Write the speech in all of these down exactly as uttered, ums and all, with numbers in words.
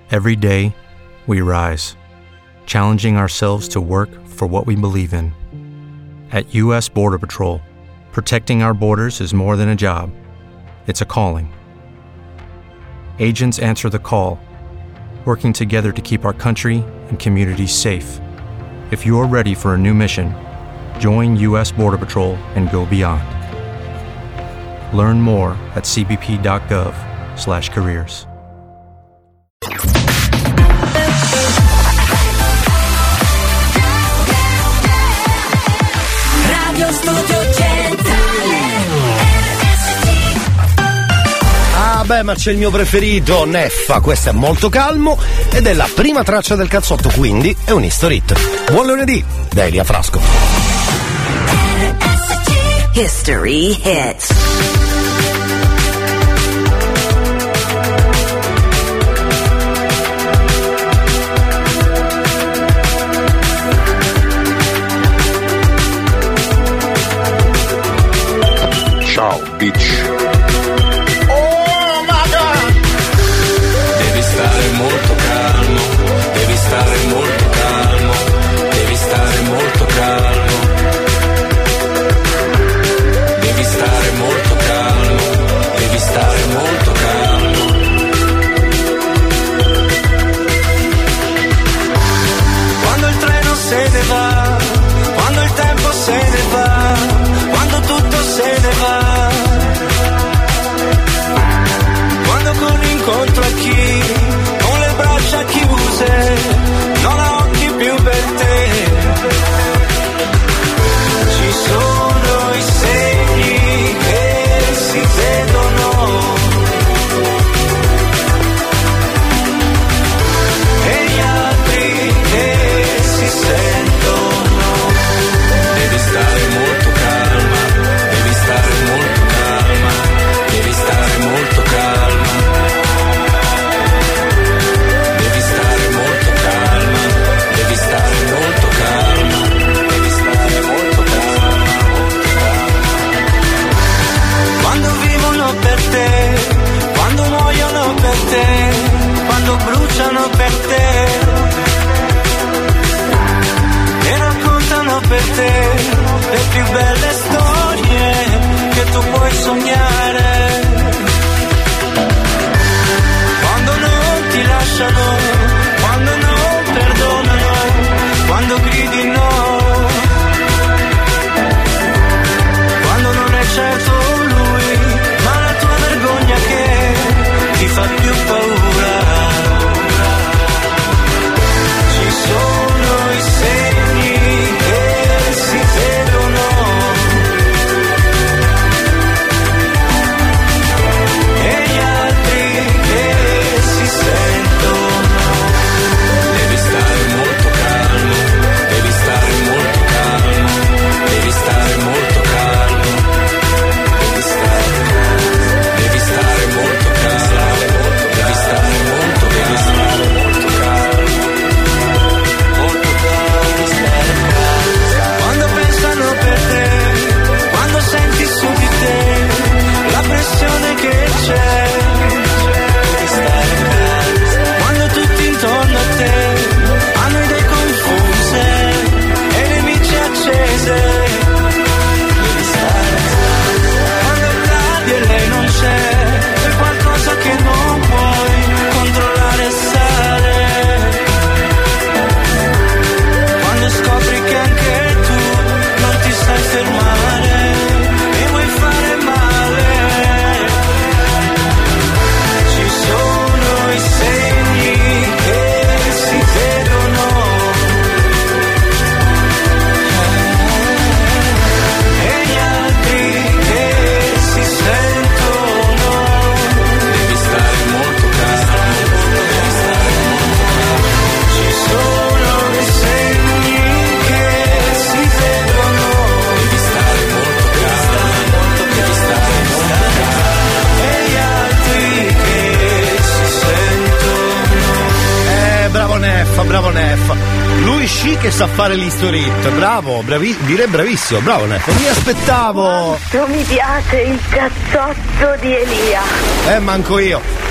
Every day, we rise, challenging ourselves to work for what we believe in. At U S Border Patrol, protecting our borders is more than a job. It's a calling. Agents answer the call, working together to keep our country and communities safe. If you're ready for a new mission, join U S Border Patrol and go beyond. Learn more at c b p dot gov slash careers. Radio Studio Centrale. Ah beh, ma c'è il mio preferito, Neffa. Questo è molto calmo ed è la prima traccia del cazzotto, quindi è un history hit. Buon lunedì da Elia Frasco. History Hits. Ciao, bitch. Oh, maga! Devi stare molto calmo, devi stare molto calmo, devi stare molto calmo. Devi stare molto calmo, devi stare molto calmo. Quando il treno se ne va, quando il tempo se ne va, quando tutto se ne va. Quando corri incontro a chi con le braccia chiuse non ha occhi più per te. Ci sono i segni che si vedono e gli altri che si sentono. Devi stare molto calma, devi stare molto calma, devi stare molto calma. Devi stare molto calma, devi stare molto calma, devi stare molto calma, molto calma. Quando vivono per te, quando muoiono per te, quando bruciano per te, e raccontano per te le più belle storie che tu puoi sognare. Quando non ti lasciano, quando non perdonano, quando gridi no, quando non è certo lui, ma la tua vergogna che ti fa più paura. Ci sono i segni che si vedono e gli altri che si sentono. Devi stare molto calmo, devi stare molto calmo, devi stare molto calmo, devi stare calmo, devi stare molto calmo, devi stare molto, devi stare molto calmo, molto calmo, stare calmo. Quando pensano per te, quando senti su di te la pressione che c'è, devi stare calmo. Quando tutti intorno a te hanno idee confuse e nemici accese, devi stare calmo. Quando è tardi e lei non c'è, c'è qualcosa che non puoi controllare e sale. Quando scopri che anche tu non ti sai fermare e vuoi fare male. Ci sono i segni che si vedono e gli altri che si sentono. Devi stare molto calmo, devi stare molto calmo. Ci sono i segni che si vedono. Devi stare molto calmo, devi stare molto calmo. E gli altri che si sentono. Eh, bravo Neffa, bravo Neffa. Lui sci che sa fare l'history hit. Bravo, bravi, direi bravissimo, bravo Neffa. Mi aspettavo. Quanto mi piace il cazzotto di Elia. Eh, manco io.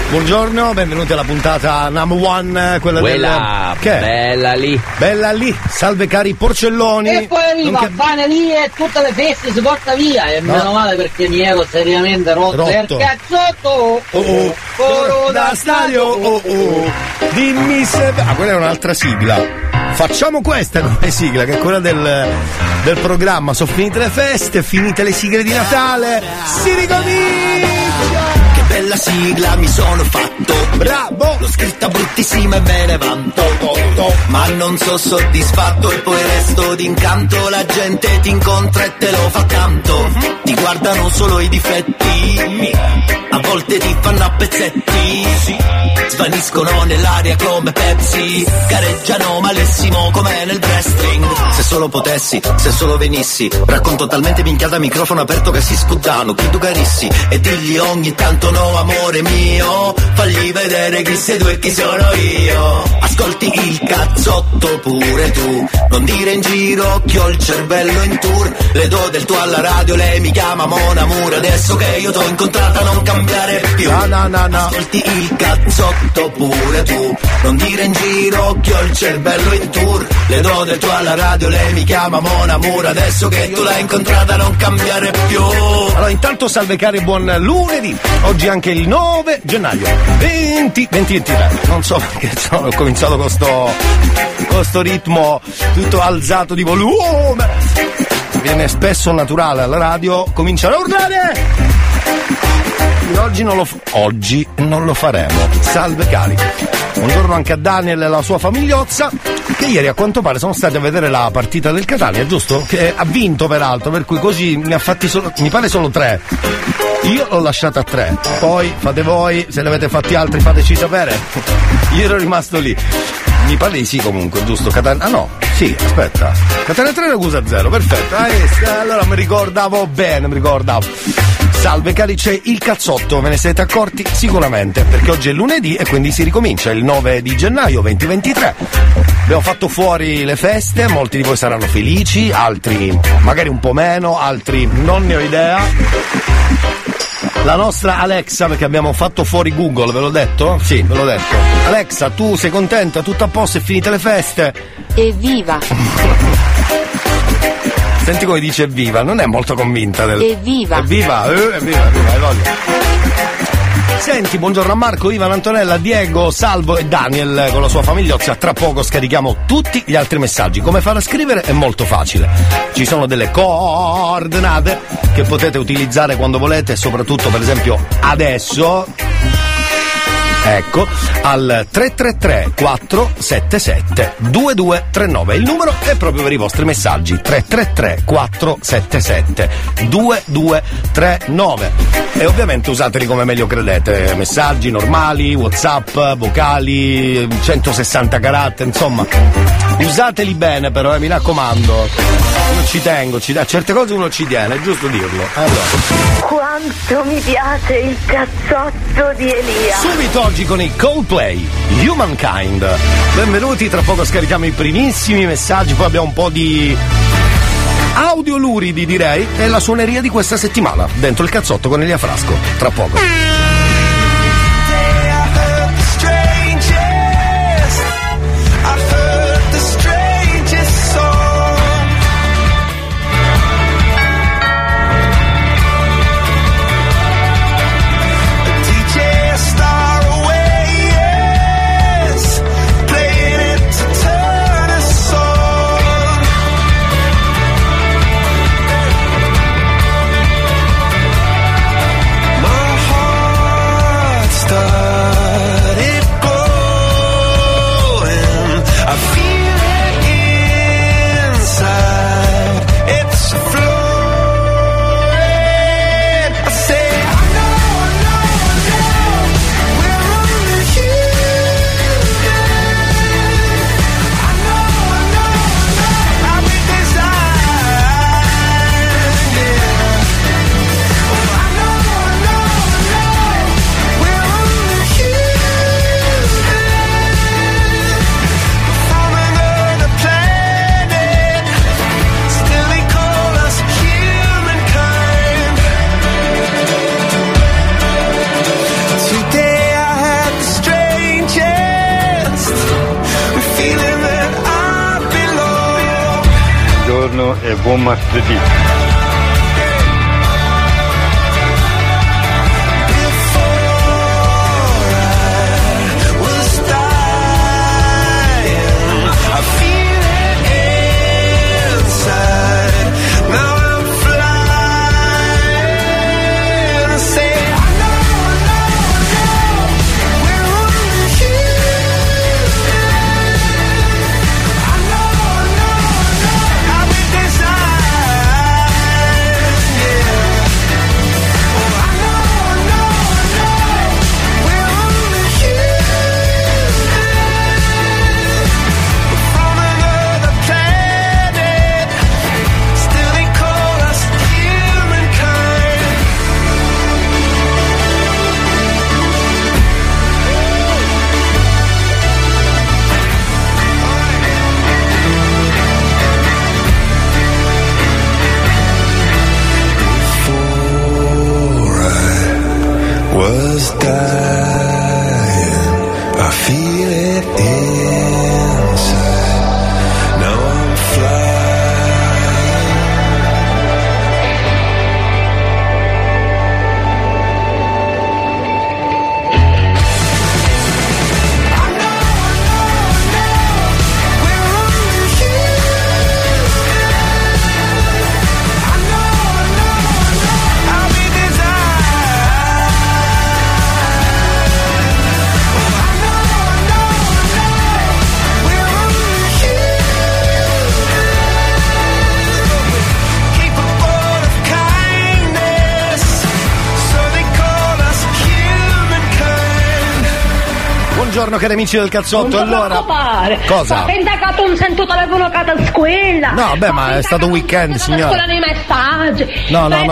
Buongiorno, benvenuti alla puntata number one, quella Quella, del... Che? bella lì. Bella lì, salve cari porcelloni. E poi arriva, Nonché... pane lì e tutte le feste si porta via. E No. meno male perché mi ero seriamente rotto, Rotto. il cazzotto. Oh, Oh, oh, coro da stadio. oh, oh. Dimmi se... Ah, quella è un'altra sigla. Facciamo questa come sigla, che è quella del, del programma. Sono finite le feste, finite le sigle di Natale, si ricomincia! Che bella sigla mi sono fatto, bravo! L'ho scritta bruttissima e me ne vanto, ma non so soddisfatto e poi resto d'incanto. La gente ti incontra e te lo fa canto, ti guardano solo i difetti, a volte ti fanno a pezzetti, svaniscono nell'aria come Pepsi, gareggiano malissimo come nel wrestling. Se solo potessi, se solo venissi, racconto talmente minchiata a microfono aperto che si scuddano chi tu carissi, e digli ogni tanto no amore mio, fagli vedere chi sei tu e chi sono io. Ascolti il cazzotto pure tu, non dire in giro che ho il cervello in tour, le do del tuo alla radio, lei mi chiama Mon Amour, adesso che io t'ho incontrata non cambiare più. No, no, no, no. Ascolti il cazzotto pure tu, non dire in giro che ho il cervello in tour, le do del tuo alla radio, lei mi chiama Mon Amour, adesso che tu l'hai incontrata non cambiare più. Allora, intanto salve cari, buon lunedì. Oggi è anche il nove gennaio venti ventitré. Non so perché ho cominciato con sto, con sto ritmo tutto alzato di volume. Viene spesso naturale alla radio, cominciano a urlare. Oggi non lo, f- oggi non lo faremo. Salve cari. Buongiorno anche a Daniel e alla sua famigliozza, che ieri a quanto pare sono stati a vedere la partita del Catania, giusto? Che ha vinto peraltro, per cui così ne ha fatti solo, mi pare solo tre. Io l'ho lasciata a tre. Poi fate voi, se ne avete fatti altri fateci sapere. Io ero rimasto lì. Mi pare di sì comunque, giusto? Catania. Ah no, sì, aspetta. Catania tre, Ragusa zero, perfetto. Ah, eh, allora mi ricordavo bene, mi ricordavo. Salve cari, c'è il cazzotto, ve ne siete accorti? Sicuramente, perché oggi è lunedì e quindi si ricomincia il nove di gennaio venti ventitré. Abbiamo fatto fuori le feste, molti di voi saranno felici, altri magari un po' meno, altri non ne ho idea. La nostra Alexa, perché abbiamo fatto fuori Google, ve l'ho detto? Sì, ve l'ho detto. Alexa, tu sei contenta? Tutto a posto? È finite le feste? Evviva! Senti come dice evviva, non è molto convinta del... Evviva! Evviva, eh, evviva, evviva, hai voglia. Senti, buongiorno a Marco, Ivan, Antonella, Diego, Salvo e Daniel con la sua famigliozza. Tra poco scarichiamo tutti gli altri messaggi. Come fare a scrivere è molto facile. Ci sono delle coordinate che potete utilizzare quando volete e soprattutto, per esempio, adesso... Ecco, al tre tre tre quattro sette sette due due tre nove. Il numero è proprio per i vostri messaggi. tre tre tre quattro sette sette due due tre nove. E ovviamente usateli come meglio credete. Messaggi normali, WhatsApp, vocali, centosessanta caratteri, insomma. Usateli bene però, eh, mi raccomando. Io ci tengo, ci, a certe cose uno ci tiene, è giusto dirlo. Allora. Quanto mi piace il cazzotto di Elia! Subito oggi con i Coldplay, Humankind. Benvenuti, tra poco scarichiamo i primissimi messaggi, poi abbiamo un po' di audio luridi direi, e la suoneria di questa settimana, dentro il cazzotto con Elia Frasco, tra poco. My heart buongiorno e buon martedì. Buongiorno cari amici del cazzotto, non allora preoccupare. cosa? Sto pendacato un sento telefono cata squilla. No, beh, ma è stato un weekend, signora. Scuola nei messaggi. No, no, no.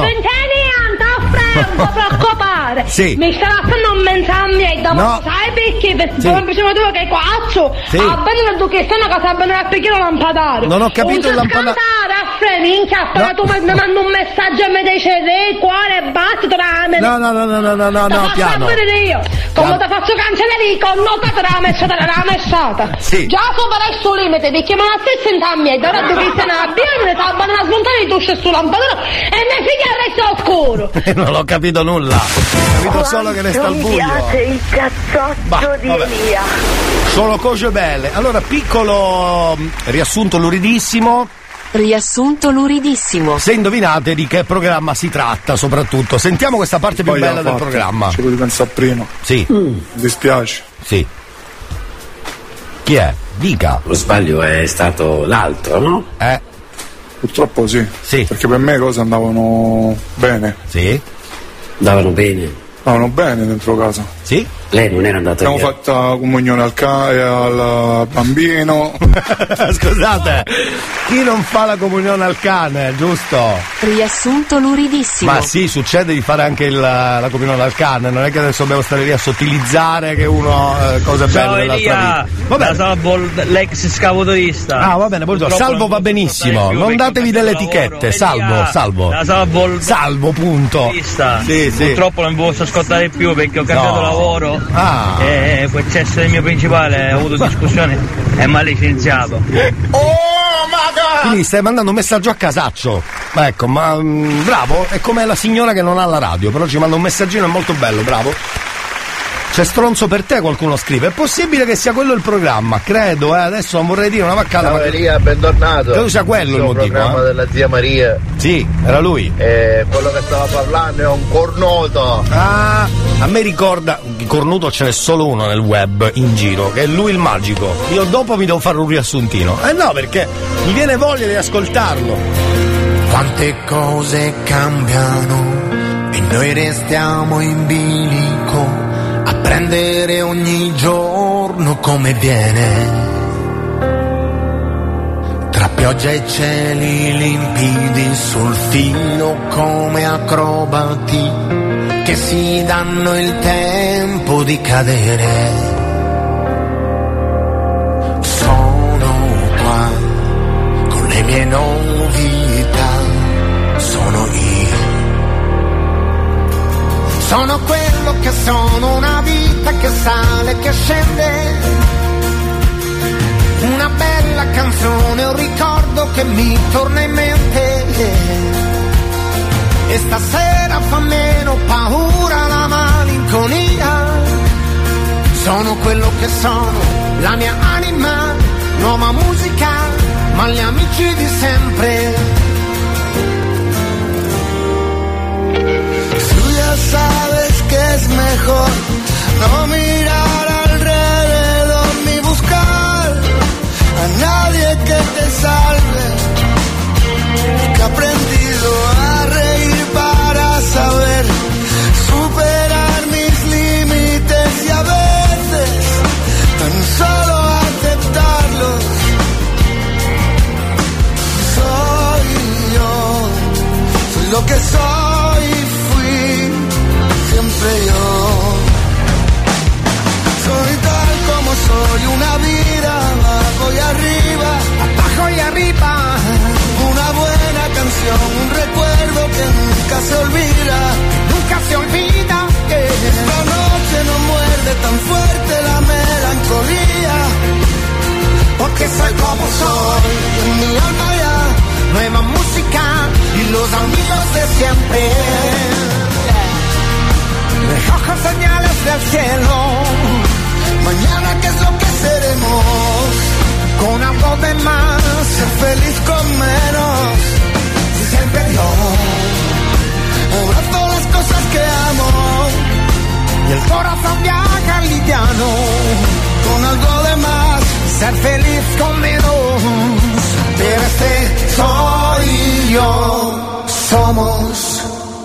Non preoccupare. Sì. Mi stava facendo un mensaggio e dopo No. sai perché? Perché Sì. come diceva tu che quattro. Sì. Ah, bene tu che sono casa bene a perché lampadario. Non ho capito il lampadario. Affre, minchia, appena No. tu mi mi mandi un messaggio e mi dici re, cuore, basta, tramite. No, no, no, no, no, no, no, no, piano. Io. Come Piano. ti faccio cancelleri con nota te la messata, la messata. Sì. Già sopra il suo limite, perché me la stessa in tammi, ora tu che sei una bianca, ti abbandona a smontare di tusce sul lampadino e ne figlia il resto oscuro. Non ho capito nulla. Ho capito solo che ne sta al Mi buio. piace il cazzotto Bah, di vabbè. Elia. Sono cose belle. Allora, piccolo mh, riassunto luridissimo. Riassunto luridissimo. Se indovinate di che programma si tratta, soprattutto. Sentiamo questa parte più Poi bella ha del fatto, programma. ci volevo pensare prima. Sì. Mi dispiace. Sì. Chi è? Dica. Lo sbaglio è stato l'altro, no? Eh. Purtroppo sì. Sì. Perché per me le cose andavano bene. Sì. Andavano bene. Andavano bene dentro casa. Sì. Lei non era andata Abbiamo via. fatto la comunione al, ca- e al bambino. Scusate, chi non fa la comunione al cane, giusto? Riassunto luridissimo. Ma sì, succede di fare anche il, la comunione al cane, non è che adesso dobbiamo stare lì a sottilizzare che uno eh, cose Ciao belle dell'altra Elia, vita. Va bene. salvo l'ex scavotorista. Ah, va bene, buongiorno. Purtroppo Salvo va non posso benissimo, stare più non perché datevi ho delle cambiato etichette, lavoro. salvo, Elia, salvo. la salvo, Salvo, punto. Sì, sì. Purtroppo non posso ascoltare più perché ho cambiato No. lavoro. Ah. E poi c'è il mio principale, ho avuto discussione e mi ha licenziato. Quindi stai mandando un messaggio a casaccio. Ma ecco, ma mm, bravo, è come la signora che non ha la radio, però ci manda un messaggino, è molto bello, bravo. C'è stronzo per te, qualcuno scrive. È possibile che sia quello il programma? Credo, eh, adesso non vorrei dire una vaccata. Ciao ma Elia, bentornato. credo sia quello il motivo. programma eh. della zia Maria. Sì, era lui. E quello che stava parlando è un cornuto. Ah, a me ricorda, di cornuto ce n'è solo uno nel web in giro, che è lui il magico. Io dopo mi devo fare un riassuntino. Eh no, perché mi viene voglia di ascoltarlo. Quante cose cambiano e noi restiamo in bilico a prendere ogni giorno come viene. Tra pioggia e cieli limpidi sul filo come acrobati che si danno il tempo di cadere. Sono qua con le mie novità, sono io. Sono quello che sono, una vita che sale, che scende, una bella canzone, un ricordo ricordo che mi torna in mente, e stasera fa meno paura la malinconia. Sono quello che sono, la mia anima, nuova musica, ma gli amici di sempre. Tú ya sabes que es mejor no mirar alrededor ni buscar a nadie que te salve, que he aprendido a reír para saber superar mis límites y a veces tan solo aceptarlos. Soy yo, soy lo que soy y fui siempre yo. Soy tal como soy, una vida abajo y arriba, abajo y arriba. Una buena canción, un recuerdo que nunca se olvida, nunca se olvida. Que esta noche no muerde tan fuerte la melancolía, porque soy como soy, en mi alma ya nueva música y los amigos de siempre. Recojo señales del cielo, mañana qué es lo que seremos, con algo de más, ser feliz con menos, y siempre yo abrazo las cosas que amo, y el corazón viaja liviano, con algo de más, ser feliz con menos, pero este soy yo, somos.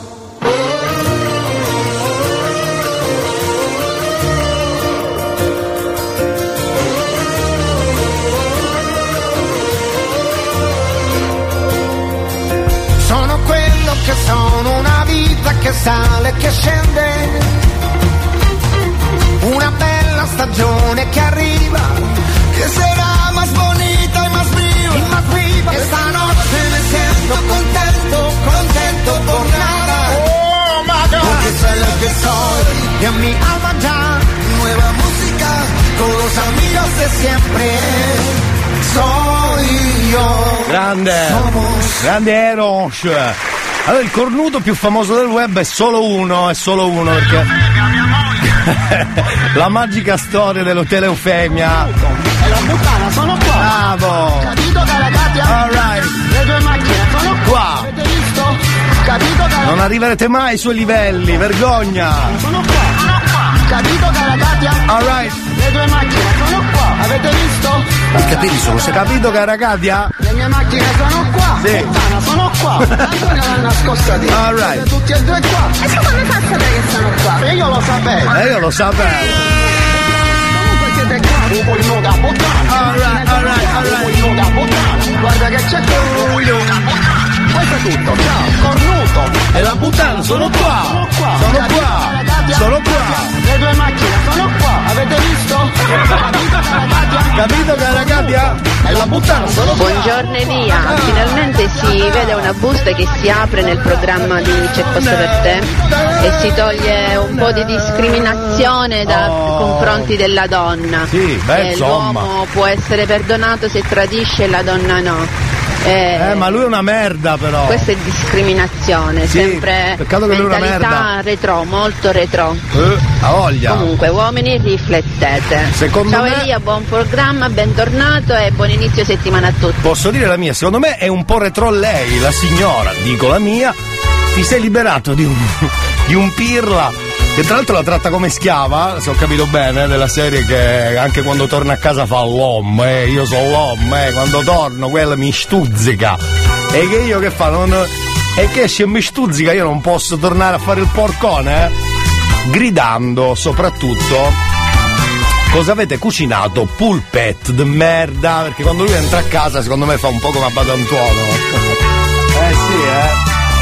Sono quello che sono, una vita che sale e che scende, una bella stagione che arriva, che sarà más bonita y más viva, y más viva. Esta noche me siento contento, contento por nada, oh my God, porque soy lo que soy, y en mi alma ya nueva música, con los amigos de siempre. Soy io. Grande, Somos. grande Eros. Allora il cornuto più famoso del web è solo uno, è solo uno perché la magica storia dell'hotel Eufemia. E la puttana sono qua. Bravo. Capito cara Katia? All right. Le due macchine sono qua. Qua. Avete visto? Capito cara? Non arriverete mai ai suoi livelli, vergogna. Sono qua. Sono qua. Capito cara Katia? All right. Le due macchine sono qua. Avete visto? I capelli sono se capito cara Katia? Le mie macchine sono qua. Sì. Puttana sono qua. Tanto non l'hanno nascosta di. All right. Siete tutti e due qua. E tu come fai a sapere che sono qua? E io lo sapevo. E io lo sapevo. Comunque siete qua. Un pochino da puttana. All right, all right, all right. Un pochino da puttana. Guarda che c'è qua. Un pochino da puttana. Questo è tutto. Ciao. Cornuto. E la puttana sono qua. Sono qua. Sono qua. Sono qua. Le due macchine sono qua. Avete visto? Capito cara Katia? Capito cara Katia? E la puttana sono qua. Buongiorno Elia, finalmente si vede una busta che si apre nel programma di C'è posto per te e si toglie un po' di discriminazione da Oh. confronti della donna. Sì, beh, Eh, insomma. l'uomo può essere perdonato se tradisce e la donna no. Eh, Eh, ma lui è una merda però. Questa è discriminazione, Sì, sempre peccato che lui è una mentalità merda. retro, molto retro. Eh, ha voglia. Comunque, uomini, riflettete. Secondo Ciao me- Elia, buon programma, bentornato e buon inizio settimana a tutti. Posso dire la mia? Secondo me è un po' retro lei, la signora, dico la mia. Ti sei liberato di un, di un pirla che tra l'altro la tratta come schiava, se ho capito bene, della serie che anche quando torna a casa fa l'uomo, eh, io sono l'uomo, eh, quando torno quella mi stuzzica. E che io che fa? Non, e che se mi stuzzica io non posso tornare a fare il porcone, eh? Gridando soprattutto cosa avete cucinato, pulpet de merda, perché quando lui entra a casa secondo me fa un po' come a Badantuono. Eh sì, eh.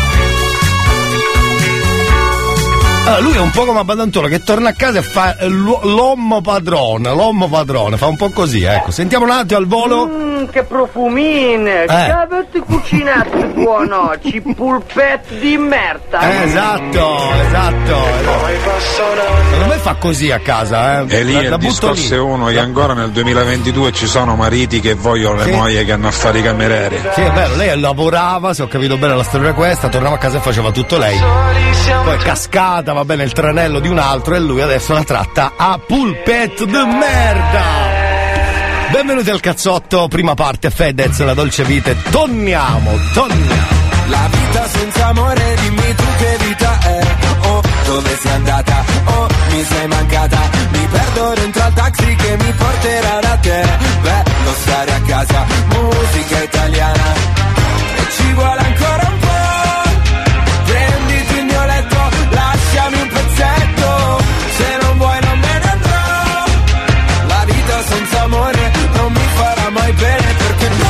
Allora, lui è un po' come a Badantuono che torna a casa e fa l'uomo padrone, l'uomo padrone, fa un po' così, ecco. Sentiamo un attimo al volo. Mmm, che profumine! Eh. Che avete cucinato buonocci, pulpette di merda! Eh, esatto, esatto. Secondo me fa così a casa, eh. E lì La- il la butto discorso lì. è uno che ancora nel duemilaventidue ci sono mariti che vogliono Sì. le mogli che hanno a fare i camerieri. Sì, è vero, lei lavorava, se ho capito bene la storia questa, tornava a casa e faceva tutto lei. Poi è cascata, va bene, il tranello di un altro e lui adesso la tratta a pulpette de merda. Benvenuti al cazzotto, prima parte, Fedez, la dolce vita, e torniamo, torniamo. La vita senza amore, dimmi tu che vita è. Oh, dove sei andata? Oh, mi sei mancata. Mi perdo dentro al taxi che mi porterà da te. Bello stare a casa, musica italiana. E ci vuole ancora un po'. Prenditi il mio letto, lasciami un pezzetto. Se non vuoi non me ne andrò. La vita senza amore non mi farà mai bene perché no.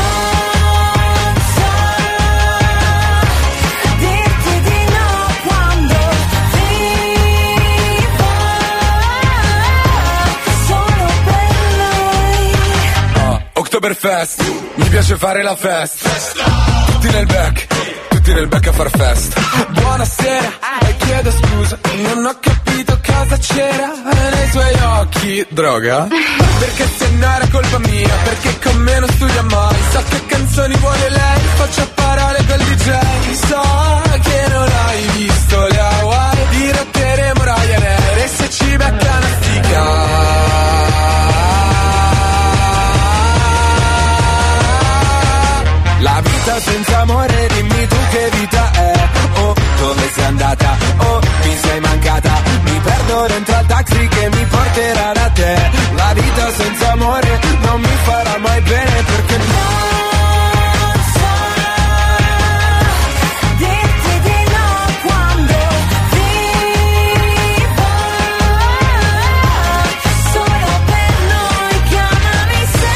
Oktoberfest, mi piace fare la festa. Tutti nel back, tutti nel back a far festa. Buonasera, e chiedo scusa, non ho capito cosa c'era nei suoi occhi. Droga? Perché se no era colpa mia, perché con me non studia mai. So che canzoni vuole lei, faccio a parole col D J. So che non hai visto le Hawaii, dirotteremo Ryanair e se ci becca una stica. La vita senza amore, dimmi tu che vita è. Oh, dove sei andata? Oh, mi sei mancata. Mi perdo dentro al taxi che mi porterà da te. La vita senza amore non mi farà mai bene perché non so dirti di no quando vivo solo per noi. Chiamami se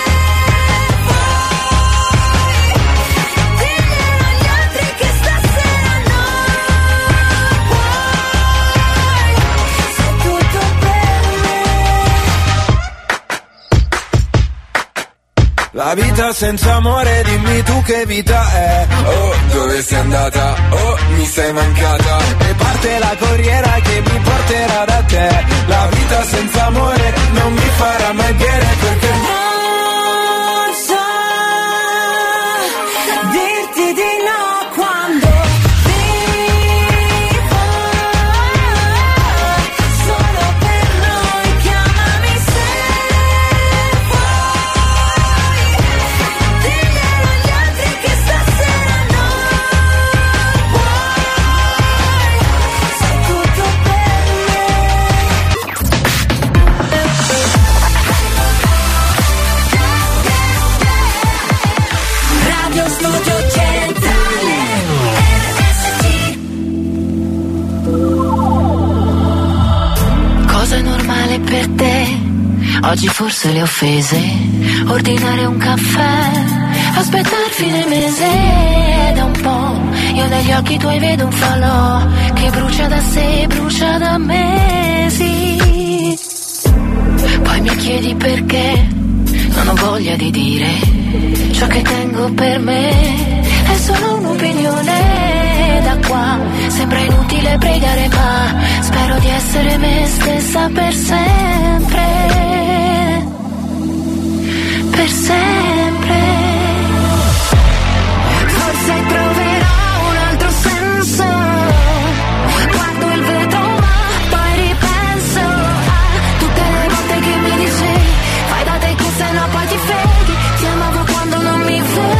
la vita senza amore, dimmi tu che vita è. Oh, dove sei andata? Oh, mi sei mancata. E parte la corriera che mi porterà da te. La vita senza amore non mi farà mai bene perché non so dirti di no quando vivo solo per noi. Chiamami se Studio Centrale R S C. Cosa è normale per te? Oggi forse le offese. Ordinare un caffè, aspettare fine mese. Da un po' io negli occhi tuoi vedo un falò che brucia da sé, brucia da mesi. Poi mi chiedi perché non ho voglia di dire ciò che tengo per me. È solo un'opinione. Da qua sembra inutile pregare, ma spero di essere me stessa per sempre. Per sempre. Forse troverò un altro senso. Guardo il vetro ma poi ripenso a tutte le volte che mi dicevi fai da te che se no poi ti freghi. Ti amavo quando non mi vedi.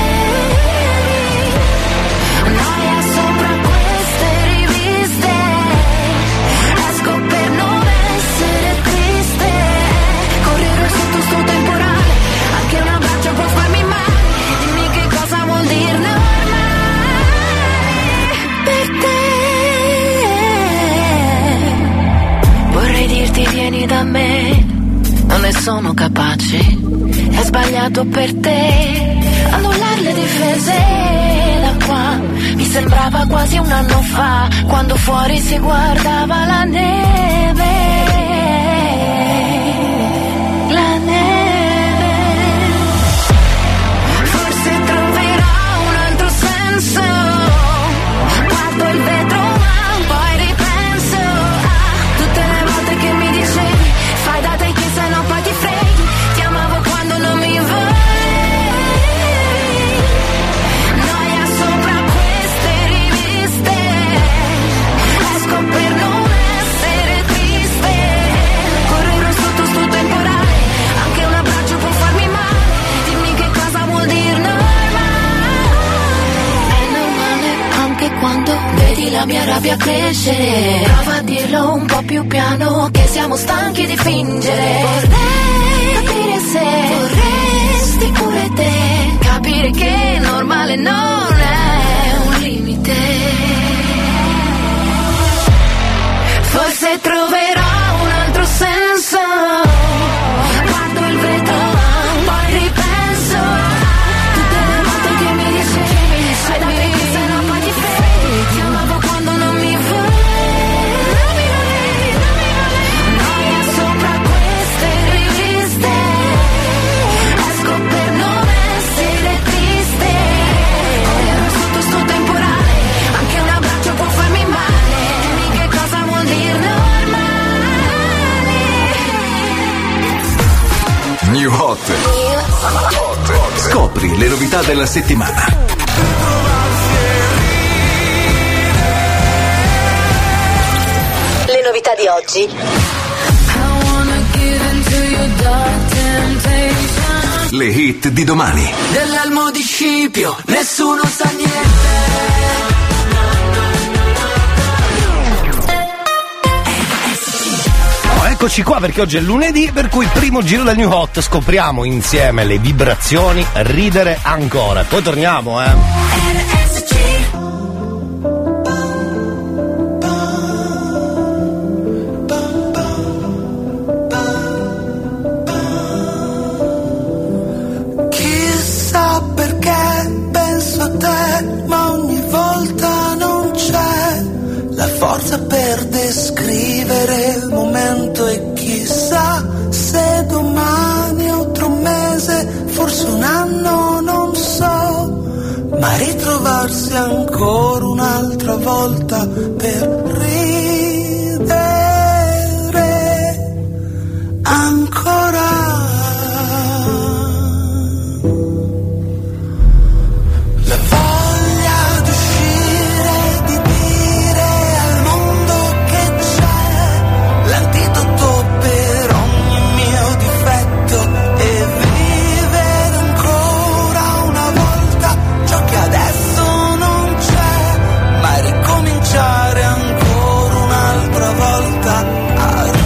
Noia sopra queste riviste. Esco per non essere triste. Correre sotto sto temporale. Anche un abbraccio può farmi male. Dimmi che cosa vuol dire normale per te. Vorrei dirti vieni da me, non ne sono capace. È sbagliato per te annullare le difese. Da qua mi sembrava quasi un anno fa, quando fuori si guardava la neve. La neve. la mia rabbia a crescere. Prova a dirlo un po' più piano, che siamo stanchi di fingere. Vorrei capire se vorresti pure te, capire che normale non è un limite. Forse troverò un altro senso, guardo il vetro, poi ripenso a tutte le volte che mi dicevi sai da me che sei una poi ti fai, ti amavo quando non mi volevi, noia sopra queste riviste, esco per non essere triste, sotto sto temporale, anche un abbraccio può farmi male, dimmi che cosa vuol dire normale. New Hot. Scopri le novità della settimana. Le novità di oggi. Le hit di domani. Dell'elmo di Scipio, nessuno sa niente. Eccoci qua perché oggi è lunedì, per cui primo giro del New Hot, scopriamo insieme le vibrazioni, ridere ancora. Poi torniamo, eh. Chissà perché penso a te, ma ogni volta non c'è la forza per descrivere il momento, e chissà se domani o tra un mese, forse un anno, non so, ma ritrovarsi ancora un'altra volta per ridere ancora. La voglia di uscire, di dire al mondo che c'è l'antidoto per ogni mio difetto, e vivere ancora una volta ciò che adesso non c'è, ma ricominciare ancora un'altra volta a ridere.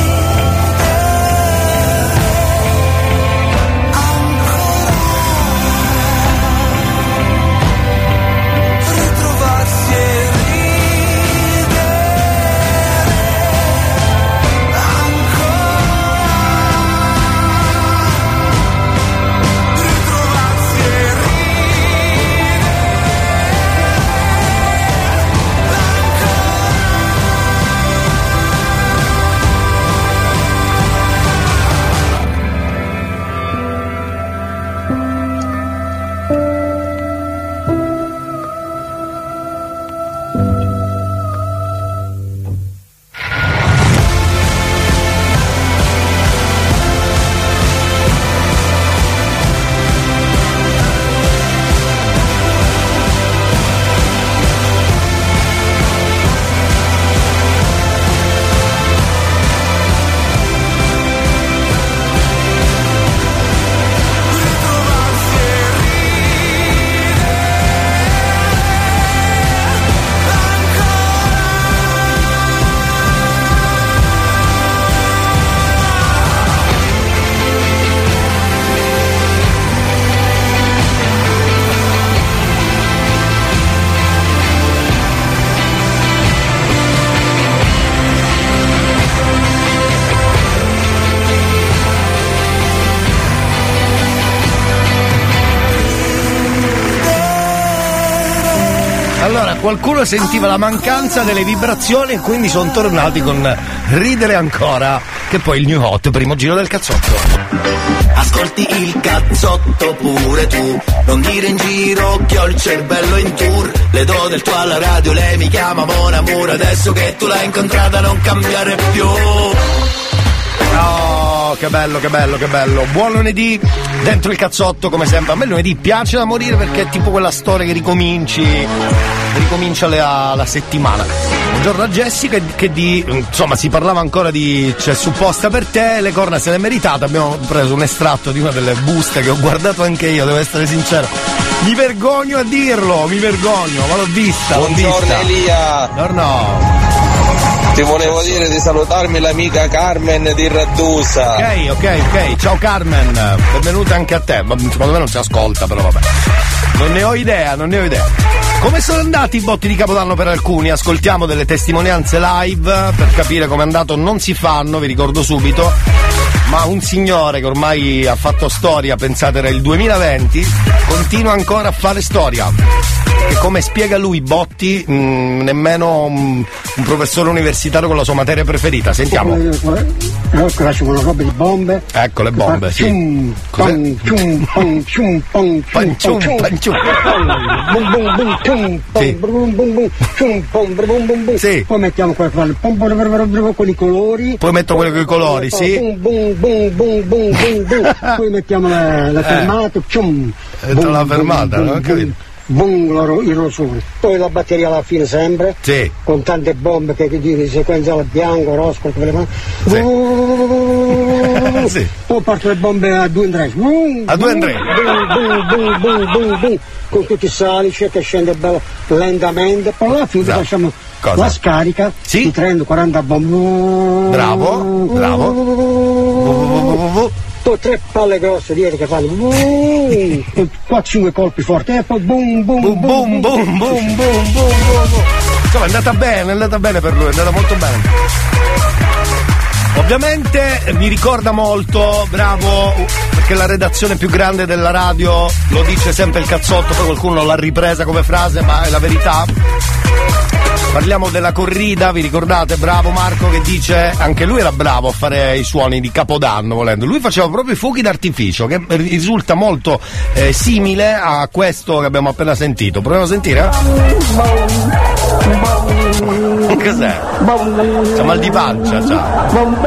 Ritrovarsi e ridere ancora. Ritrovarsi e ridere Allora, qualcuno sentiva la mancanza delle vibrazioni e quindi sono tornati con ridere ancora, che poi il New Hot, primo giro del cazzotto. Ascolti il cazzotto pure tu, non dire in giro che ho il cervello in tour. Le do del tuo alla radio, lei mi chiama Mon Amour, adesso che tu l'hai incontrata non cambiare più. Oh, che bello, che bello, che bello. Buon lunedì, dentro il cazzotto come sempre. A me il lunedì piace da morire perché è tipo quella storia che ricominci, ricomincia la, la settimana. Buongiorno a Jessica che di, insomma, si parlava ancora di c'è supposta per te, le corna se l'è meritata. Abbiamo preso un estratto di una delle buste che ho guardato anche io, devo essere sincero. Mi vergogno a dirlo, mi vergogno, ma l'ho vista, l'ho Buongiorno vista. Elia. Buongiorno. Ti volevo dire di salutarmi l'amica Carmen di Raddusa. Ok, ok, ok. Ciao Carmen, benvenuta anche a te. Ma secondo me non si ascolta, però vabbè. Non ne ho idea, non ne ho idea. Come sono andati i botti di Capodanno per alcuni? Ascoltiamo delle testimonianze live per capire com'è andato. Non si fanno, vi ricordo subito. Ma un signore che ormai ha fatto storia, pensate era il duemilaventi, continua ancora a fare storia. E come spiega lui Botti, mh, nemmeno un, un professore universitario con la sua materia preferita. Sentiamo. Ecco, lascio una roba di bombe. Ecco le bombe, sì. Cium, Cos'è? pam, cium, pam, cium, pam, Pam, cium, pam, cium. Bum, bum, bum, cium, pam, Sì. brum, bum, bum, cium, pam, brum, bum, bum. Sì. Poi mettiamo qua qua, pom, pom, pom, pom, pom, con i colori. Poi metto quello con i colori, sì. Bum, bum, bum, bum, bum, bum, bum. Poi mettiamo la, la Eh. fermata, cium. Dentro la fermata, non ho capito. Bum, loro, il rosone. Poi la batteria alla fine sempre. Sì. Con tante bombe che di di sequenziale bianco, rosso, quelle ma- Sì. Poi partono le bombe a due in tre. A due in tre. Bum, bum, bum, bum, bum, bum. Con tutti i salici che scende bello lentamente. Poi alla fine Esatto. facciamo Cosa? la scarica Sì. di trenta quaranta bombe. Bravo, bravo. Poi tre palle grosse dietro che fanno quattro cinque colpi forti e poi boom boom Boom, boom, boom, boom, boom, boom, boom. Insomma, è andata bene, è andata bene per lui, è andata molto bene. Ovviamente eh, mi ricorda molto, bravo, perché la redazione più grande della radio lo dice sempre il cazzotto, poi qualcuno l'ha ripresa come frase, ma è la verità. Parliamo della corrida, vi ricordate? Bravo Marco che dice, anche lui era bravo a fare i suoni di Capodanno volendo. Lui faceva proprio i fuochi d'artificio, che risulta molto eh, simile a questo che abbiamo appena sentito. Proviamo a sentire? Cos'è? C'ha mal di pancia, c'ha.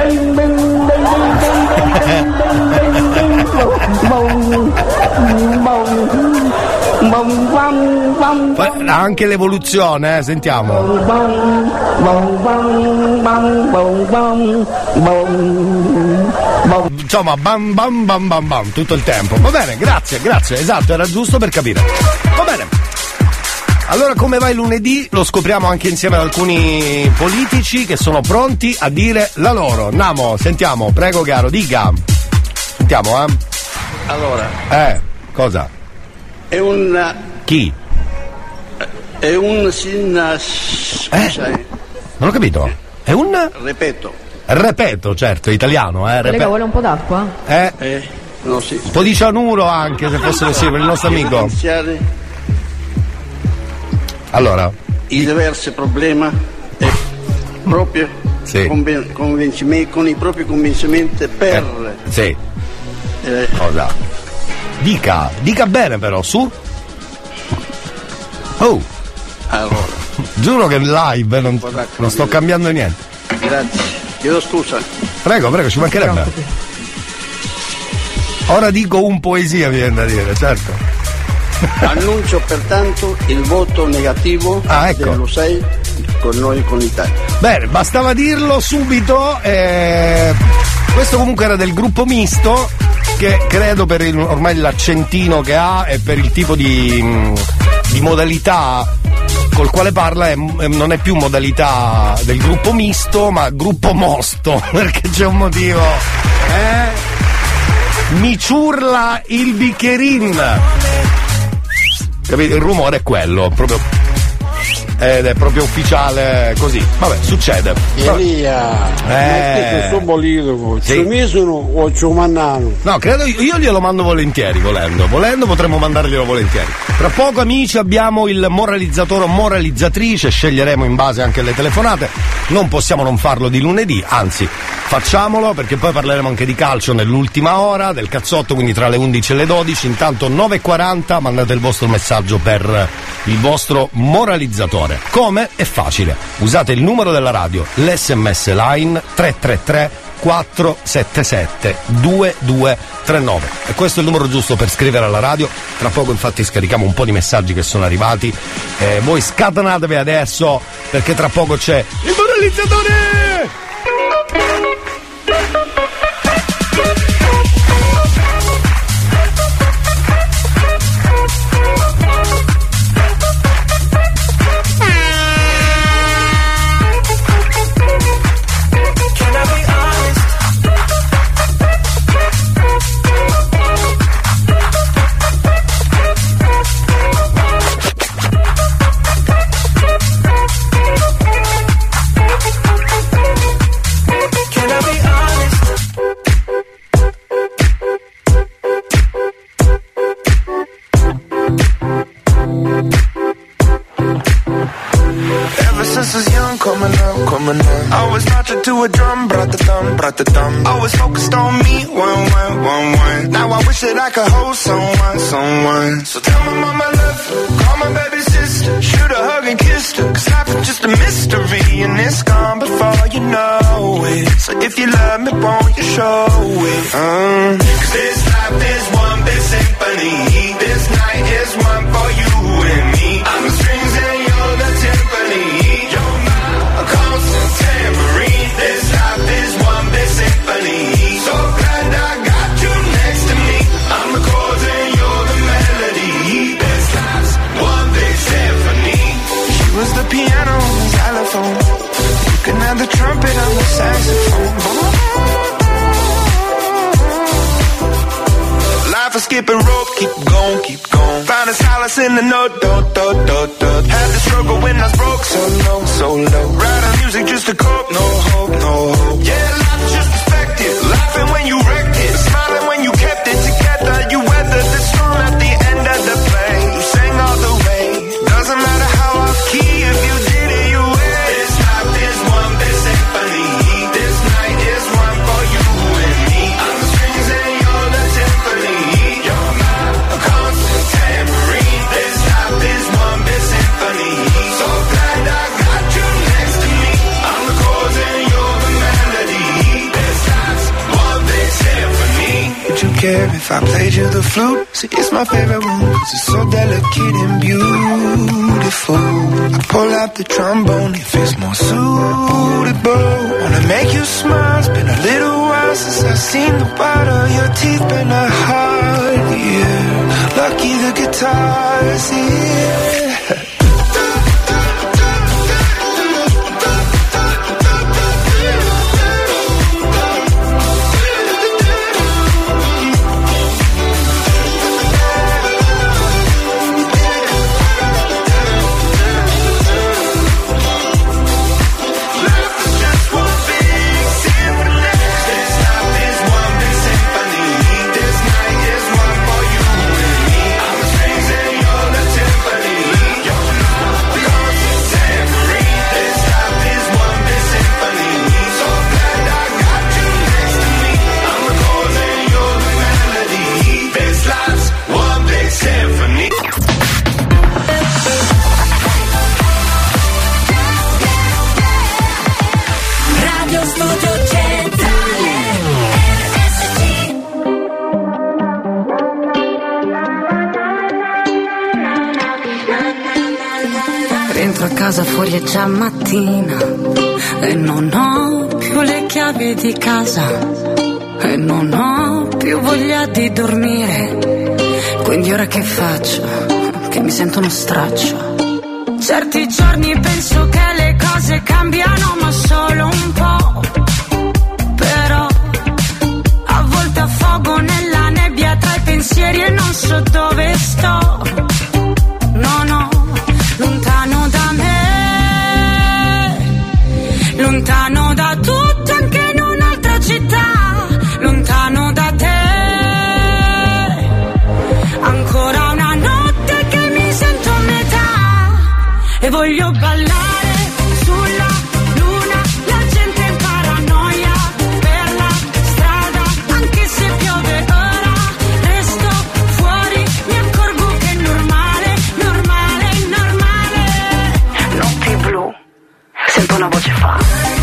Poi ha anche l'evoluzione, eh, sentiamo. Insomma, bam bam bam bam bam tutto il tempo. Va bene, grazie, grazie, esatto, era giusto per capire. Va bene. Allora come va il lunedì? Lo scopriamo anche insieme ad alcuni politici che sono pronti a dire la loro. Namo, sentiamo, prego caro, dica. Sentiamo, eh. Allora, Eh, cosa? è un. Chi? È un. Sin, scusa, eh? Non ho capito. È un? Ripeto. Ripeto, certo, italiano, eh. Collega, Repe- vuole un po' d'acqua? eh. Eh, no, sì. Un po' di cianuro anche, se fosse possibile, il nostro amico. Evidenziare Allora. i diversi problemi e proprio Sì. conven- convincimenti, con i propri convincimenti per. Sì. eh, Cosa? Dica, dica bene però, su. Oh. Allora. Giuro che in live non, non sto cambiando niente. Grazie. Chiedo scusa. Prego, prego, ci mancherebbe. Ora dico un poesia, mi viene da dire, certo. Annuncio pertanto il voto negativo Ah, ecco. dello sei con noi con l'Italia. Bene, bastava dirlo subito. Eh, questo comunque era del gruppo misto, che credo per il, ormai l'accentino che ha e per il tipo di, mh, di modalità col quale parla è, è- non è più modalità del gruppo misto, ma gruppo mosto, perché c'è un motivo. Eh? Mi ciurla il bicchierin. Capito? Il rumore è quello, proprio. Ed è proprio ufficiale così. Vabbè, succede. Elia, Eh. ma questo politico, Sì. ci misero o ci mandano? No, credo io glielo mando volentieri, volendo. Volendo potremmo mandarglielo volentieri. Tra poco, amici, abbiamo il moralizzatore o moralizzatrice, sceglieremo in base anche alle telefonate. Non possiamo non farlo di lunedì, anzi, facciamolo perché poi parleremo anche di calcio nell'ultima ora, del cazzotto, quindi tra le undici e le dodici. Intanto nove e quaranta mandate il vostro messaggio per il vostro moralizzatore. Come? È facile. Usate il numero della radio, l'esse emme esse line tre tre tre quattro sette sette due due tre nove. E questo è il numero giusto per scrivere alla radio. Tra poco infatti scarichiamo un po' di messaggi che sono arrivati. Eh, voi scatanatevi adesso perché tra poco c'è il moralizzatore! coming on. I was marching to a drum, brought the thumb, brought the thumb. I was focused on me, one, one, one, one. Now I wish that I could hold someone, someone. So tell my mama I love her, call my baby sister, shoot a hug and kiss her. Cause life is just a mystery and it's gone before you know it. So if you love me, won't you show it? Um, Cause this life is one big symphony. This night is one for you and me. I'm the strings and you're the timpani. You're my constant tambourine. This life is one big symphony. So glad I got you next to me. I'm the chords and you're the melody. This life's one big symphony. She was the piano and the xylophone. You can have the trumpet on the saxophone. Life is skipping rope, keep going, keep going. Find a solace in the note, do, do, do, do. Had to struggle when I was broke, so low, so low. Writing music just to cope, no hope, no hope. Yeah, life's just perspective. Laughing when you wrecked it, smiling when you kept it together. You weathered the storm at the end of the play. You sang all the way. Doesn't matter how off key, if you did it, you win. This life is one big symphony. This night is one for you and me. I'm the strings and you're the timpani. You're my constant tambourine. This life is one big symphony. So glad I got you next to me. I'm the chords and you're the melody. This life's one big symphony. Would you care if I played you the flute? See, it's my favorite one, cause it's so delicate and beautiful. I pull out the trombone if it's more suitable. Wanna make you smile, it's been a little while since I've seen the white of your teeth. Been a hard year, lucky the guitar's here. Rientro a casa fuori è già mattina e non ho più le chiavi di casa e non ho più voglia di dormire. Quindi ora che faccio? Che mi sento uno straccio. Certi giorni penso che le cose cambiano ma solo un po'. Però a volte affogo nella nebbia tra i pensieri e non so dove sto. No, no, lontano da me, lontano da tutto anche in un'altra città, lontano da te. Ancora una notte che mi sento a metà e voglio ballare sulla luna, la gente in paranoia per la strada, anche se piove ora resto fuori, mi accorgo che è normale, normale, normale. Notti blu, sento una voce fa.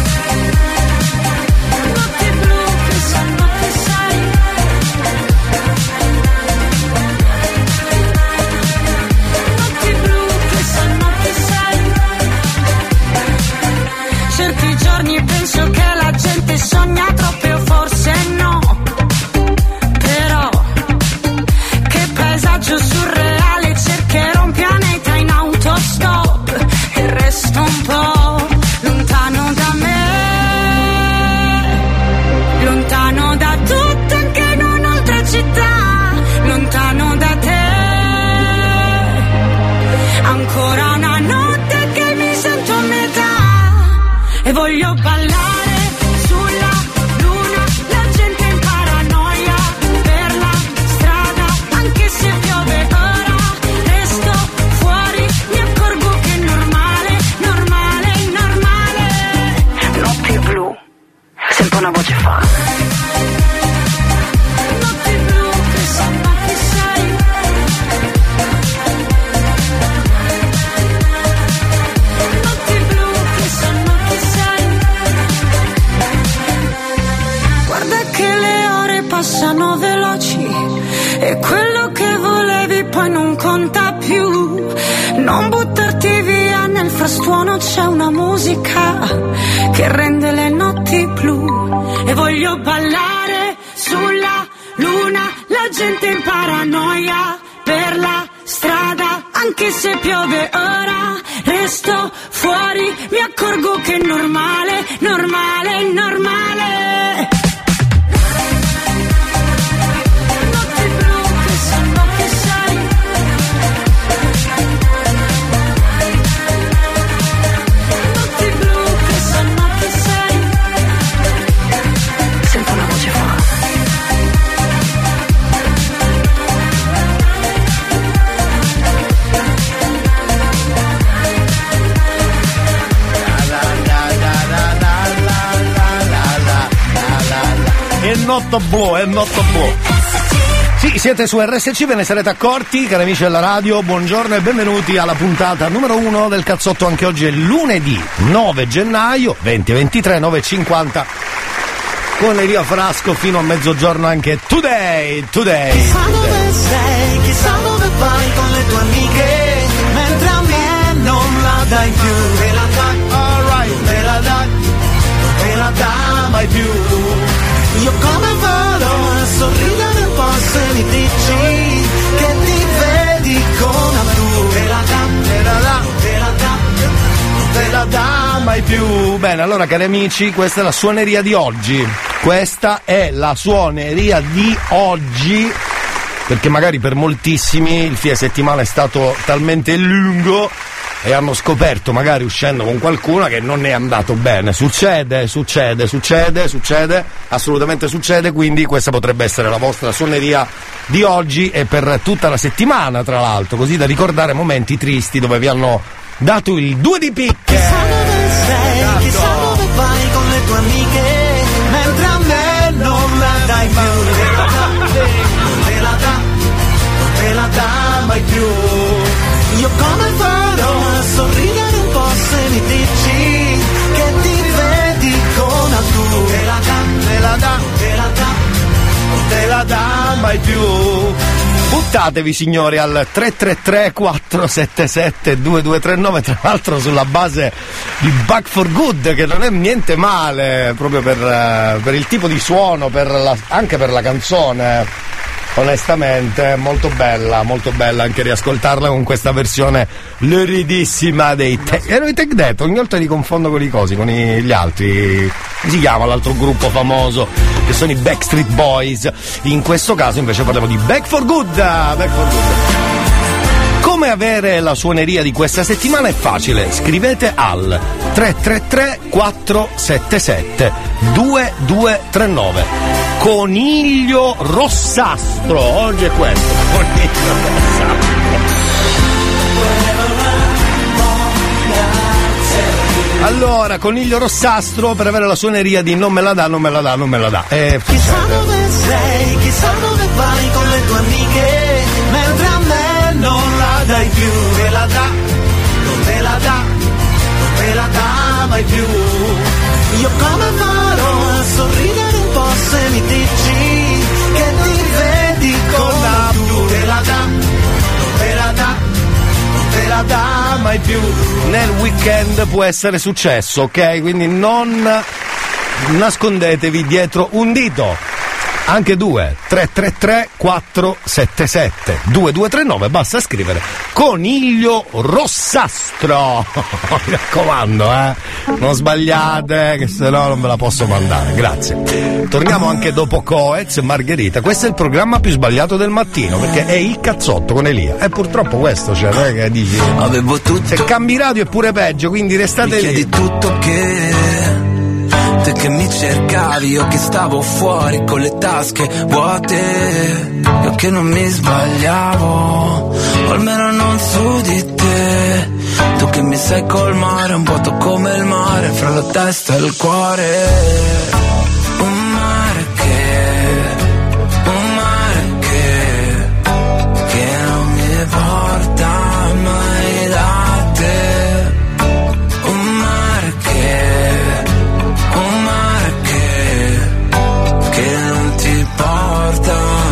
Notti blu, che sanno che sai. Notti blu, che sanno che sai. Certi giorni penso che la gente sogna troppo e forse no. Però che paesaggio surreale, cercherò un pianeta in autostop e resto un po' lontano da me, lontano da tutto anche in un'altra città, lontano da te. Ancora una notte che mi sento a metà e voglio ballare sulla luna, la gente in paranoia per la strada, anche se piove ora resto fuori, mi accorgo che è normale, normale, normale. veloci e quello che volevi poi non conta più. Non buttarti via, nel frastuono c'è una musica che rende le notti blu. E voglio ballare sulla luna, la gente in paranoia per la strada, anche se piove ora resto fuori, mi accorgo che è normale, normale, normale. Notti blu che sanno che sei, notti blu che sanno che sei. Sento una voce fa. È notto blu, è notto blu. Sì, siete su R S C, ve ne sarete accorti, cari amici della radio, buongiorno e benvenuti alla puntata numero uno del cazzotto. Anche oggi è lunedì nove gennaio duemilaventitré, nove e cinquanta, con Elia Frasco fino a mezzogiorno anche today, today. Chissà dove sei, chissà dove vai con le tue amiche, mentre a me non la dai più. Me la dai, alright, me la dai, me la dai mai più. Io come vado a sorridere un po' se mi dici che ti vedi con tu. Te la dà, te la dà, te la dà, te la dà mai più. Bene, allora cari amici, questa è la suoneria di oggi. Questa è la suoneria di oggi, perché magari per moltissimi il fine settimana è stato talmente lungo e hanno scoperto, magari uscendo con qualcuno, che non è andato bene. Succede, succede, succede, succede, assolutamente succede, quindi questa potrebbe essere la vostra suoneria di oggi e per tutta la settimana, tra l'altro, così da ricordare momenti tristi dove vi hanno dato il due di picche. Chissà dove sei, chissà dove vai con le tue amiche, mentre a me non la dai più. Te la dà, te la dà, te la dà mai più. Io come farò a sorridere un po' se mi dici che ti vedi con tu. Te la dà, te la dà, te la dà, te la dà mai più. Buttatevi signori al tre tre tre quattro sette sette due due tre nove, tra l'altro sulla base di Back for Good, che non è niente male proprio per, per il tipo di suono, per la, anche per la canzone. Onestamente molto bella, molto bella anche riascoltarla con questa versione luridissima dei Tech. Erano i Tech Death, ogni volta li confondo con i cosi, con i, gli altri. Come si chiama l'altro gruppo famoso? Che sono i Backstreet Boys. In questo caso invece parliamo di Back for Good. Back for Good. Come avere la suoneria di questa settimana è facile, scrivete al tre tre tre quattro sette sette due due tre nove. Coniglio rossastro, oggi è questo, coniglio rossastro. Allora, coniglio rossastro per avere la suoneria di non me la dà, non me la dà, non me la dà. Eh, chissà dove sei, chissà dove vai con le tue amiche, mentre a me non la dai più. Te la dà, non te la dà, non te la dà mai più. Io come farò a sorridere un po' se mi dici che ti vedi con la più. Te la dà, non te la dà, non te la dà mai più. Nel weekend può essere successo, ok? Quindi non nascondetevi dietro un dito. Anche due, tre tre tre quattro sette sette due due tre nove, basta scrivere coniglio rossastro. Mi raccomando, eh, non sbagliate, che se no non ve la posso mandare, grazie. Torniamo anche dopo Coez e Margherita. Questo è il programma più sbagliato del mattino, perché è il cazzotto con Elia. E purtroppo questo, cioè, non è che dici. Avevo tutto. Se cambi radio è pure peggio, quindi restate Mi lì. chiedi tutto che. Te che mi cercavi, io che stavo fuori con le tasche vuote, io che non mi sbagliavo, o almeno non su di te. Tu che mi sai colmare un vuoto come il mare, fra la testa e il cuore. Un mare che, un mare che, che non mi porta mai da te. Un mare che, un mare che, che non ti porta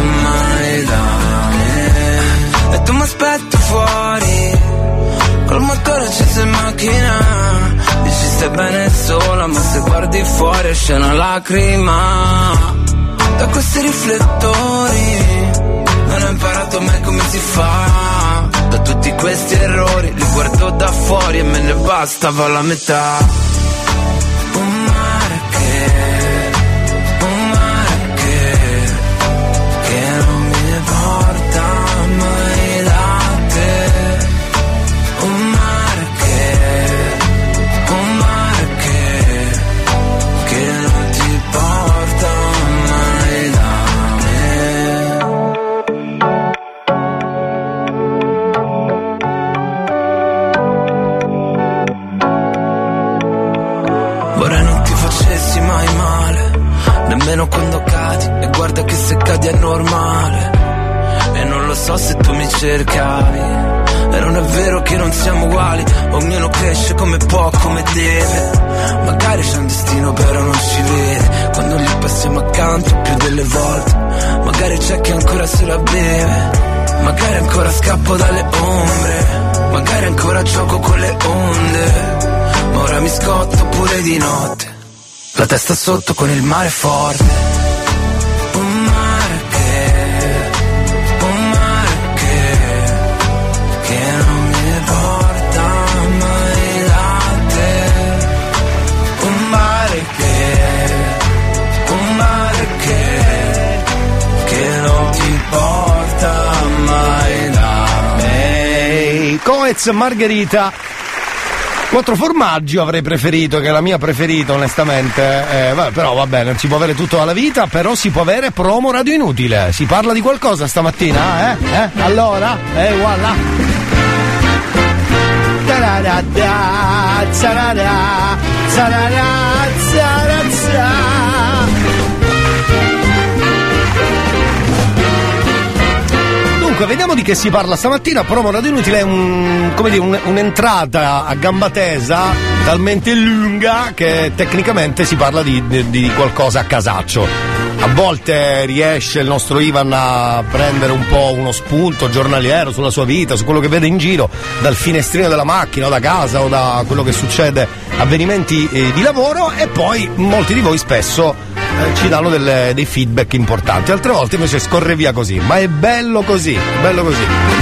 stai bene sola, ma se guardi fuori esce una lacrima da questi riflettori. Non ho imparato mai come si fa, da tutti questi errori li guardo da fuori e me ne bastava la metà. Un mare che, un mare che, che non mi porta mai da te. Un mare che, un mare che, che non ti porta mai da me. Vorrei non ti facessi mai male, nemmeno quando cadi, e guarda che se cadi è normale. E non lo so se tu mi cercavi, e non è vero che non siamo uguali, ognuno cresce come può, come deve. Magari c'è un destino però non ci vede, quando gli passiamo accanto più delle volte. Magari c'è chi ancora se la beve, magari ancora scappo dalle ombre, magari ancora gioco con le onde. Ma ora mi scotto pure di notte, la testa sotto con il mare forte. Un mare che, un mare che, che non mi porta mai da te. Un mare che, un mare che, che non ti porta mai da me. Coez Margherita. Quattro formaggi avrei preferito, che è la mia preferita onestamente, eh, vabbè, però vabbè, non si può avere tutto alla vita, però si può avere promo radio inutile. Si parla di qualcosa stamattina, eh? Eh? Allora? Eh, voilà. Tararada, zarara, zarara, zarazza. Dunque, vediamo di che si parla stamattina. Promo radio inutile è un, come dire, un, un'entrata a gamba tesa talmente lunga che tecnicamente si parla di, di, di qualcosa a casaccio. A volte riesce il nostro Ivan a prendere un po' uno spunto giornaliero sulla sua vita, su quello che vede in giro, dal finestrino della macchina o da casa o da quello che succede, avvenimenti eh, di lavoro, e poi molti di voi spesso eh, ci danno delle, dei feedback importanti. Altre volte invece scorre via così, ma è bello così, è bello così.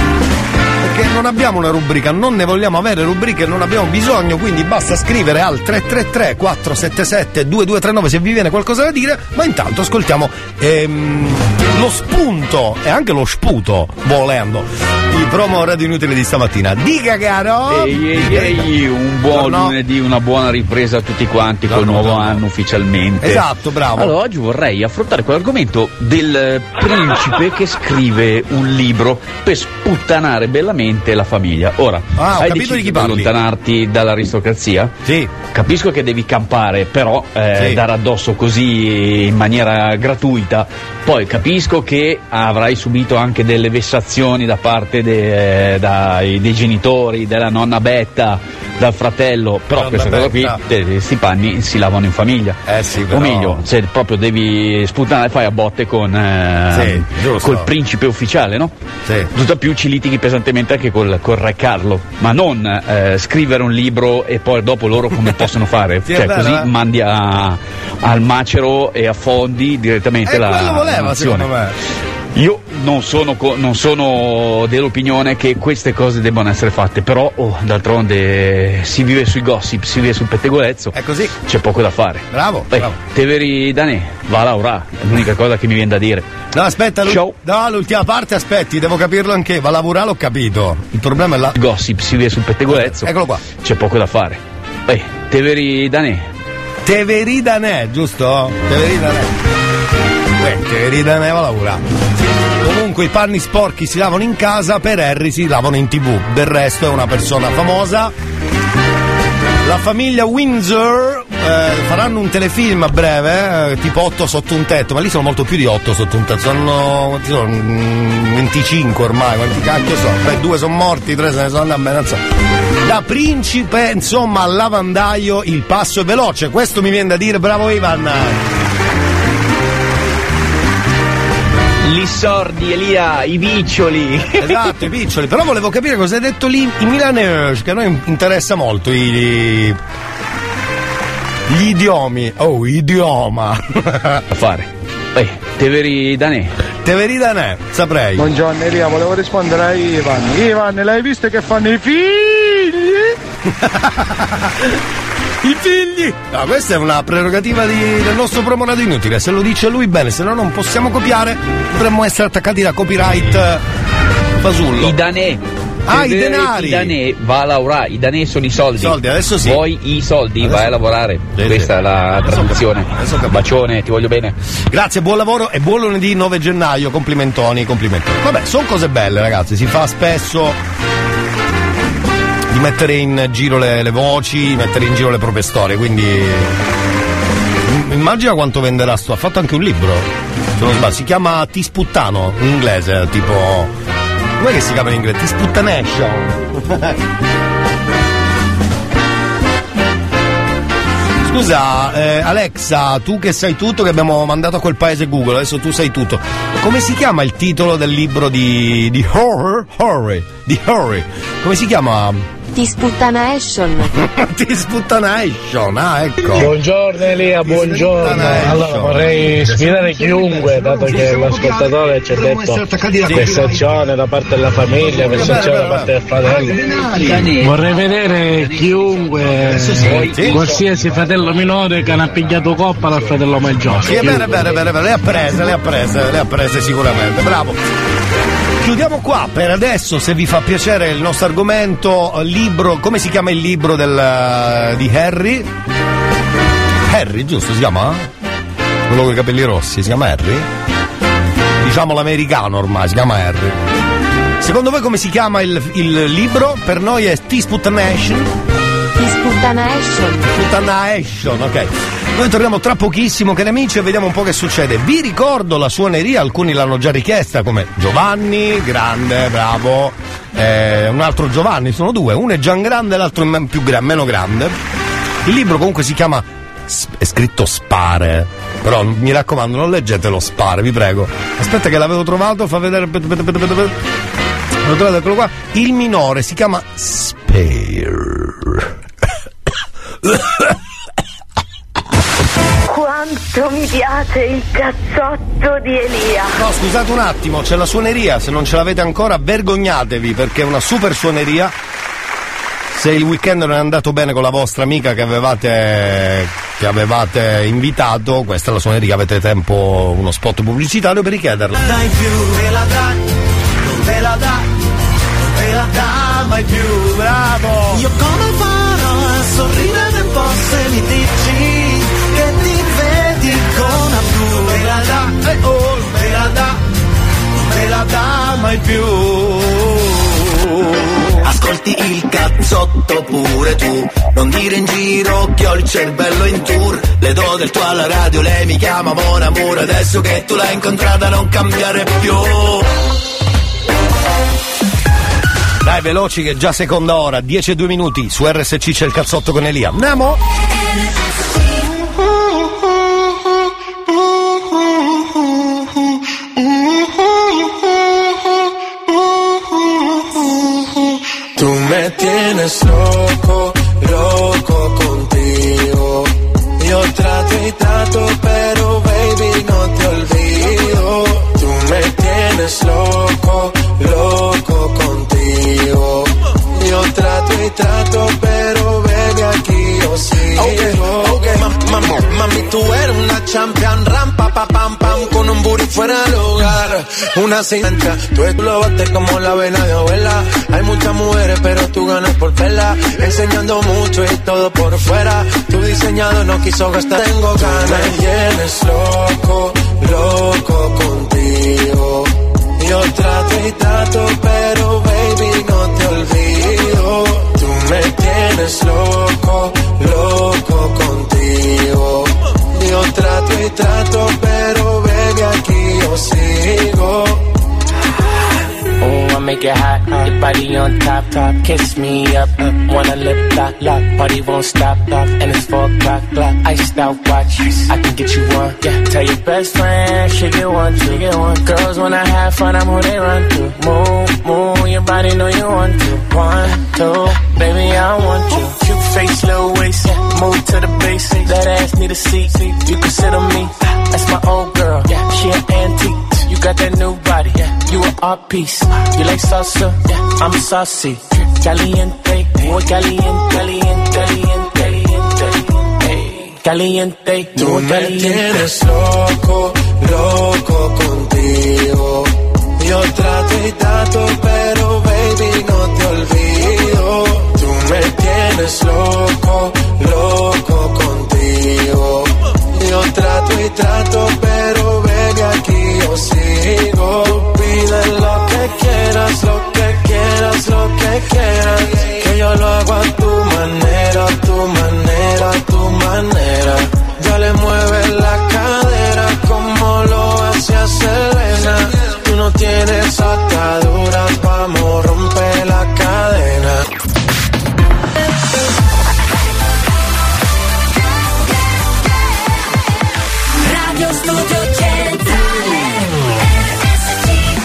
Perché non abbiamo una rubrica, non ne vogliamo avere rubriche, non abbiamo bisogno, quindi basta scrivere al tre tre tre quattro sette sette due due tre nove se vi viene qualcosa da dire, ma intanto ascoltiamo ehm, lo spunto e anche lo sputo, volendo, il promo radio inutile di stamattina. Dica caro! Ehi ehi ehi, un buon no, no. lunedì, una buona ripresa a tutti quanti no, col no, nuovo no, anno no. ufficialmente. Esatto, bravo. Allora oggi vorrei affrontare quell'argomento del principe che scrive un libro per sputtanare bellamente la famiglia. Ora, ah, hai deciso di, di allontanarti dall'aristocrazia? Sì. Capisco che devi campare, però eh, sì. dare addosso così in maniera gratuita. Poi capisco che avrai subito anche delle vessazioni da parte de, eh, dai, dei genitori, della nonna Betta, dal fratello, però nonna questa cosa qui, questi panni si lavano in famiglia. Eh sì, però... O meglio, se proprio devi sputtanare, fai a botte con eh, sì, col principe ufficiale, no? Sì. Tutto più ci litighi pesantemente anche col, col re Carlo, ma non eh, scrivere un libro e poi dopo loro come possono fare? Sì, cioè, così eh? mandi a, al macero e affondi direttamente eh, la quello voleva, secondo me. Io non sono, non sono dell'opinione che queste cose debbano essere fatte, però oh, d'altronde si vive sui gossip, si vive sul pettegolezzo. È così. C'è poco da fare. Bravo. Beh, bravo. Teveri Danè, va a lavorare, è l'unica cosa che mi viene da dire. No, aspetta, l'u- no, l'ultima parte, aspetti, devo capirlo anche. Va a lavorare, l'ho capito. Il problema è la. Gossip, si vive sul pettegolezzo. Eccolo qua. C'è poco da fare. Beh, Teveri Danè. Teveri Danè, giusto? Teveri Danè. Beh, Teveri Danè va a lavorare. Comunque i panni sporchi si lavano in casa, per Harry si lavano in tv. Del resto è una persona famosa. La famiglia Windsor eh, faranno un telefilm a breve, eh, tipo otto sotto un tetto, ma lì sono molto più di otto sotto un tetto, sono, sono venticinque ormai, quanti cacchio so. Beh, due sono morti, tre se ne sono andati, non so. Da principe, insomma, al lavandaio il passo è veloce, questo mi viene da dire, bravo Ivan. Gli sordi, Elia, i piccioli. Esatto, i piccioli. Però volevo capire cosa hai detto lì in milanese, che a noi interessa molto i, Gli idiomi, oh, idioma. Da fare. Ehi, Teveri Danè. Teveri Danè, saprei. Buongiorno Elia, volevo rispondere a Ivan. Ivan, l'hai visto che fanno i figli? I figli! No, questa è una prerogativa di, del nostro promonato inutile. Se lo dice lui bene, se no non possiamo copiare. Dovremmo essere attaccati da copyright fasullo. I Danè. Ah, i denari! I Danè va a lavorare, i Danè sono i soldi. Soldi, adesso sì. Vuoi i soldi, adesso... vai a lavorare. Sì, Questa sì. è la Adesso traduzione. Adesso Bacione, ti voglio bene. Grazie, buon lavoro e buon lunedì nove gennaio. Complimentoni, complimentoni. Vabbè, sono cose belle, ragazzi. Si fa spesso di mettere in giro le, le voci, mettere in giro le proprie storie. Quindi immagina quanto venderà sto. Ha fatto anche un libro, se non sbaglio. Si chiama Ti sputtano in inglese, tipo. Com'è che si chiama in inglese? Ti sputtanation. Scusa, eh, Alexa, tu che sai tutto, che abbiamo mandato a quel paese Google, adesso tu sai tutto. Come si chiama il titolo del libro di. di horror? Horror. Di horror. Come si chiama? Ti sputtanation. Ti sputtanation, ah, ecco. Buongiorno Elia, buongiorno. Allora vorrei sfidare chiunque, dato che l'ascoltatore ci ha detto vessazione da parte della famiglia, vessazione da parte del fratello. Vorrei vedere chiunque, qualsiasi fratello minore che ha pigliato coppa dal fratello maggiore. Sì, è vero, è vero, è vero, le ha prese, le ha prese, le ha prese sicuramente, bravo. Chiudiamo qua per adesso, se vi fa piacere il nostro argomento, libro, come si chiama il libro del, di Harry? Harry, giusto, si chiama? Quello con i capelli rossi, si chiama Harry? Diciamo l'americano ormai, si chiama Harry. Secondo voi come si chiama il, il libro? Per noi è Ti sputtanation. Ti sputtanation. Sputtanation, ok. Noi torniamo tra pochissimo, cari amici, e vediamo un po' che succede. Vi ricordo la suoneria, alcuni l'hanno già richiesta, come Giovanni, grande, bravo, eh, un altro Giovanni, sono due, uno è Gian Grande, l'altro è più gra- meno grande. Il libro comunque si chiama, è scritto Spare, però mi raccomando non leggetelo Spare, vi prego. Aspetta che l'avevo trovato, fa vedere, l'avevo trovato, eccolo qua. Il minore si chiama Spare. Quanto mi piace il cazzotto di Elia. No, scusate un attimo, c'è la suoneria, se non ce l'avete ancora vergognatevi, perché è una super suoneria. Se il weekend non è andato bene con la vostra amica che avevate che avevate invitato, questa è la suoneria, avete tempo, uno spot pubblicitario per richiederla. Dai più, me la dai, non me la dai, non me la dai mai più, bravo. Io come farò a sorridere un po' se mi dici che ti vedi con la blu, me la dà, eh oh, me la dà, me la dà mai più. Ascolti il cazzotto pure tu, non dire in giro che ho il cervello in tour. Le do del tuo alla radio, lei mi chiama mon amore, adesso che tu l'hai incontrata non cambiare più. Dai, veloci che già seconda ora, dieci e due minuti, su R S C c'è il cazzotto con Elia. Andiamo? Tú me tienes loco, loco contigo. Yo trato y trato, pero baby no te olvido. Tú me tienes loco, loco contigo. Yo trato y trato, pero baby aquí yo sigo. Okay, okay. Ma, ma, mami, tú eres una champion, rampa, pa, pam, pam, con un booty fuera del hogar. Una cinta, tú lo bates como la vena de abuela. Hay muchas mujeres, pero tú ganas por verla. Enseñando mucho y todo por fuera. Tu diseñado no quiso gastar. Tengo ganas. Me tienes loco, loco contigo. Yo trato y trato, pero baby no te olvido. Tú me tienes loco, loco contigo. Yo trato y trato, pero baby aquí yo sigo. Oh, I make it hot, your body on top, top, kiss me up, uh, wanna lip lock, lock, party won't stop, lock, and it's four o'clock, clock, iced out watch, I can get you one, yeah, tell your best friend, she get one, she get one, girls when I have fun, I'm who they run to, move, move, your body know you want to, one, two, baby I want you, cute face, little waist, yeah. Move to the base, that ass need a seat. You can sit on me, that's my old girl, yeah. She an antique, you got that new body, yeah. You an art piece, you like salsa, yeah. I'm saucy, caliente, muy caliente, caliente, caliente, caliente, caliente, tú muy me caliente. Tienes loco, loco contigo. Yo trato y trato, pero baby no te olvido. Tú me tienes loco, loco contigo. Yo trato y trato, pero baby aquí yo sigo. Pide lo que quieras, lo que quieras, lo que quieras. Que yo lo hago a tu manera, a tu manera, a tu manera. Dale, mueve la cadera como lo hacía Selena. Tú no tienes ataduras, vamos, rompe la cadena. Radio Studio Centrale R S C.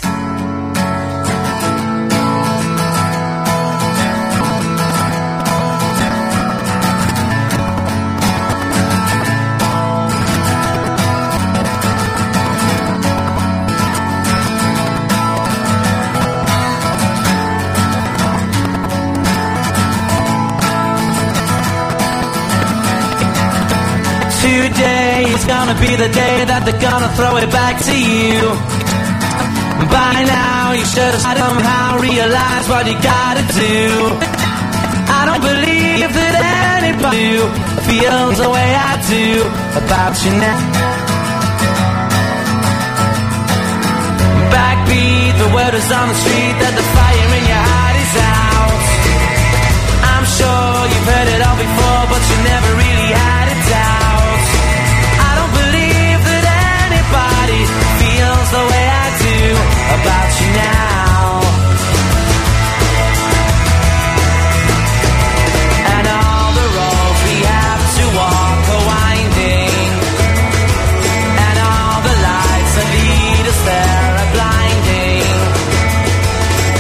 Today is gonna be the day that they're gonna throw it back to you. By now you should have somehow realized what you gotta do. I don't believe that anybody feels the way I do about you now. Backbeat, the word is on the street that the fire in your heart is out. I'm sure you've heard it all before, but you never really had it out. Feels the way I do about you now. And all the roads we have to walk are winding, and all the lights that lead us there are blinding.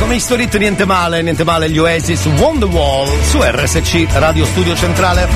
come History Hit, niente male, niente male gli Oasis, Wonderwall su R S C Radio Studio Centrale.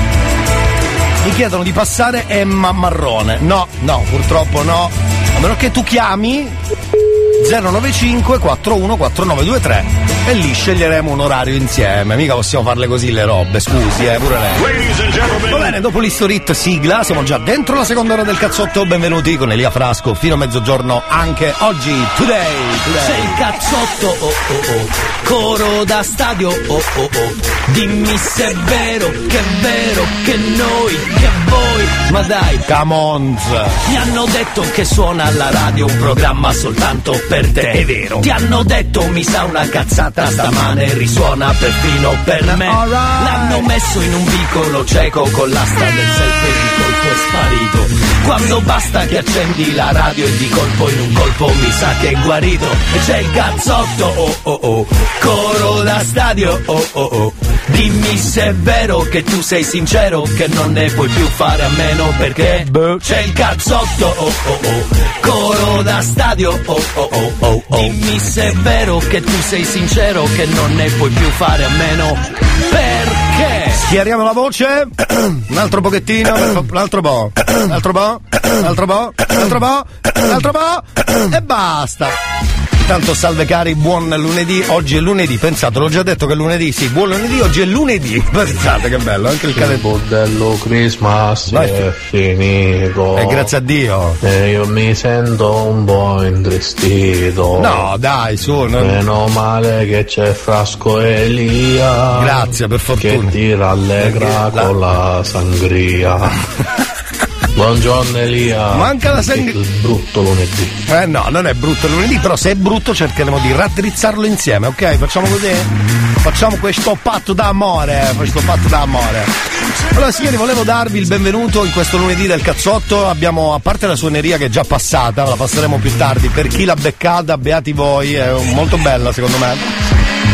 Mi chiedono di passare Emma Marrone. No, no, purtroppo no. A meno che tu chiami zero nove cinque quattro uno quattro nove due tre e lì sceglieremo un orario insieme. Mica possiamo farle così le robe, scusi, eh, pure lei. Va bene, dopo l'History Hit sigla, siamo già dentro la seconda ora del cazzotto. Benvenuti con Elia Frasco fino a mezzogiorno anche oggi. Today, today. C'è il cazzotto, oh oh oh, coro da stadio, oh oh oh. Dimmi se è vero, che è vero, che noi, che voi, ma dai, come on. Mi hanno detto che suona alla radio un programma soltanto per te, è vero. Ti hanno detto mi sa una cazzata stamane, risuona perfino per me. Right. L'hanno messo in un vicolo cieco con l'asta del selfie e di colpo è sparito. Quando basta che accendi la radio e di colpo in un colpo mi sa che è guarito. E c'è il cazzotto, oh oh oh, coro da stadio, oh oh oh. Dimmi se è vero che tu sei sincero, che non ne puoi più fare a meno perché c'è il cazzotto, oh oh oh, coro da stadio, oh oh oh oh oh. Dimmi se è vero che tu sei sincero, che non ne puoi più fare a meno perché. Schiariamo la voce, un altro pochettino, un altro po', un altro po', un altro po', un altro po', un altro po' e basta. Intanto salve cari, buon lunedì, oggi è lunedì, pensate, l'ho già detto che è lunedì, sì, buon lunedì, oggi è lunedì, pensate che bello, anche il calendario. Il bordello Christmas no, è finito. E eh, grazie a Dio. E io mi sento un po' intristito. No, dai, su. Non... Meno male che c'è Frasco Elia. Grazie, per fortuna. Che ti rallegra la... con la sangria. Buongiorno Elia. Manca la sangria. Il brutto lunedì. Eh no, non è brutto lunedì, però se è brutto cercheremo di raddrizzarlo insieme, ok? Facciamo così? Facciamo questo patto d'amore, questo patto d'amore. Allora signori, volevo darvi il benvenuto in questo lunedì del cazzotto. Abbiamo, a parte la suoneria che è già passata, la passeremo più tardi, per chi l'ha beccata, beati voi, è molto bella secondo me.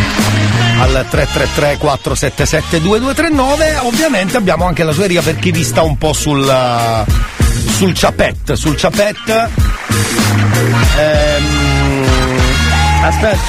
Al tre tre tre quattro sette sette due due tre nove. Ovviamente abbiamo anche la suoneria per chi vi sta un po' sul sul ciapet, sul ciapet. Ehm, aspetta.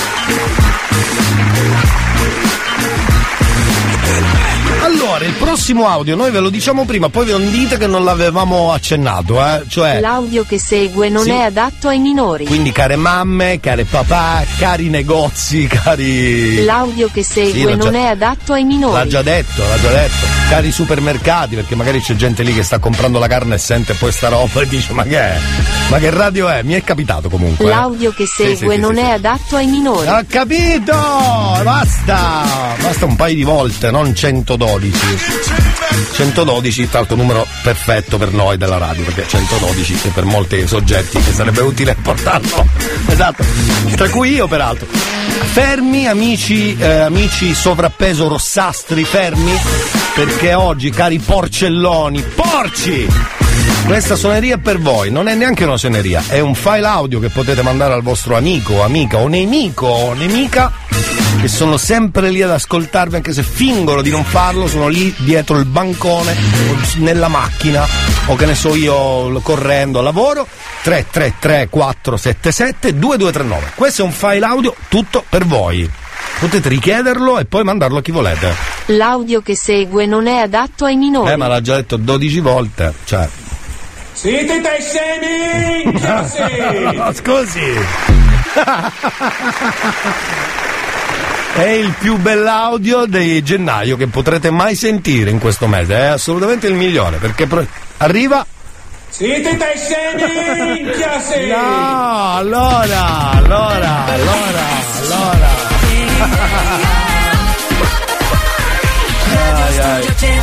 Allora, il prossimo audio noi ve lo diciamo prima, poi non dite che non l'avevamo accennato, eh? Cioè l'audio che segue non sì. è adatto ai minori. Quindi care mamme, care papà, cari negozi, cari... L'audio che segue sì, non già... è adatto ai minori. L'ha già detto, l'ha già detto. Cari supermercati, perché magari c'è gente lì che sta comprando la carne e sente poi sta roba e dice ma che è? Ma che radio è? Mi è capitato comunque. L'audio eh? che segue sì, sì, non sì, è sì. adatto ai minori. Ho capito! Basta! Basta un paio di volte, non centododici. centododici, tra l'altro numero perfetto per noi della radio, perché centododici è per molti soggetti che sarebbe utile portarlo. Esatto. Tra cui io peraltro. Fermi amici, eh, amici sovrappeso rossastri, fermi, perché oggi cari porcelloni, porci! Questa suoneria è per voi, non è neanche una suoneria, è un file audio che potete mandare al vostro amico, amica o nemico o nemica, che sono sempre lì ad ascoltarvi, anche se fingono di non farlo, sono lì dietro il bancone o nella macchina o che ne so io correndo al lavoro. Tre tre tre quattro sette sette due due tre nove. Questo è un file audio tutto per voi. Potete richiederlo e poi mandarlo a chi volete. L'audio che segue non è adatto ai minori. Eh, ma l'ha già detto dodici volte, cioè. Siete dei scemi! No, scusi! È il più bell'audio di gennaio che potrete mai sentire in questo mese, è assolutamente il migliore, perché pro- arriva... Siete dei scemi! No, allora, allora, allora, allora... ai, ai.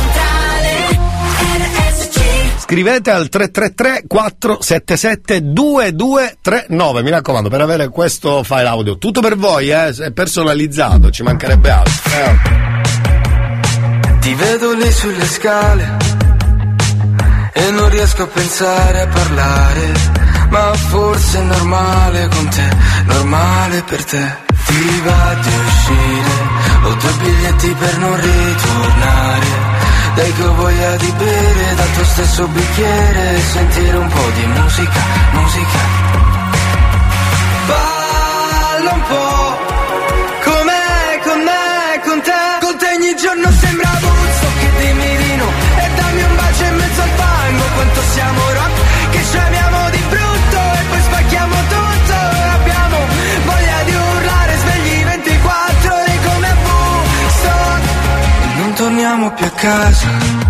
Scrivete al tre tre tre quattro sette sette due due tre nove, mi raccomando, per avere questo file audio. Tutto per voi, eh? È personalizzato, ci mancherebbe altro. Eh. Ti vedo lì sulle scale e non riesco a pensare a parlare, ma forse è normale con te, normale per te. Ti va di uscire, ho due biglietti per non ritornare. Dai che ho voglia di bere dal tuo stesso bicchiere e sentire un po' di musica, musica. Balla un po', più a casa.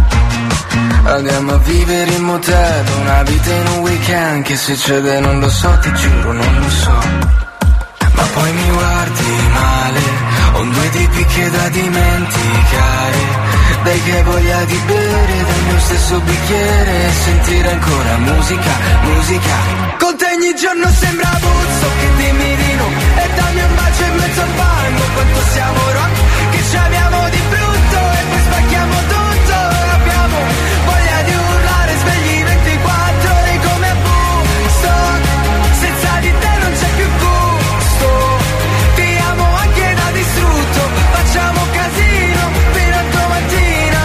Andiamo a vivere in motel, una vita in un weekend. Che succede non lo so, ti giuro non lo so. Ma poi mi guardi male, ho due tipi che da dimenticare. Dai che voglia di bere dal mio stesso bicchiere e sentire ancora musica, musica. Con te ogni giorno sembra Buzzo, che dimmi di no e dammi un bacio in mezzo al fango. Quanto siamo rock, che ci amiamo di brutto e poi spacchiamo tutto. Abbiamo voglia di urlare, svegli ventiquattro ore come a Woodstock. Senza di te non c'è più gusto, ti amo anche da distrutto. Facciamo casino fino a domattina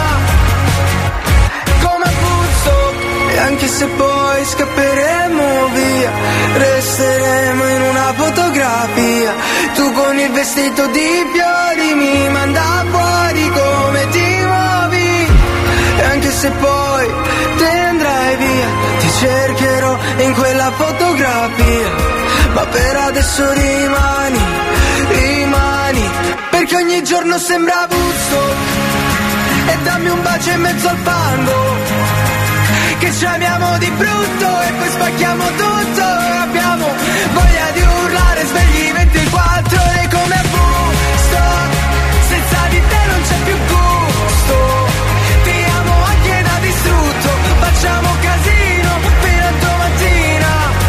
come a Woodstock. E anche se poi scapperemo via, resteremo in una fotografia. Tu con il vestito di fiori mi manda fuori come ti muovi. E anche se poi te andrai via, ti cercherò in quella fotografia. Ma per adesso rimani, rimani, perché ogni giorno sembra Woodstock. E dammi un bacio in mezzo al fango, che ci amiamo di brutto e poi spacchiamo tutto. Abbiamo voglia di urlare, svegli ventiquattro ore come a Woodstock. Senza di te non c'è più gusto, ti amo anche da distrutto. Facciamo casino fino a domattina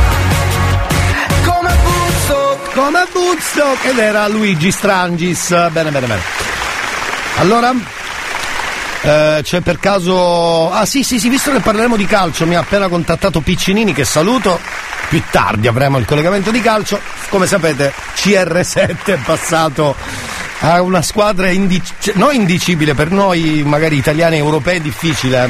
come a Woodstock. Come a Woodstock. Ed era Luigi Strangis. Bene, bene, bene. Allora, Eh, c'è per caso... Ah sì sì sì, visto che parleremo di calcio, mi ha appena contattato Piccinini, che saluto. Più tardi avremo il collegamento di calcio. Come sapete C R sette è passato a una squadra indic- non indicibile per noi, magari italiani e europei, difficile.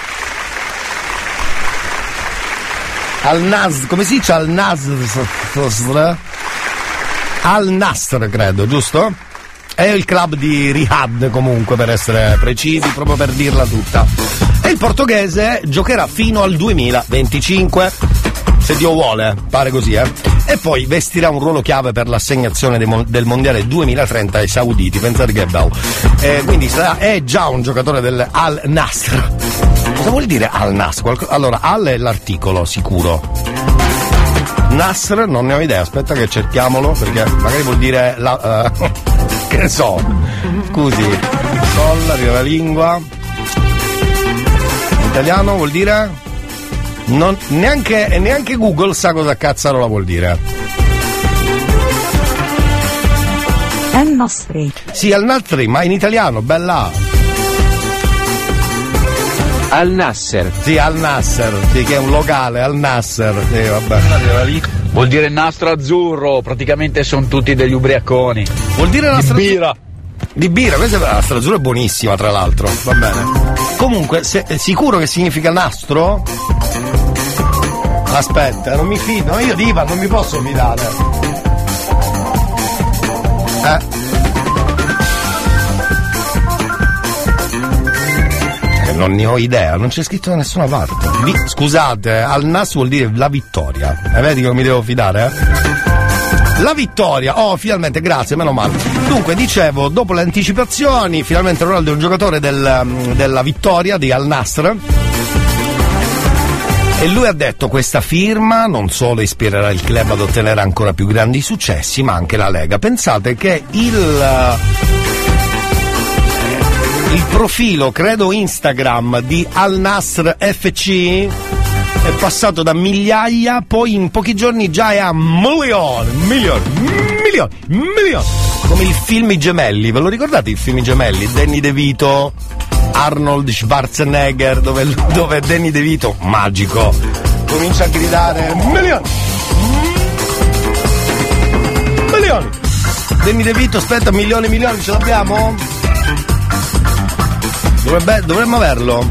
Al Nasr, come si dice Al Nasr? Al Nasr credo, giusto? È il club di Riyadh, comunque, per essere precisi, proprio per dirla tutta. E il portoghese giocherà fino al duemilaventicinque, se Dio vuole, pare così, eh. E poi vestirà un ruolo chiave per l'assegnazione dei mon- del mondiale duemilatrenta ai sauditi, pensate che è bello. E quindi sarà, è già un giocatore del Al Nasr. Cosa vuol dire Al Nasr? Qualco- allora, Al è l'articolo, sicuro. Nasr non ne ho idea, aspetta che cerchiamolo, perché magari vuol dire la, uh, che ne so, scusi, sol, arriva la lingua, in italiano vuol dire non, neanche, neanche Google sa cosa cazzarola vuol dire. Al Nasri. Sì, Al Nasri, ma in italiano, bella. Al Nasser. Sì, Al Nasser, sì, che è un locale, Al Nasser, sì, vabbè. Vuol dire nastro azzurro, praticamente sono tutti degli ubriaconi. Vuol dire nastro di birra. Di birra, questa è la nastro azzurro, è buonissima tra l'altro, va bene. Comunque, se, è sicuro che significa nastro? Aspetta, non mi fido, io di Ivan non mi posso fidare. Eh. Non ne ho idea, non c'è scritto da nessuna parte. Vi, scusate, Al Nas vuol dire la vittoria. E vedi che non mi devo fidare, eh? La vittoria, oh, finalmente, grazie, meno male. Dunque, dicevo, dopo le anticipazioni, finalmente Ronaldo è un giocatore del, della vittoria di Al Nassr. E lui ha detto: questa firma non solo ispirerà il club ad ottenere ancora più grandi successi, ma anche la Lega. Pensate che il... il profilo, credo Instagram, di Al Nassr F C è passato da migliaia, poi in pochi giorni già è a milioni, milioni, milioni, milioni. Come il film I Gemelli, ve lo ricordate il film I Gemelli? Danny DeVito, Arnold Schwarzenegger, dove, dove Danny DeVito, magico, comincia a gridare milioni, milioni. Danny DeVito, aspetta, milioni, milioni, ce l'abbiamo? Dovrebbe, dovremmo averlo.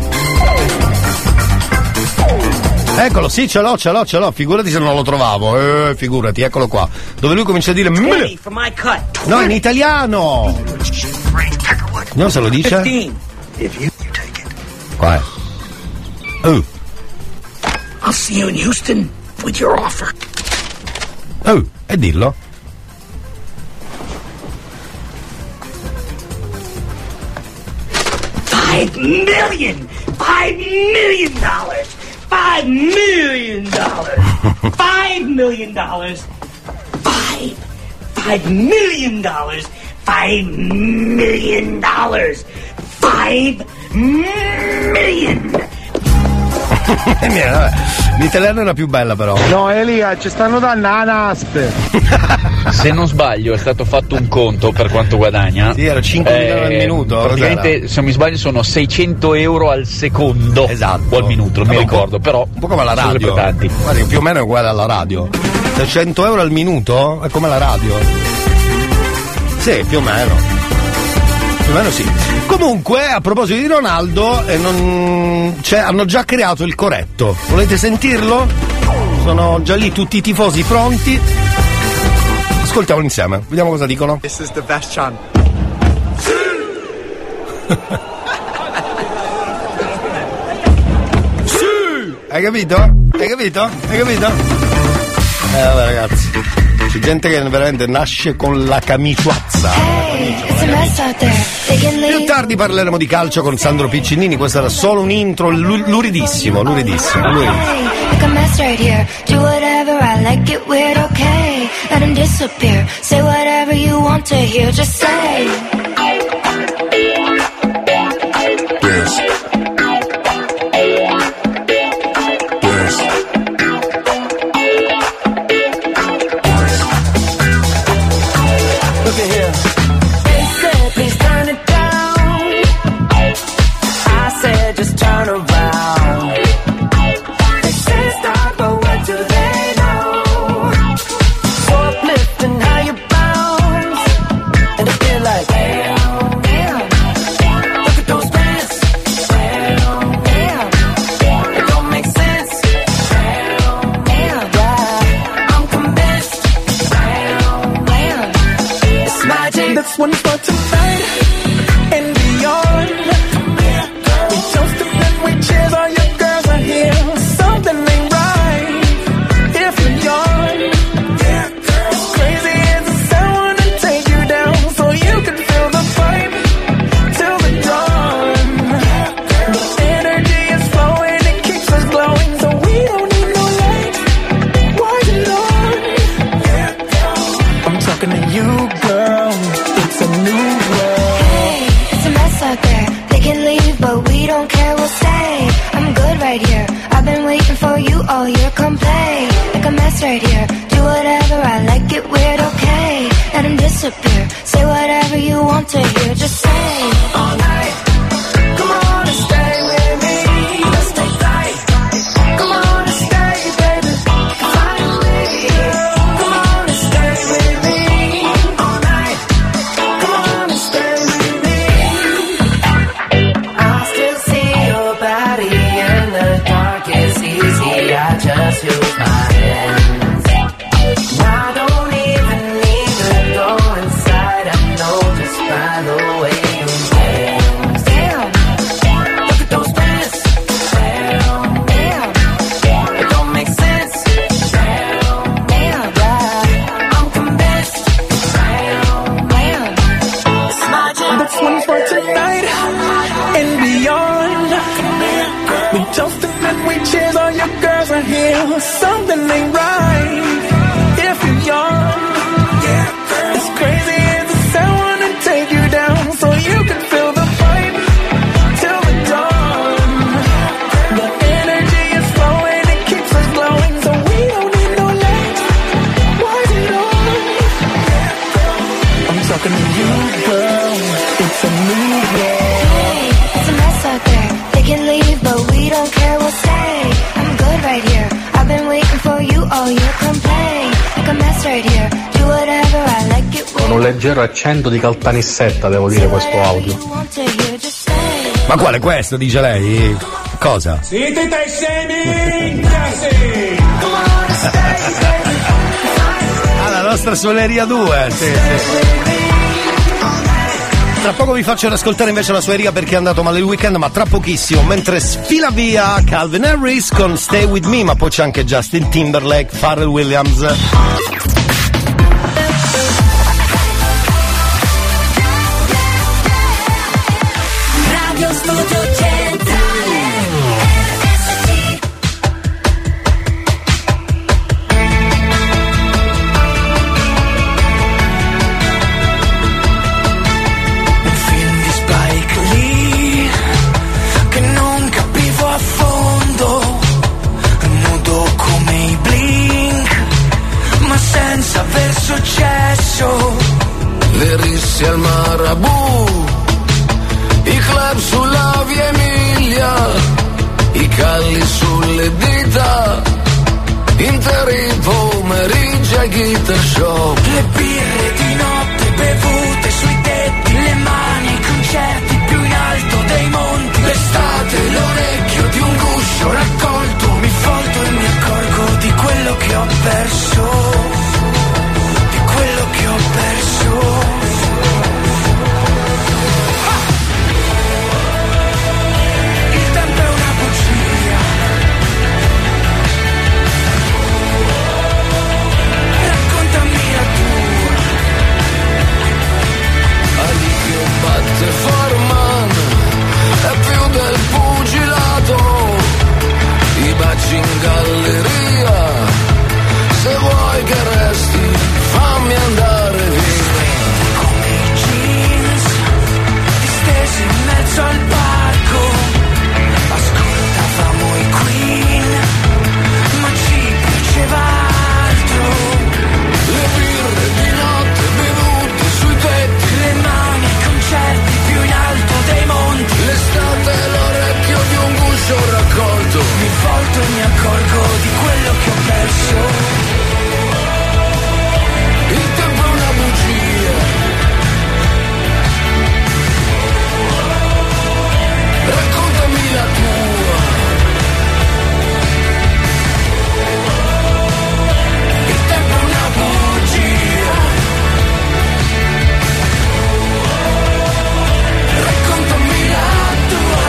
Eccolo, sì, ce l'ho, ce l'ho, ce l'ho. Figurati se non lo trovavo. Eh, figurati, eccolo qua. Dove lui comincia a dire milioni. No, in italiano. Non se lo dice? Qua è. Oh. I'll see you in Houston with your offer. Oh, e dillo. Five million! Five million dollars! Five million dollars! Five million dollars! Five! Five million dollars! Five million dollars! Five million! L'italiano era più bella però. No Elia, ci stanno dando la naspe. Se non sbaglio è stato fatto un conto per quanto guadagna. Sì, era cinque milioni al minuto. Praticamente se non mi sbaglio sono seicento euro al secondo. Esatto. O al minuto, non mi ricordo, però un po' come la radio. Guarda, più o meno è uguale alla radio. seicento euro al minuto è come la radio. Sì, più o meno. Più o meno sì. Comunque, a proposito di Ronaldo, eh, non... cioè, hanno già creato il corretto. Volete sentirlo? Sono già lì tutti i tifosi pronti. Ascoltiamolo insieme, vediamo cosa dicono. This is the best chant. Hai capito? Hai capito? Hai capito? Eh vabbè ragazzi, c'è gente che veramente nasce con la camiciuazza. Più tardi parleremo di calcio con Sandro Piccinini, questo era solo un intro lu- luridissimo, luridissimo, luridissimo. This one's for tonight and beyond. We toast them and we cheers, all your girls are here. Something ain't right if you're young. As crazy as it sounds, wanna take you down so you can feel the vibe till the dawn. The energy is flowing, it keeps us glowing, so we don't need no lights. Why you on? I'm talking to you, girl. It's a new world. Hey, it's a mess out there. They can leave, but we don't care, we'll stay. I'm good right here. I've been waiting for you all year. Come play like a mess right here. Do whatever, I like it weird, okay. Let him disappear. Say whatever you want to hear. Just say all night. Come on and stay with me. Let's stay tight. Come on and stay, baby. Finally, come on and stay with me all night. Come on and stay with me. I still see your body in the dark. It's easy. I just use my hands. I don't even need to go inside. I know just by the way you dance. damn, Look at those pants. Damn, damn, it don't make sense. Damn, damn, yeah, I'm convinced. Damn, damn. it's my jam. This one's for tonight and beyond. We toast them and we cheers, all your girls are here. Something ain't right if you're young. As crazy as it sounds, wanna take you down so you can feel the vibe till the dawn. The energy is flowing, it keeps us glowing, so we don't need no lights. Why is it on? I'm talking to you, girl. It's a new world. Hey, it's a mess out there. They can leave, but we don't care, we'll stay. I'm good right here. I've been waiting for you all year. Come play like a mess right here. Do whatever, I like it Con un leggero accento di caltanissetta, devo dire, questo audio. want to hear. Just say Ma quale questo, dice lei? Cosa? Siete dei semi? Sì. Ah, la nostra suoneria due, sì, sì. Tra poco vi faccio ascoltare invece la suoneria perché è andato male il weekend, ma tra pochissimo, mentre sfila via Calvin Harris con Stay With Me, ma poi c'è anche Justin Timberlake, Pharrell Williams. Radio Studio accesso, le risse al Marabù, i club sulla via Emilia, i calli sulle dita, interi pomeriggi a guitar shop, le birre di notte bevute sui tetti, le mani ai concerti più in alto dei monti, l'estate, l'orecchio di un guscio raccolto, mi volto e mi accorgo di quello che ho perso, di quello che ho perso. Batte Forman è più del pugilato, i baci in galleria, se vuoi che resti fammi andare via. Come i jeans distesi in mezzo al parco, ascoltavamo i Queen ma ci piaceva altro, le birre di notte bevute sui tetti, le mani concerti più in alto dei monti, l'estate l'orecchio di un guscio raccolto, mi volto e mi accorgo di quello che ho perso, il tempo è una bugia, raccontami la tua, il tempo è una bugia, raccontami la tua.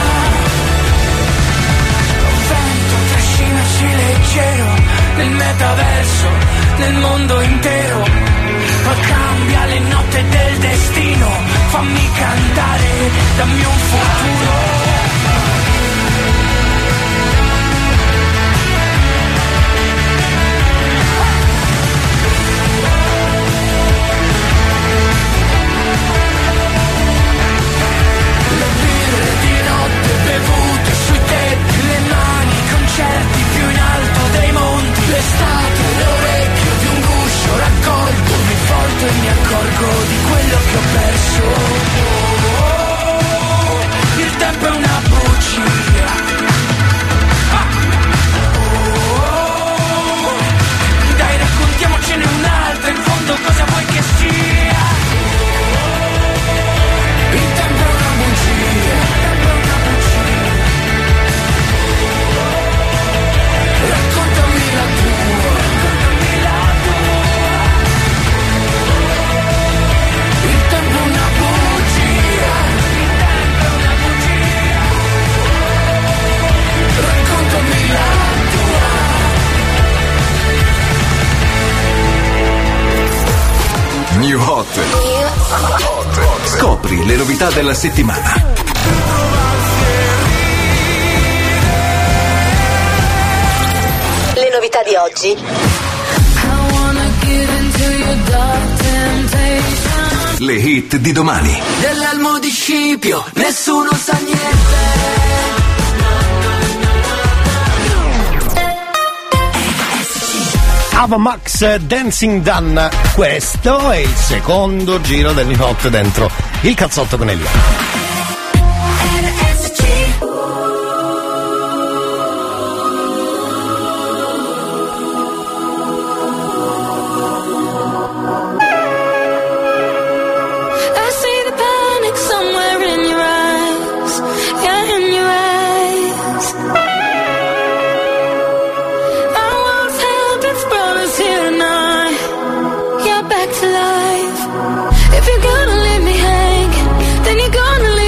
Vento trascinaci leggero nel metaverso, nel mondo intero, ma cambia le note del destino, fammi cantare, dammi un futuro. Bevute sui tetti, le mani, concerti più in alto dei monti, l'estate, l'orecchio di un guscio raccolto, mi volto e mi accorgo di quello che ho perso, il tempo è una bugia, dai raccontiamocene un'altra, in fondo cosa vuoi che sia, il tempo è una bugia, raccontami la tua, raccontami la tua, il tempo è una bugia, il tempo è una bugia, raccontami la tua. New Hot. Scopri le novità della settimana. Le novità di oggi. Le hit di domani. Dell'elmo di Scipio nessuno sa niente. Ava Max Dancing Done. Questo è il secondo giro del New Hot dentro il cazzotto con Elia. Back to life. If you're gonna leave me hanging, then you're gonna leave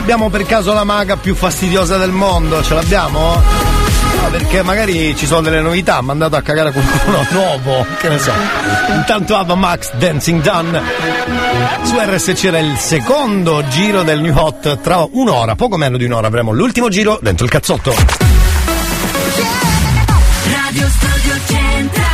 abbiamo per caso la maga più fastidiosa del mondo? Ce l'abbiamo? No, perché magari ci sono delle novità, ha mandato a cagare qualcuno nuovo, che ne so. Intanto Ava Max, Dancing Done. Su R S C era il secondo giro del New Hot, tra un'ora, poco meno di un'ora avremo l'ultimo giro dentro il cazzotto. Radio Studio Centrale.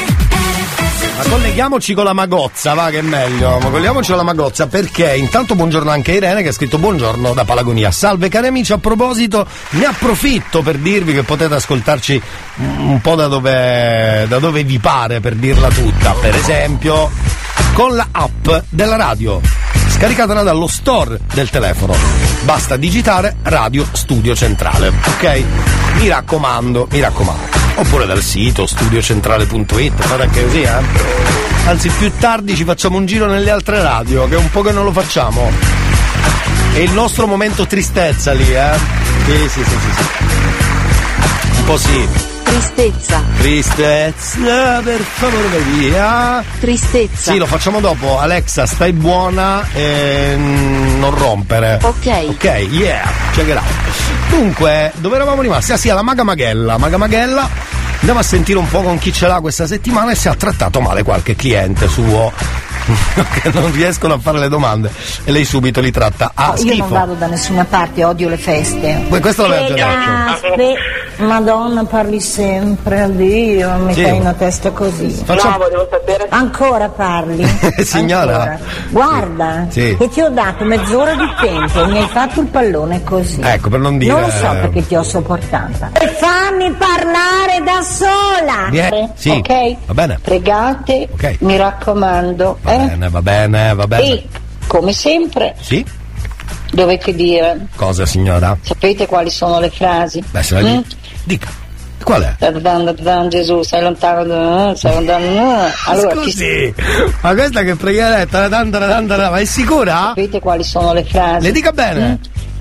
Ma colleghiamoci con la Magozza, va che è meglio, ma colleghiamoci con la Magozza perché intanto buongiorno anche a Irene che ha scritto buongiorno da Palagonia. Salve cari amici, a proposito ne approfitto per dirvi che potete ascoltarci un po' da dove, da dove vi pare, per dirla tutta, per esempio con la app della radio, scaricatela dallo store del telefono, basta digitare Radio Studio Centrale, ok? Mi raccomando, mi raccomando. Oppure dal sito studiocentrale punto it, fate anche così, eh? Anzi, più tardi ci facciamo un giro nelle altre radio, che è un po' che non lo facciamo. È il nostro momento tristezza lì, eh? Sì, sì, sì, sì, sì. Un po' sì. Tristezza. Tristezza, per favore, vai via. Tristezza. Sì, lo facciamo dopo. Alexa, stai buona e non rompere. Ok. Ok, yeah, check it out. Dunque, dove eravamo rimasti? Ah sì, alla Maga Maghella. Maga Maghella, andiamo a sentire un po' con chi ce l'ha questa settimana e se ha trattato male qualche cliente suo che non riescono a fare le domande e lei subito li tratta a oh, schifo. Io non vado da nessuna parte, odio le feste. Poi questo l'aveva già detto. Beh, Madonna, parli sempre, oddio, mi Sì. fai una testa così. Faccio- No, volevo sapere. Ancora parli? Signora. Ancora. Guarda, Sì. che ti ho dato mezz'ora di tempo, mi hai fatto il pallone così. Ecco, per non dire. Non lo so perché ti ho sopportata. E fammi parlare da sola. Vie- sì, Ok? va bene. Pregate, Ok. mi raccomando. Va eh? bene, va bene, va bene. E, come sempre, Sì? dovete dire, Cosa, signora? sapete quali sono le frasi? Beh, se la Mm? dica. Dica. Qual è? Perdonando, perdonando, Gesù, sei lontano da... sei lontano da... Allora, chi- Scusi, ma questa che preghiera è? Taradandara, dandara, ma è sicura? sapete quali sono le frasi? Le dica bene.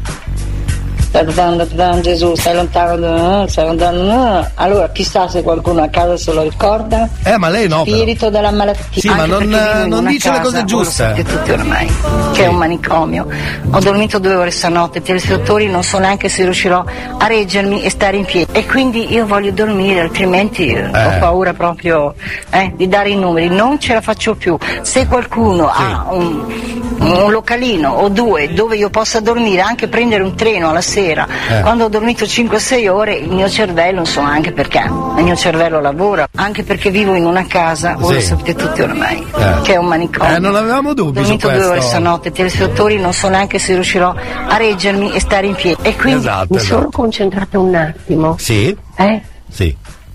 Perdonando, perdonando, Gesù, sei lontano da... sei lontano da... Allora, chissà se qualcuno a casa se lo ricorda. Eh, ma lei no, però. Spirito della malattia. Sì, ma Anche non- perché vivo in non una dice le casa, cose voi lo giuste. sapete tutti ormai, che è un manicomio. Ho dormito due ore stanotte, i telespettatori non so neanche se riuscirò a reggermi e stare in piedi. E quindi io voglio dormire, altrimenti eh, ho paura proprio eh, di dare i numeri. Non ce la faccio più. Se qualcuno ha un, un localino o due dove io possa dormire, anche prendere un treno alla sera, Eh. quando ho dormito cinque sei ore, il mio cervello, insomma, anche perché il mio cervello lavora, anche perché vivo in una casa, voi Sì. lo sapete tutti ormai, Eh. che è un manicomio. Eh, non avevamo dubbi Ho su dormito due questo. ore stanotte, i telespettatori non so neanche se riuscirò a reggermi e stare in piedi. E quindi Esatto, mi esatto. sono concentrata un attimo, Sì? eh? Sì.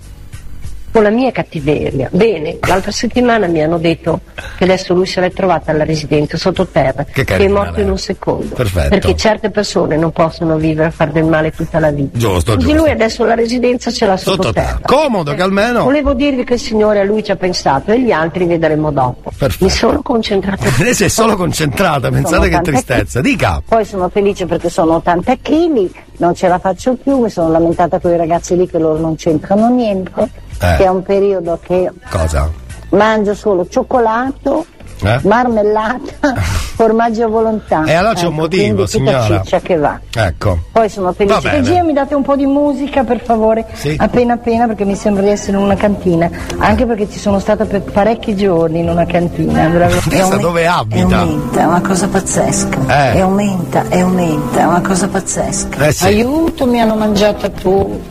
Con la mia cattiveria. Bene, l'altra settimana mi hanno detto che adesso lui se l'è trovata alla residenza sottoterra, Che che, carina è morto lei. in un secondo. Perfetto. Perché certe persone non possono vivere a far del male tutta la vita. Giusto, Così giusto. lui adesso la residenza ce l'ha sottoterra. Comodo che almeno. Volevo dirvi che il Signore a lui ci ha pensato e gli altri vedremo dopo. Mi sono concentrata. Lei si è solo concentrata, pensate Sono che tante tristezza. Dica. Poi sono felice perché sono ottanta chili, non ce la faccio più, mi sono lamentata con i ragazzi lì che loro non c'entrano niente, Eh. che è un periodo che Cosa? mangio solo cioccolato, Eh? marmellata, formaggio a volontà. E allora c'è un Ecco, motivo, quindi tutta signora. ciccia che va. Ecco. Poi sono Va felice. bene. Regia, mi date un po' di musica per favore? Sì. Appena appena perché mi sembra di essere in una cantina. Anche perché ci sono stata per parecchi giorni in una cantina. Bravo. Questa E aume- dove E abita? aumenta, è una cosa pazzesca. Eh. E aumenta, e aumenta, è una cosa pazzesca. Eh sì. Aiuto, mi hanno mangiato tutto.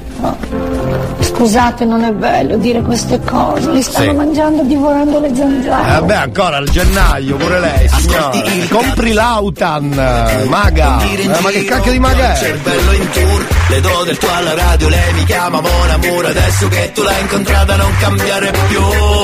Scusate, non è bello dire queste cose. Li stanno Sì. mangiando, divorando le zanzare. Eh, vabbè, ancora il gennaio, pure lei, signora. Compri l'Autan, eh, maga. Eh, ma che cacchio di maga è? Cervello in tour, le do del tuo alla radio, lei mi chiama Mon Amour, adesso che tu l'hai incontrata non cambiare più.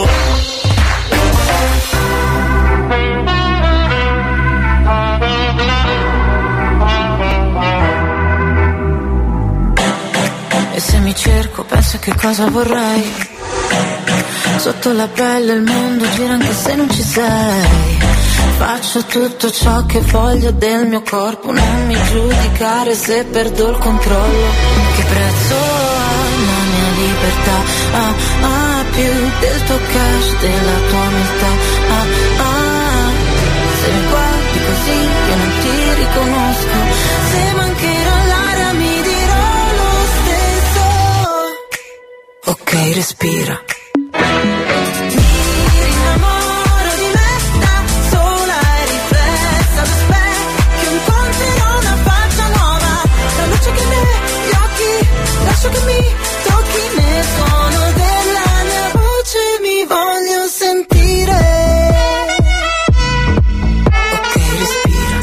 E se mi cerco penso a che cosa vorrei. Sotto la pelle il mondo gira anche se non ci sei. Faccio tutto ciò che voglio del mio corpo, non mi giudicare se perdo il controllo. Che prezzo ha la mia libertà? Ah, ah, più del tuo cash, della tua umiltà. Ah, ah, se mi guardi così io non ti riconosco. Se respira. Lascio che mi tocchi nel suono della mia voce, mi voglio sentire. Ok, respira.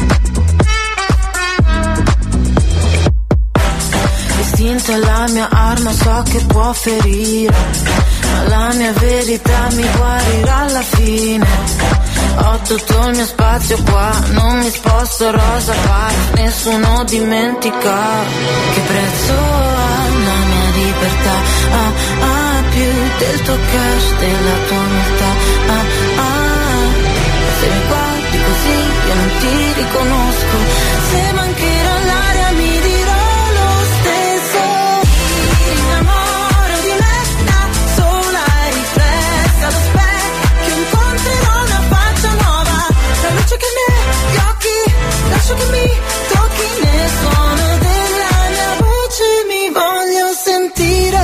L'istinto è la mia arma, so che può ferire, ma la mia verità mi guarirà alla fine. Ho tutto il mio spazio qua, non mi sposto rosa park, nessuno dimentica che prezzo ha la mia libertà. Ah, ah, più del tuo cash, della tua umiltà. Ah, ah, se mi guardi così io non ti riconosco, se mancherà l'aria mi dirò lo stesso. Mi innamoro di me da sola e riflessa allo specchio, incontrerò una faccia nuova, la luce che negli occhi, lascio che mi tocchi nel suono della mia voce, mi voglio sentire.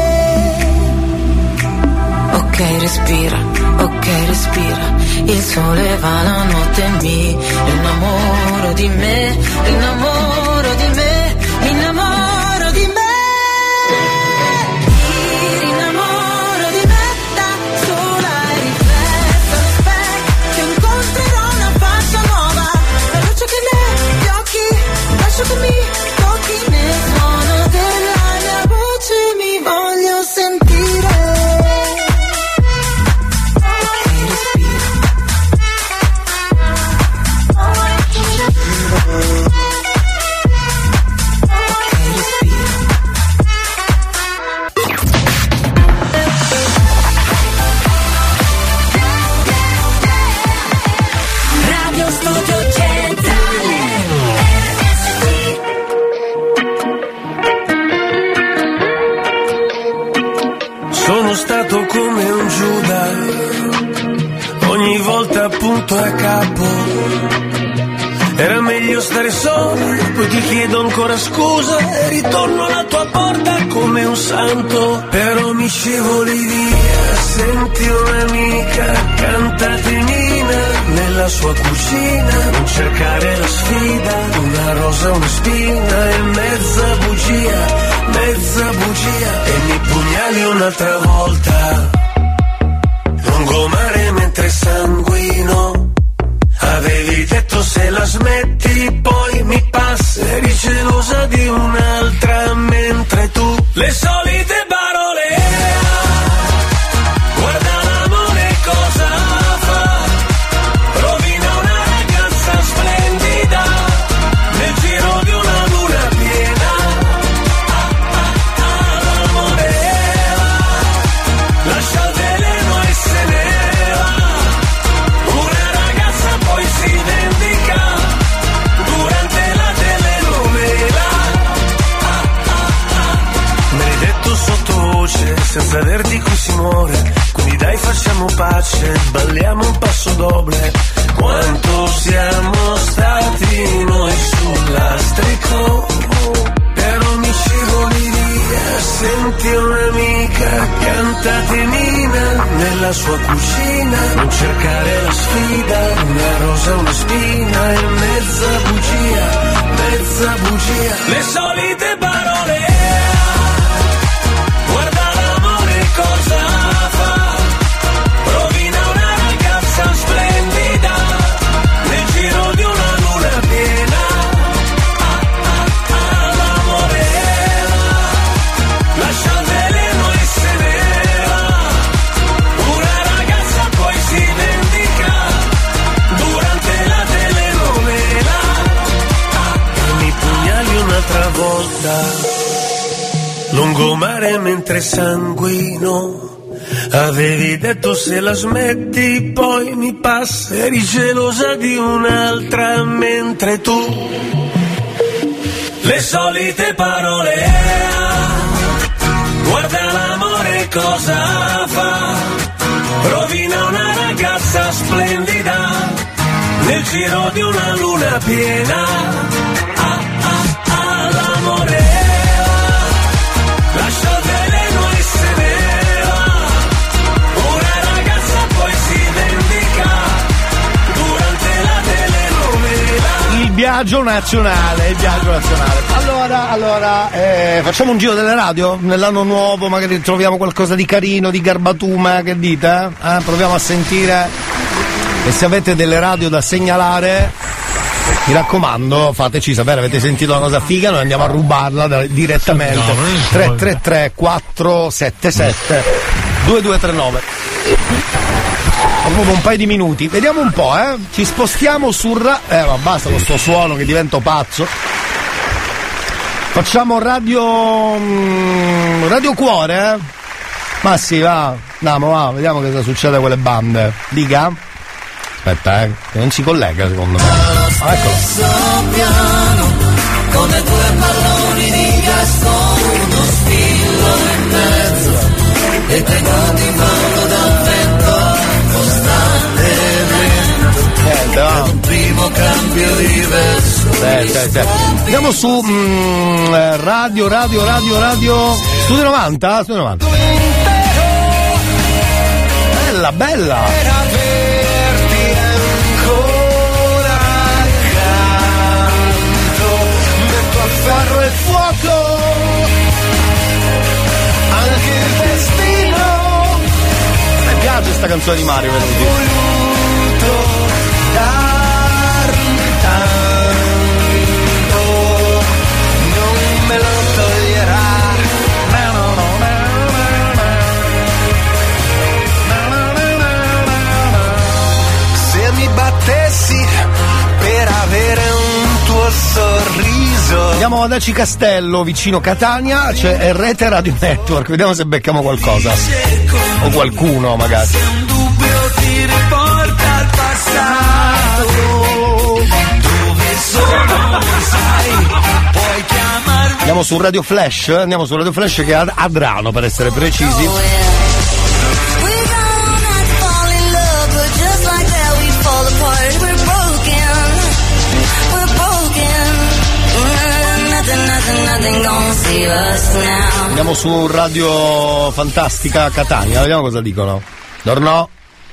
Ok, respira, ok, respira, il sole va, la notte mi innamoro di me, innamoro di me, innamoro di me. Mi innamoro di me da sola e riflessa allo specchio, incontrerò una faccia nuova, la luce che negli occhi, lascio che mi tocchi nel suono della mia voce, mi voglio sentire. Radio Studio Centrale R S C. Sono stato come un Giuda, ogni volta punto a capo. Era meglio stare solo, poi ti chiedo ancora scusa e ritorno alla tua porta come un santo. Però mi scivoli via, senti un'amica, cantatinina nella sua cucina. Non cercare la sfida, una rosa, una spina e mezza bugia, mezza bugia. E mi pugnali un'altra volta, lungomare mentre sanguino. Avevi detto se la smetti poi mi passa, eri gelosa di un'altra mentre tu le solite parole. Guarda l'amore cosa fa, rovina una ragazza splendida nel giro di una luna piena. Ah, ah, ah, l'amore va, lascia il veleno e se ne va. Una ragazza poi si vendica durante la telenovela. Ah, ah, ah. Me l'hai detto sottovoce, senza averti qui si muore. Quindi dai facciamo pace, balliamo un passo doble. Quanto siamo stati noi sul lastrico, però mi scivoli via, senti un'amica, cantatinina nella sua cucina. Non cercare la sfida, una rosa, una spina e mezza bugia, mezza bugia. Le solite parole. Guarda l'amore cosa fa, rovina una ragazza splendida nel giro di una luna piena. Ah, ah, ah, l'amore va, lascia il veleno e se ne va. Una ragazza poi si vendica durante la telenovela. Ah, e mi pugnali un'altra volta, lungomare mentre sanguino. Avevi detto se la smetti poi mi passa, eri gelosa di un'altra mentre tu le solite parole. Guarda l'amore cosa fa, rovina una ragazza splendida nel giro di una luna piena. Ah, ah, ah, l'amore va, lascia il veleno e se ne va. viaggio nazionale, il viaggio nazionale. Allora, allora, eh, facciamo un giro delle radio? Nell'anno nuovo magari troviamo qualcosa di carino, di garbatuma, che dite? Eh? Proviamo a sentire. E se avete delle radio da segnalare, mi raccomando, fateci sapere, avete sentito una cosa figa, noi andiamo a rubarla da, direttamente. tre tre tre quattro sette sette due due tre nove. Ho proprio un paio di minuti, vediamo un po', eh. Ci spostiamo sul ra- Eh ma basta con sto suono che divento pazzo. Facciamo radio. Mm, radio Cuore, eh. Ma sì, va, andiamo, va, vediamo cosa succede a quelle bande. Dica. Aspetta, eh, che non si collega secondo me. Ah, eccolo. Piano, come due palloni di gas, uno spillo in mezzo, e tenendo in mano dal vento, costantemente, Niente, va. un primo cambio diverso. Sì, sì, sì. Andiamo su mm, radio, radio, radio, radio. Studio novanta? Studio novanta. Bella, bella. Ferro e fuoco, anche il destino. Mi piace sta canzone di Mario, voluto darmi tanto, non me lo toglierà. Se mi battessi per avere un tuo sorriso. Andiamo ad Aci Castello, vicino Catania, c'è Rete Radio Network, vediamo se becchiamo qualcosa. O qualcuno magari. Se un dubbio ti riporta al passato, dove sono sai, puoi chiamarmi. Andiamo su Radio Flash, andiamo su Radio Flash che è ad Adrano per essere precisi. Andiamo su Radio Fantastica Catania, vediamo cosa dicono. Dorno?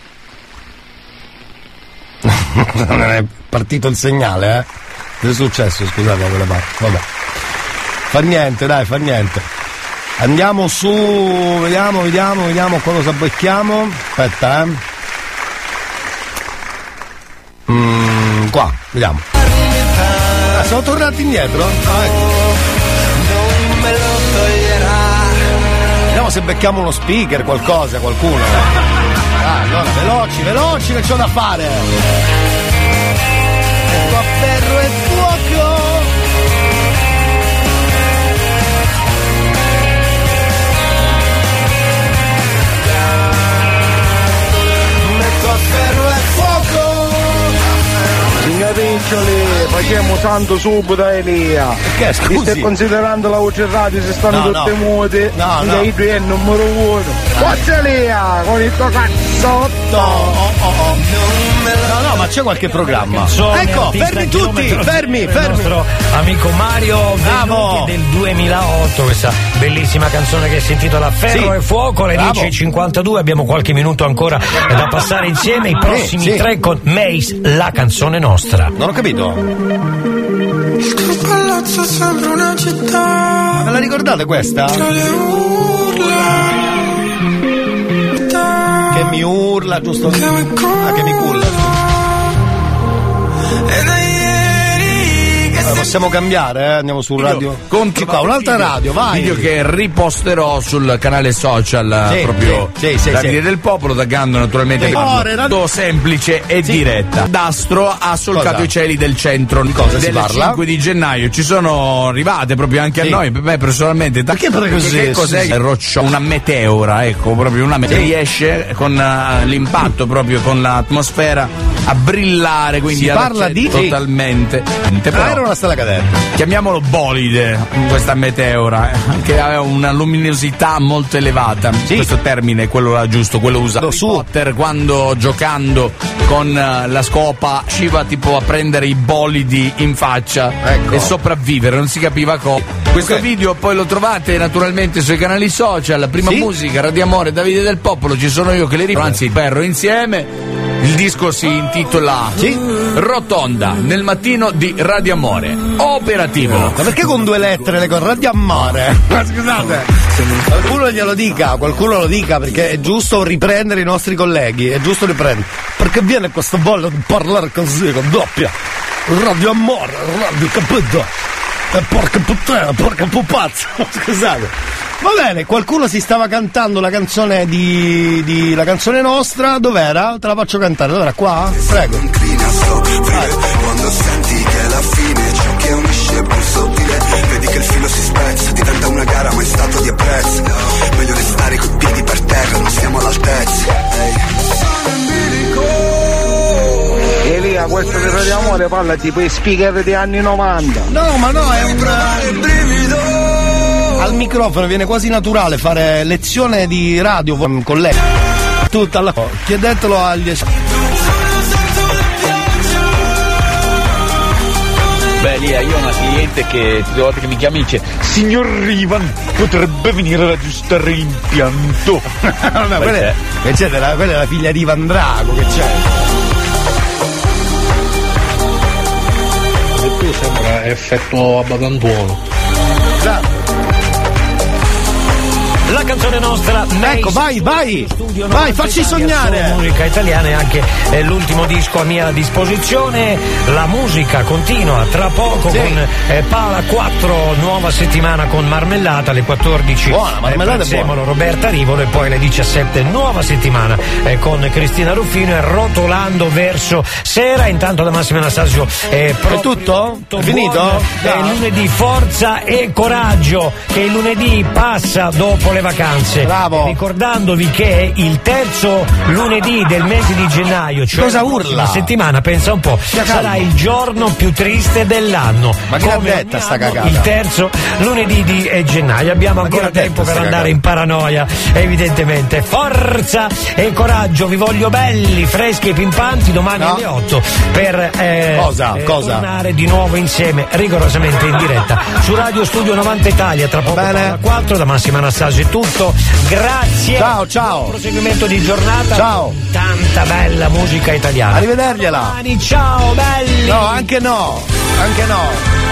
Non è partito il segnale, eh? Cosa è successo? Scusate da quella parte. Vabbè. Fa niente, dai, fa niente. Andiamo su, vediamo, vediamo, vediamo cosa becchiamo. Aspetta, eh. Mm, qua, vediamo. Ah, siamo tornati indietro? Ah, ecco. Me lo toglierà. Vediamo se becchiamo uno speaker, qualcosa, qualcuno. Ah, allora, veloci, veloci che c'ho da fare. Ecco a ferro e fuoco. Metto a ferro e fuoco. Signoriccioli, facciamo santo subito Elia. Che scusi? Mi stai considerando la voce radio se stanno No, tutte no. muti? No, no. I due è il numero uno. Forza Elia, con il tuo cazzotto. Oh, oh, oh. No, no, ma c'è qualche programma. Canzone, Ecco, artista, fermi tutti, chilometro fermi, del fermi. nostro amico Mario Bravo. Venuti del duemilaotto, questa bellissima canzone che si intitola Ferro Sì. e Fuoco, alle Bravo. dieci e cinquantadue, abbiamo qualche minuto ancora da passare insieme, i prossimi sì. tre con Mace, la canzone nostra. Non ho capito. Il tuo palazzo sembra una città. Me la ricordate questa? Tra le urla. Che mi urla, giusto? Ah, che mi culla. E da ieri che Allora, possiamo cambiare, eh? Andiamo su radio. Conti qua, un'altra radio, vai. Video che riposterò sul canale social Sì, proprio sì, sì, sì, Davide sì. del Popolo, taggando naturalmente Sì. in Ore, radio- modo semplice e Sì. diretta. Dastro ha solcato Cosa? i cieli del centro cosa si del parla? cinque di gennaio. Ci sono arrivate proprio anche Sì. a noi, per me personalmente. Perché proprio così? Che cos'è? Sì. Il roccio, una meteora, ecco, proprio una meteora. Sì. Riesce con eh, l'impatto proprio con l'atmosfera a brillare, quindi Si ad parla di- totalmente. Però, Ah, era una stella cadente. chiamiamolo bolide questa meteora, eh, che ha una luminosità molto elevata. Sì. Questo termine è quello là giusto, quello usato Su. Harry Potter, quando giocando con eh, la scopa usciva tipo a prendere i bolidi in faccia Ecco. e sopravvivere, non si capiva cosa. Questo Ok. video poi lo trovate naturalmente sui canali social, Prima Sì. Musica, Radio Amore, Davide del Popolo, ci sono io che le riprendo, anzi perro insieme. Il disco si intitola sì? Rotonda, nel mattino di Radio Amore. Operativo. Ma perché con due lettere le con Radio Amore? Ma scusate, qualcuno glielo dica, qualcuno lo dica, perché è giusto riprendere i nostri colleghi, è giusto riprendere. Perché viene questa voglia di parlare così, con doppia. Radio Amore, Radio Capito. E porca puttana, porca pupazza. Scusate. Va bene, qualcuno si stava cantando la canzone di, di la canzone nostra, dov'era? Te la faccio cantare, allora qua? Prego. Quando senti che alla fine ciò che unisce è più sottile, vedi che il filo si spezza, diventa una gara ma è stato di apprezzo. Meglio restare coi piedi per terra, non siamo all'altezza. Elia, questo di Radio Amore parla tipo i speaker degli anni novanta. No, ma no, è un... Al microfono viene quasi naturale fare lezione di radio con lei. Tutta la... Chiedetelo agli esperti. Beh, Lia, io ho una cliente che tutte le volte che mi chiama mi dice: signor Rivan, potrebbe venire ad aggiustare l'impianto. Vabbè, quella, è, che c'è della, quella è la figlia di Ivan Drago, che c'è? E tu sembra effetto abbatantuolo. Esatto. La canzone nostra, ecco, vai, vai, vai, facci sognare. Musica italiana è anche eh, l'ultimo disco a mia disposizione. La musica continua tra poco sì. con eh, Pala quattro, nuova settimana con Marmellata alle quattordici. Buona, Marmellata eh, è buona. Roberta Rivolo, e poi alle diciassette nuova settimana eh, con Cristina Ruffino e Rotolando verso sera. Intanto da Massimo Anastasio eh, è tutto? È finito? È lunedì Forza e Coraggio, che il lunedì passa dopo le vacanze. Bravo. Ricordandovi che è il terzo lunedì del mese di gennaio, cioè cosa la urla? settimana, pensa un po', sarà il giorno più triste dell'anno. Ma che l'ha detta sta cagata? Il terzo lunedì di eh, gennaio. Abbiamo ancora tempo per andare in paranoia, evidentemente. Forza e coraggio, vi voglio belli, freschi e pimpanti domani no. alle otto per eh, cosa? Eh, cosa? tornare di nuovo insieme, rigorosamente in diretta su Radio Studio novanta Italia. Tra poco alle quattro da Massimo Anastasio. Tutto, grazie. Ciao, ciao. Buon proseguimento di giornata. Ciao. Tanta bella musica italiana. Arrivedergliela. Domani, ciao belli. No, anche no. Anche no.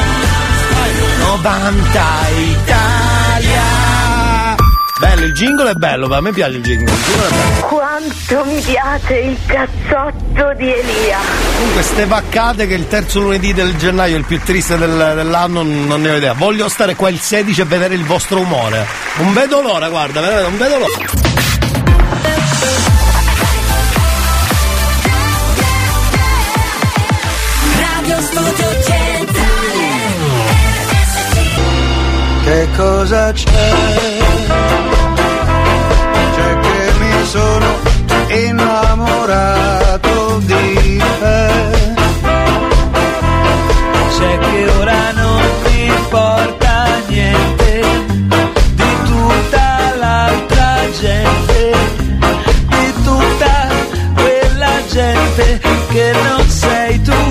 novanta Italia. Bello, il jingle è bello, ma a me piace il jingle. Il jingle è bello. Quanto mi piace il cazzotto di Elia. Comunque ste vaccate che il terzo lunedì del gennaio è il più triste del, dell'anno, non ne ho idea. Voglio stare qua il sedici e vedere il vostro umore. Non vedo l'ora, guarda, non vedo l'ora. Radio Studio Centrale. Che cosa c'è? C'è che mi sono innamorato di te. C'è che ora non mi importa niente di tutta l'altra gente, di tutta quella gente che non sei tu.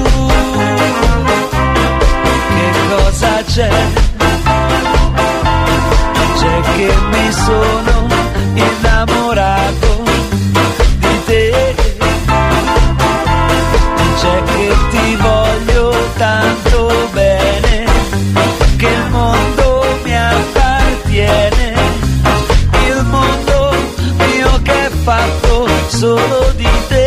Che cosa c'è? C'è che mi sono innamorato di te. C'è che ti voglio tanto bene, che il mondo mi appartiene, il mondo mio che è fatto solo di te.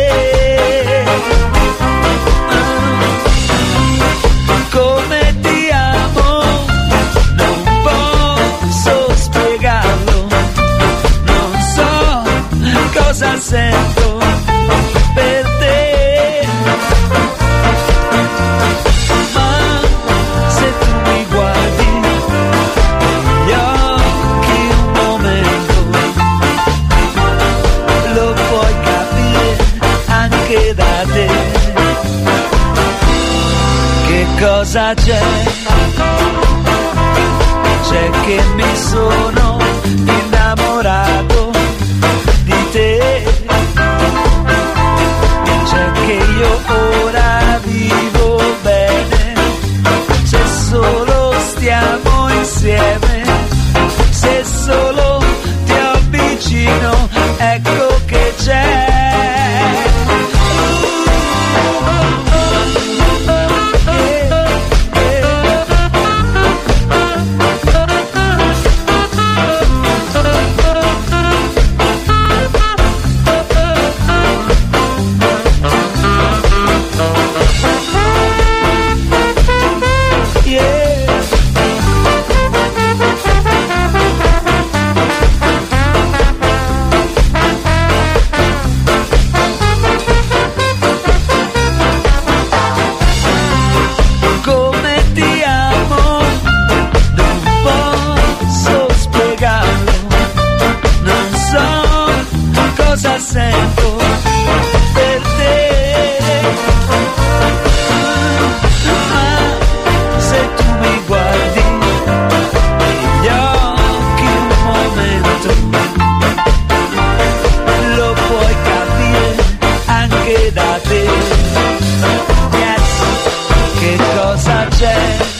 Come ti amo, non posso spiegarlo, non so cosa sento per te. Ma se tu mi guardi negli occhi un momento, lo puoi capire anche da te. Che cosa c'è? C'è che mi sono innamorato di te. C'è che io ora vivo bene, se solo stiamo insieme, se solo ti avvicino, ecco che c'è. c'è,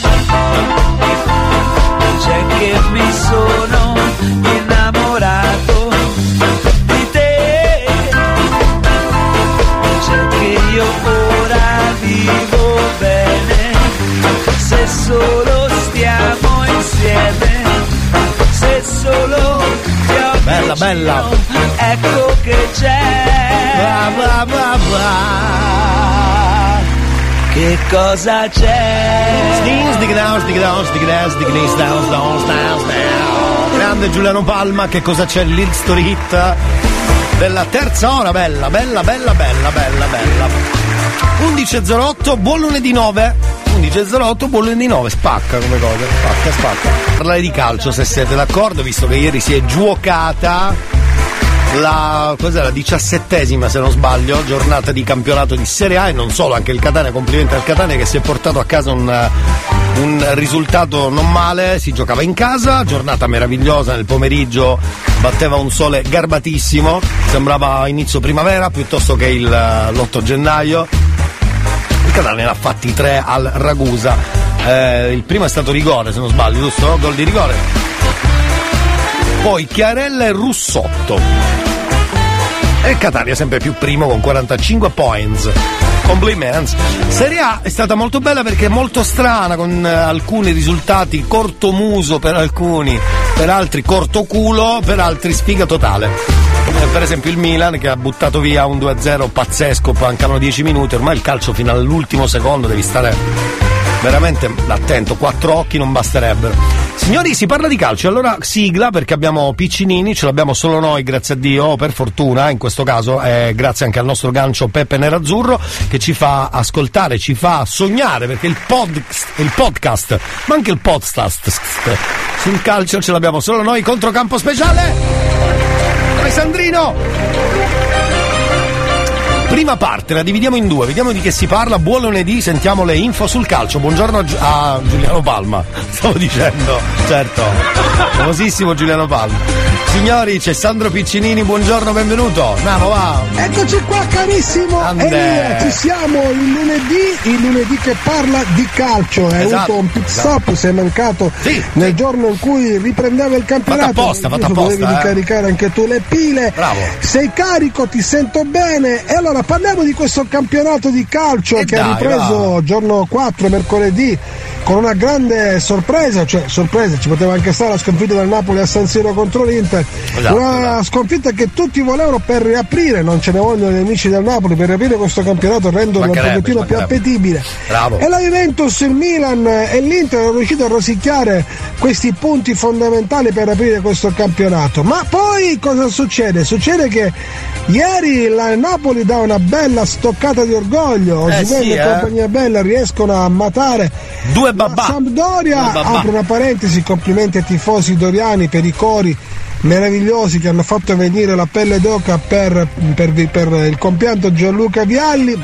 c'è che mi sono innamorato di te, c'è che io ora vivo bene, se solo stiamo insieme, se solo ti ho bella vicino, bella, ecco che c'è, bla bla bla bla. Che cosa c'è? Grande Giuliano Palma, che cosa c'è? L'History Hit della terza ora, bella, bella, bella, bella, bella, bella. undici e zero otto, buon lunedì nove. undici e zero otto, buon lunedì nove, spacca come cosa, spacca, spacca. Parlare di calcio, se siete d'accordo, visto che ieri si è giocata la cos'è la diciassettesima, se non sbaglio, giornata di campionato di Serie A, e non solo, anche il Catania, complimenti al Catania che si è portato a casa un, un risultato non male. Si giocava in casa, giornata meravigliosa, nel pomeriggio batteva un sole garbatissimo, sembrava inizio primavera piuttosto che il, l'otto gennaio. Il Catania ne ha fatti tre al Ragusa, eh, il primo è stato rigore, se non sbaglio, giusto? Gol di rigore. Poi Chiarella e Russotto. E Catania sempre più primo con quarantacinque points. Compliments. Serie A è stata molto bella perché è molto strana, con eh, alcuni risultati cortomuso per alcuni, per altri cortoculo, per altri sfiga totale. Eh, per esempio il Milan che ha buttato via un due a zero pazzesco, mancano dieci minuti, ormai il calcio fino all'ultimo secondo devi stare veramente attento, quattro occhi non basterebbero. Signori, si parla di calcio, allora sigla, perché abbiamo Piccinini, ce l'abbiamo solo noi, grazie a Dio, per fortuna, in questo caso, eh, grazie anche al nostro gancio Peppe Nerazzurro, che ci fa ascoltare, ci fa sognare, perché il, pod, il podcast, ma anche il podcast sul calcio ce l'abbiamo solo noi. Controcampo speciale, Alessandrino! Prima parte, la dividiamo in due, vediamo di che si parla. Buon lunedì, sentiamo le info sul calcio. Buongiorno a, Gi- a Giuliano Palma, stavo dicendo, certo, famosissimo Giuliano Palma. Signori, c'è Sandro Piccinini, buongiorno, benvenuto. Andiamo, va. Eccoci qua carissimo, Elia, ci siamo il lunedì, il lunedì che parla di calcio. Hai esatto, avuto un pit stop, esatto. Sei mancato sì, nel sì. giorno in cui riprendeva il campionato. Fatta apposta, fatta apposta. Dovevi eh. ricaricare anche tu le pile. Bravo. Sei carico, ti sento bene. E allora parliamo di questo campionato di calcio e che dai, ha ripreso va. giorno quattro, mercoledì, con una grande sorpresa, cioè sorpresa, ci poteva anche stare la sconfitta del Napoli a San Siro contro l'Inter. Esatto, una esatto. sconfitta che tutti volevano per riaprire, non ce ne vogliono gli amici del Napoli per riaprire questo campionato, renderlo un pochettino più appetibile. Bravo. E la Juventus, il Milan e l'Inter hanno riuscito a rosicchiare questi punti fondamentali per aprire questo campionato. Ma poi cosa succede? Succede che ieri la Napoli dà una bella stoccata di orgoglio, eh Osimhen sì, e eh. compagnia bella riescono a matare due babà. La Sampdoria. Due babà. Apro una parentesi, complimenti ai tifosi doriani per i cori meravigliosi che hanno fatto venire la pelle d'oca per, per, per il compianto Gianluca Vialli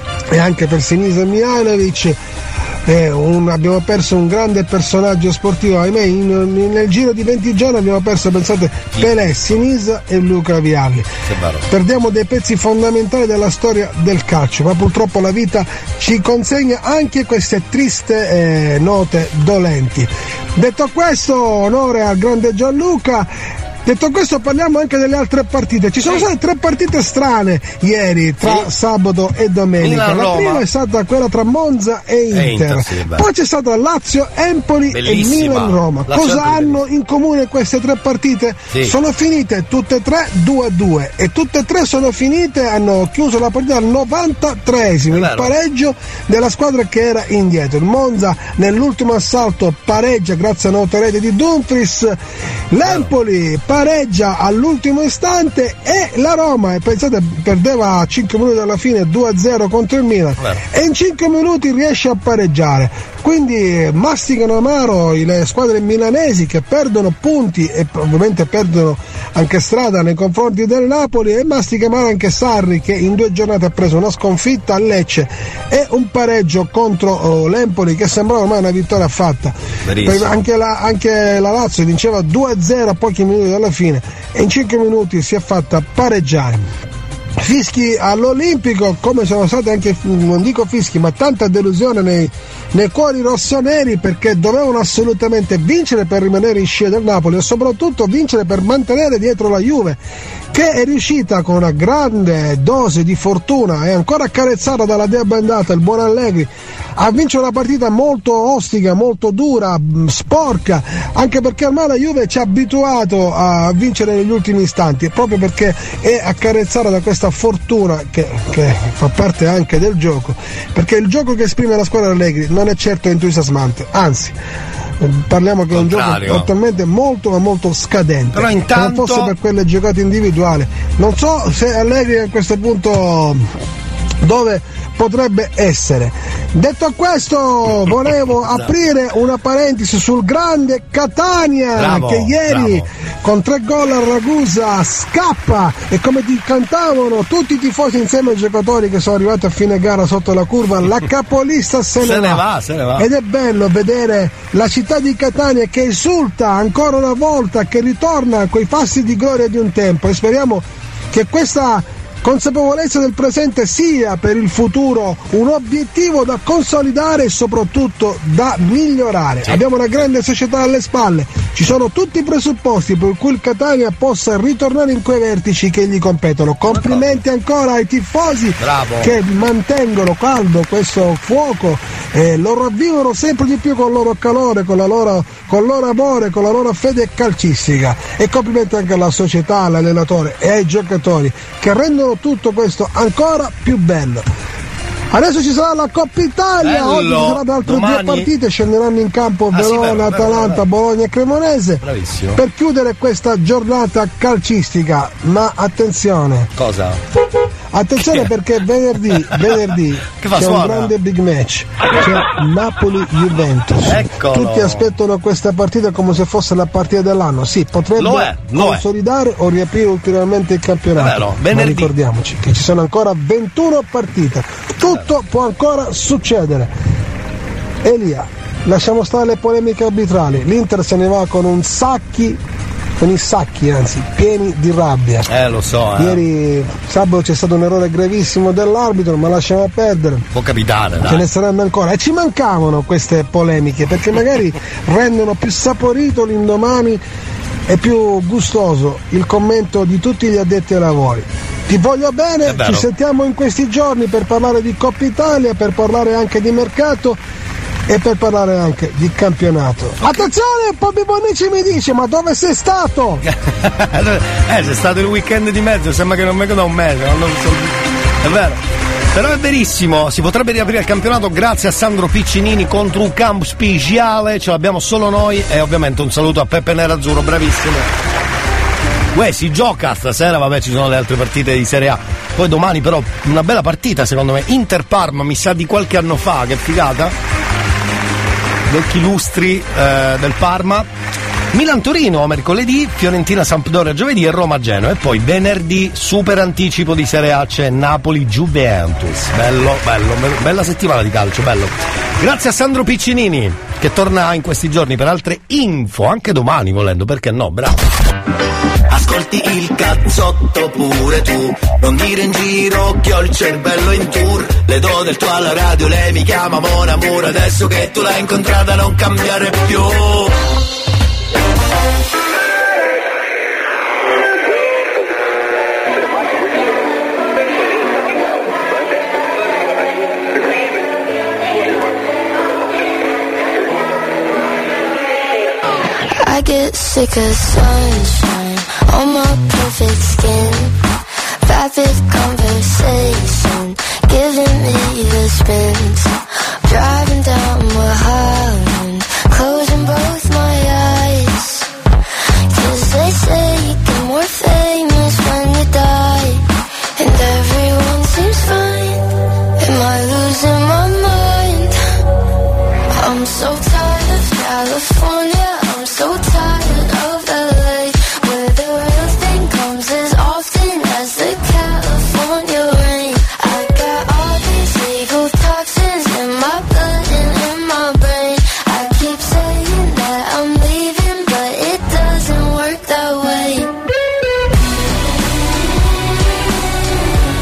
e anche per Sinisa Mihajlovic. Eh, un, abbiamo perso un grande personaggio sportivo, ahimè in, in, nel giro di venti giorni abbiamo perso, pensate, Pelé, Sinisa e Luca Vialli. Perdiamo dei pezzi fondamentali della storia del calcio, ma purtroppo la vita ci consegna anche queste triste eh, note dolenti. Detto questo, onore al grande Gianluca. Detto questo, parliamo anche delle altre partite. Ci sono state tre partite strane ieri, tra sì. sabato e domenica. La prima è stata quella tra Monza e Inter. E Inter sì, poi c'è stata Lazio, Empoli Bellissima. e Milan-Roma. Lazio Cosa Empoli. hanno in comune queste tre partite? Sì. Sono finite tutte e tre due a due e tutte e tre sono finite, hanno chiuso la partita al novantatreesimo, il pareggio della squadra che era indietro. Il Monza nell'ultimo assalto pareggia grazie a un'autorete di Dumfries. L'Empoli pareggia all'ultimo istante e la Roma, e pensate, perdeva a cinque minuti dalla fine due a zero contro il Milan. Beh. E in cinque minuti riesce a pareggiare. Quindi masticano amaro le squadre milanesi che perdono punti e ovviamente perdono anche strada nei confronti del Napoli, e mastica amaro anche Sarri che in due giornate ha preso una sconfitta a Lecce e un pareggio contro oh, l'Empoli che sembrava ormai una vittoria fatta. Anche la, anche la Lazio vinceva due a zero a pochi minuti dalla fine e in cinque minuti si è fatta pareggiare. fischi all'Olimpico, come sono stati anche, non dico fischi, ma tanta delusione nei, nei cuori rossoneri, perché dovevano assolutamente vincere per rimanere in scia del Napoli e soprattutto vincere per mantenere dietro la Juve, che è riuscita con una grande dose di fortuna e ancora accarezzata dalla dea bendata, il buon Allegri, a vincere una partita molto ostica, molto dura, sporca, anche perché ormai la Juve ci ha abituato a vincere negli ultimi istanti, proprio perché è accarezzata da questa fortuna che, che fa parte anche del gioco, perché il gioco che esprime la squadra Allegri non è certo entusiasmante, anzi parliamo che è un gioco attualmente molto ma molto scadente. Però intanto... se non fosse per quelle giocate individuali, non so se Allegri a questo punto dove potrebbe essere. Detto questo, volevo aprire una parentesi sul grande Catania, bravo, che ieri bravo. con tre gol a Ragusa scappa, e come ti cantavano tutti i tifosi insieme ai giocatori che sono arrivati a fine gara sotto la curva, la capolista se, se ne, ne va. va, se ne va. Ed è bello vedere la città di Catania che esulta ancora una volta, che ritorna a quei fasti di gloria di un tempo, e speriamo che questa consapevolezza del presente sia per il futuro un obiettivo da consolidare e soprattutto da migliorare. Sì. Abbiamo una grande società alle spalle, ci sono tutti i presupposti per cui il Catania possa ritornare in quei vertici che gli competono. Complimenti ancora ai tifosi. Bravo. Che mantengono caldo questo fuoco, eh, lo ravvivono sempre di più con il loro calore, con, la loro, con il loro amore, con la loro fede calcistica, e complimenti anche alla società, all'allenatore e ai giocatori che rendono tutto questo ancora più bello. Adesso ci sarà la Coppa Italia, bello. Oggi ci saranno altre Domani... due partite, scenderanno in campo ah, Verona, sì, bello, Atalanta, bello, bello. Bologna e Cremonese. Bravissimo. Per chiudere questa giornata calcistica, ma attenzione. Cosa? Attenzione che? perché venerdì, venerdì che fa, c'è suona? un grande big match, c'è Napoli-Juventus. Eccolo. Tutti aspettano questa partita come se fosse la partita dell'anno. Sì, potrebbe lo è, lo consolidare è. o riaprire ulteriormente il campionato. Vero, ma venerdì. ricordiamoci che ci sono ancora ventuno partite, tutto Vero. può ancora succedere. Elia, lasciamo stare le polemiche arbitrali, l'Inter se ne va con un sacchi con i sacchi anzi pieni di rabbia. Eh lo so eh. Ieri sabato c'è stato un errore gravissimo dell'arbitro, ma lasciamo perdere, può capitare, dai. Ce ne saranno ancora, e ci mancavano queste polemiche perché magari rendono più saporito l'indomani e più gustoso il commento di tutti gli addetti ai lavori. Ti voglio bene, ci sentiamo in questi giorni per parlare di Coppa Italia, per parlare anche di mercato e per parlare anche di campionato. Okay. Attenzione, Bobby Bonici mi dice: ma dove sei stato? eh, c'è stato il weekend di mezzo, sembra che non vengo da un mese, non so. È vero. Però è verissimo, si potrebbe riaprire il campionato grazie a Sandro Piccinini contro un campo speciale, ce l'abbiamo solo noi, e ovviamente un saluto a Peppe Nerazzurro, bravissimo. Uè, si gioca stasera, vabbè, ci sono le altre partite di Serie A. Poi domani però una bella partita secondo me, Inter-Parma, mi sa di qualche anno fa, che figata. Vecchi lustri eh, del Parma. Milan-Torino mercoledì, Fiorentina-Sampdoria giovedì e Roma-Genoa. E poi venerdì super anticipo di Serie A, c'è Napoli-Juventus. Bello, bello, bella settimana di calcio, bello. Grazie a Sandro Piccinini che torna in questi giorni per altre info, anche domani volendo, perché no, bravo. Ascolti il cazzotto pure tu, non dire in giro che ho il cervello in tour. Le do del tuo alla radio, lei mi chiama Mon Amour, adesso che tu l'hai incontrata non cambiare più. I get sick of sunshine on my perfect skin. Vapid conversation giving me the spins. Driving down Mulholland, closing both my eyes. Cause they say you get more famous when you die, and everyone seems fine. Am I losing my mind? I'm so tired of California, I'm so tired of L A, where the real thing comes as often as the California rain. I got all these legal toxins in my blood and in my brain. I keep saying that I'm leaving, but it doesn't work that way.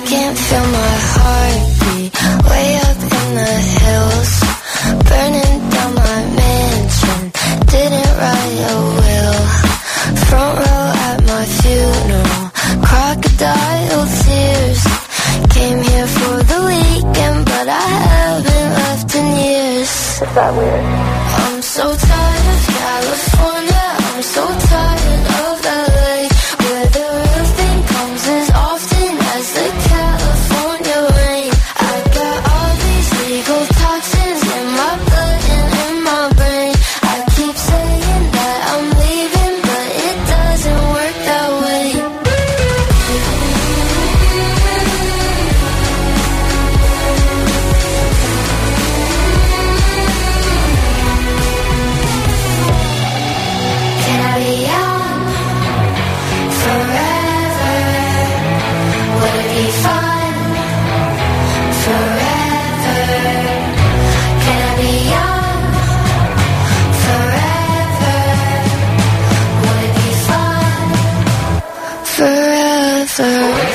can't feel my heartbeat. Way up in the hills, burning down my mansion. Didn't write a will. Front row at my funeral, crocodile tears. Came here for the weekend, but I haven't left in years. Is that weird? I'm so tired of California, I'm so tired of L A, where the real thing comes as often as the California rain. I got all these legal toxins in my blood and in my brain. I keep saying that I'm leaving, but it doesn't work that way. Can I be young forever? Would it be fun forever? Can I be young forever? Would it be fun forever?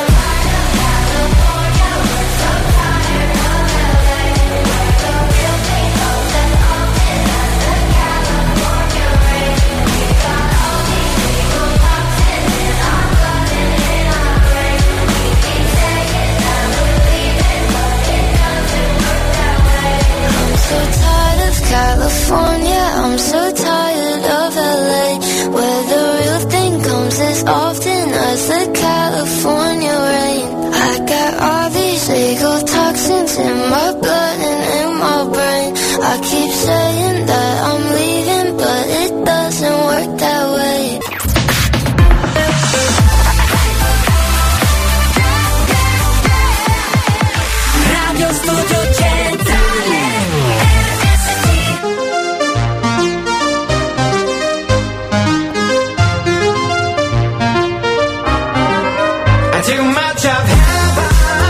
I'm so tired of California, I'm so tired of L A, where the real thing comes as often as the California rain. I got all these legal toxins in my blood and in my brain. I keep saying that I'm leaving, but it doesn't work that way. Radio Studio Centrale R S C. Too much of heaven,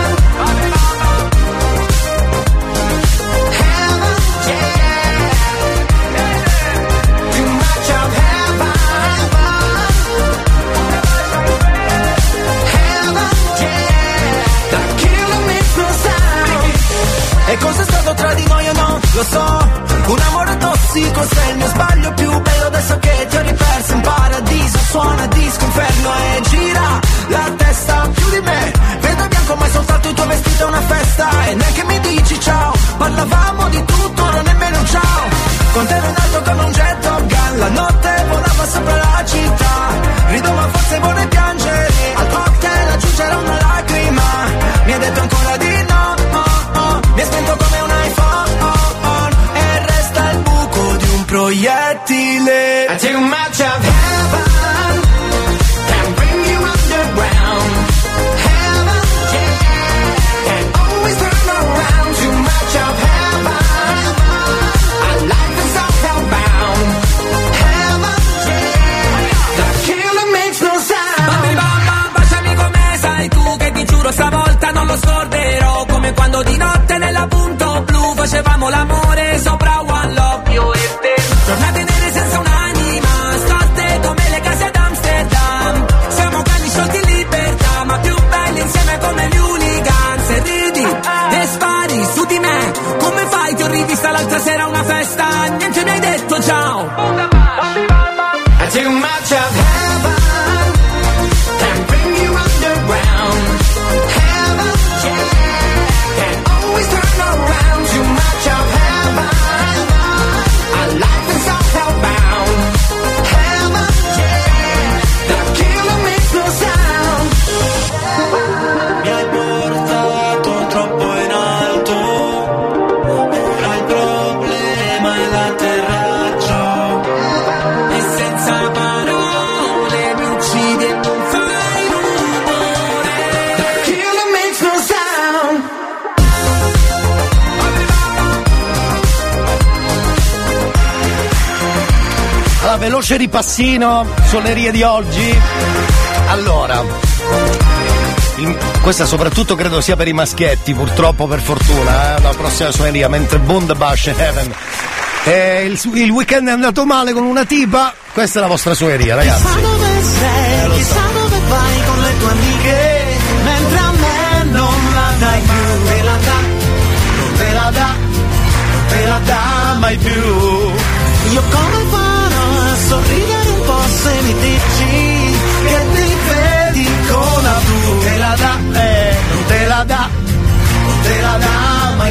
heaven, yeah. Too much of heaven, heaven, yeah. The killer makes no sound. E cos'è stato tra di noi o no? Lo so, un amore tossico, sei il mio sbaglio più bello. Adesso che ti ho riperso in paradiso, suona disco inferno e gira la testa più di me. Vedo bianco ma è soltanto il tuo vestito è una festa. E neanche mi dici ciao, parlavamo di tutto, non nemmeno un ciao. Con te ero in alto come un jet Top Gun, la notte volava sopra la città. Rido ma forse vorrei piangere, al cocktail aggiungerò una lacrima. Mi ha detto ancora di no, oh, oh. Mi è spento come un iPhone, oh, oh. E resta il buco di un proiettile. Too much of heaven can bring you underground. Heaven, yeah. Can always turn around. Too much of heaven. Our life is all hellbound. Heaven, yeah. The killer makes no sound. Bambi bamba, baciami come sai tu, che ti giuro stavolta non lo scorderò. Come quando di notte nella punto blu facevamo l'amore sopra One Love, io e te. Giornate nere senza un'anima, storte come le case ad Amsterdam. Siamo cani sciolti in libertà, ma più belli insieme come gli hooligans. E ridi e spari su di me, come fai? Ti ho rivista l'altra sera a una festa, niente mi hai detto ciao. Too much of heaven can bring you underground. Heaven, yeah. Can always turn around. Too much of heaven. Our life is all hellbound. Heaven, yeah. The killer makes no sound. Mi hai portato troppo in alto, ora il problema è l'atterraggio. E senza parole mi uccidi e non fai rumore. The killer makes no sound. Allora, veloce ripassino, suonerie di oggi. Allora, il- questa soprattutto credo sia per i maschietti, purtroppo, per fortuna, eh, la prossima suoneria, mentre Bundabash Heaven. E il, il weekend è andato male con una tipa, questa è la vostra suoneria, ragazzi. Chissà dove sei, chissà dove vai con le tue amiche, mentre a me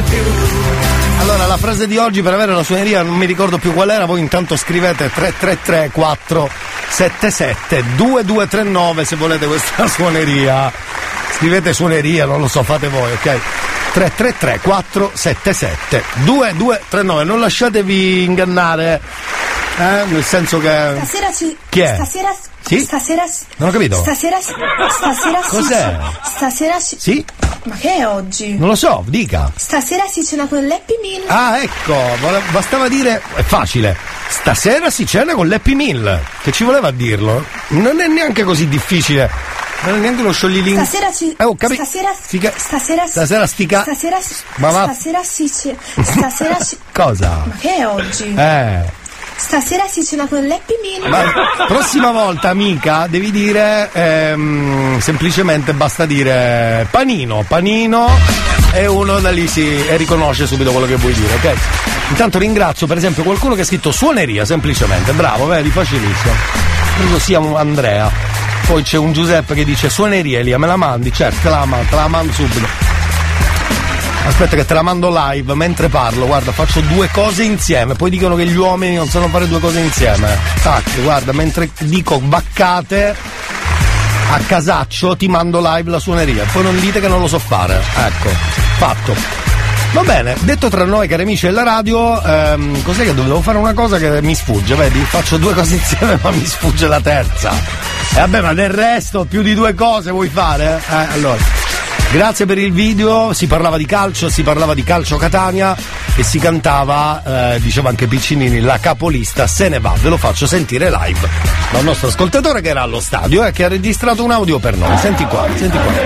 più. Allora, la frase di oggi per avere la suoneria non mi ricordo più qual era, voi intanto scrivete tre tre tre quattro sette sette due due tre nove se volete questa suoneria. Scrivete suoneria, non lo so, fate voi, ok? tre tre tre quattro sette sette due due tre nove, non lasciatevi ingannare, eh? Nel senso che... Stasera ci... Chi è? Stasera... Sì? Stasera... Non ho capito. Stasera... Stasera... Cos'è? Stasera... Sì? Ma che è oggi? Non lo so, dica. Stasera si cena con l'Happy Meal. Ah, ecco, bastava dire, è facile. Stasera si cena con l'Happy Meal. Che ci voleva dirlo? Non è neanche così difficile. Non è neanche lo scioglilingua. Stasera ci... Eh, ho capito. Stasera... Fica... Stasera... Stasera stica... Stasera... Ma va... Stasera si cena... Stasera si... Cosa? Ma che è oggi? Eh... Stasera si cena con l'Happy Meal. Ma prossima volta, amica, devi dire ehm, semplicemente basta dire panino, panino e uno da lì si e riconosce subito quello che vuoi dire, ok? Intanto ringrazio per esempio qualcuno che ha scritto suoneria semplicemente, bravo, vedi, facilissimo. Credo sia un Andrea. Poi c'è un Giuseppe che dice suoneria, Elia, me la mandi? Certo, te la mando, te la mando subito. Aspetta che te la mando live mentre parlo, guarda, faccio due cose insieme, poi dicono che gli uomini non sanno fare due cose insieme. Tac, guarda, mentre dico vaccate a casaccio ti mando live la suoneria, poi non dite che non lo so fare. Ecco, fatto. Va bene, detto tra noi cari amici della radio, ehm, cos'è che dovevo fare una cosa che mi sfugge, vedi? Faccio due cose insieme ma mi sfugge la terza. E vabbè, ma del resto più di due cose vuoi fare? Eh, allora... Grazie per il video, si parlava di calcio, si parlava di calcio Catania e si cantava, eh, diceva anche Piccinini, la capolista se ne va, ve lo faccio sentire live da un nostro ascoltatore che era allo stadio e eh, che ha registrato un audio per noi, senti qua, senti qua.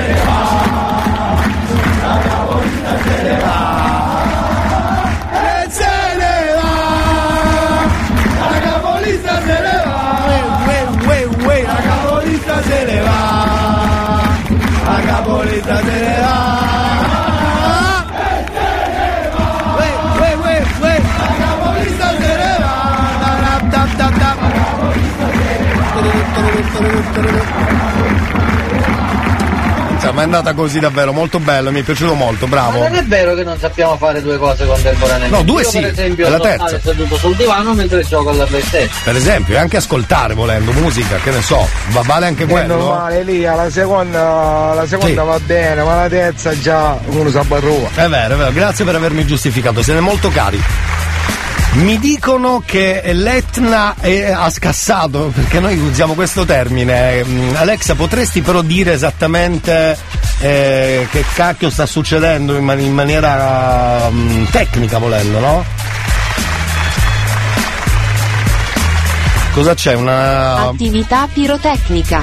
La capolista se ne va, e se ne va, la capolista se ne va, uè, uè, uè, la capolista se ne va. La capolista se ne va, e se ne va, uè, uè, uè, uè, la capolista se ne va, da, da, da, da. Insomma è andata così davvero, molto bello, mi è piaciuto molto, bravo. Ma non è vero che non sappiamo fare due cose contemporaneamente. No, due Io, sì, per esempio, è la sto terza. seduto sul divano mentre gioco alla PlayStation. Per esempio, e anche ascoltare volendo musica, che ne so, va vale anche quello. È normale, lì la seconda, la seconda Sì. va bene, ma la terza già uno sa barrua. È vero, è vero, grazie per avermi giustificato, siete molto cari. Mi dicono che l'Etna è, ha scassato, perché noi usiamo questo termine. Alexa, potresti però dire esattamente eh, che cacchio sta succedendo in, man- in maniera um, tecnica, volendo, no? Cosa c'è? Una... Attività pirotecnica.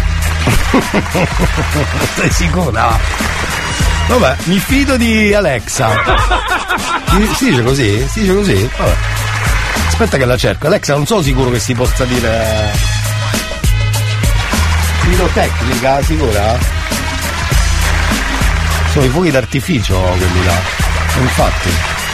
Sei sicura? Vabbè, mi fido di Alexa. Si, si dice così? Si dice così? Vabbè. Aspetta che la cerco. Alexa, non sono sicuro che si possa dire pirotecnica, sicura? Sono i fuochi d'artificio quelli là. Infatti.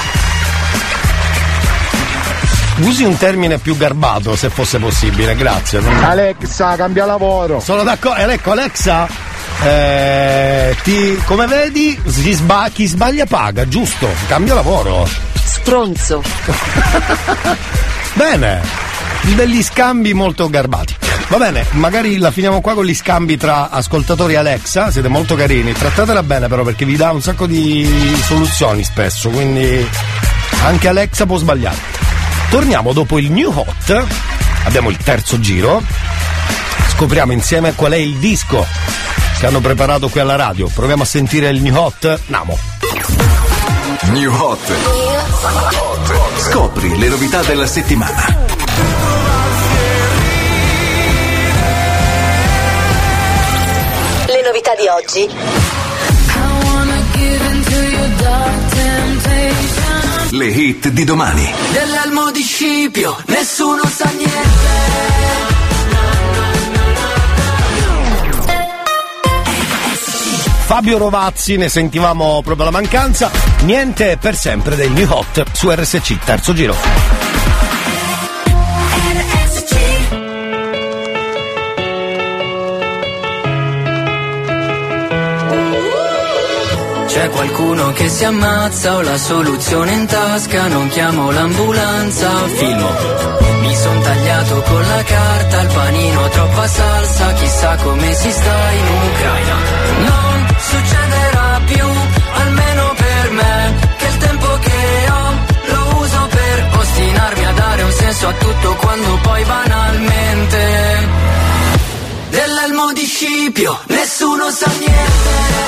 Usi un termine più garbato se fosse possibile, grazie. Non... Alexa, cambia lavoro. Sono d'accordo. Ecco, Alexa. Eh, ti, come vedi, si sba- chi sbaglia paga, giusto? Cambia lavoro. Stronzo. Bene, degli scambi molto garbati. Va bene, magari la finiamo qua con gli scambi tra ascoltatori e Alexa, siete molto carini, trattatela bene però perché vi dà un sacco di soluzioni spesso, quindi anche Alexa può sbagliare. Torniamo dopo il New Hot, abbiamo il terzo giro, scopriamo insieme qual è il disco che hanno preparato qui alla radio. Proviamo a sentire il New Hot. Namo. New Hot. Scopri le novità della settimana. Le novità di oggi. Le hit di domani. Dell'elmo di Scipio, nessuno sa niente. Fabio Rovazzi, ne sentivamo proprio la mancanza. Niente per sempre del New Hot su R S C, terzo giro. C'è qualcuno che si ammazza, ho la soluzione in tasca, non chiamo l'ambulanza, filmo. Mi son tagliato con la carta, il panino troppa salsa, chissà come si sta in Ucraina. Non succederà più, almeno per me, che il tempo che ho lo uso per ostinarmi a dare un senso a tutto quando poi banalmente dell'elmo di Scipio nessuno sa niente.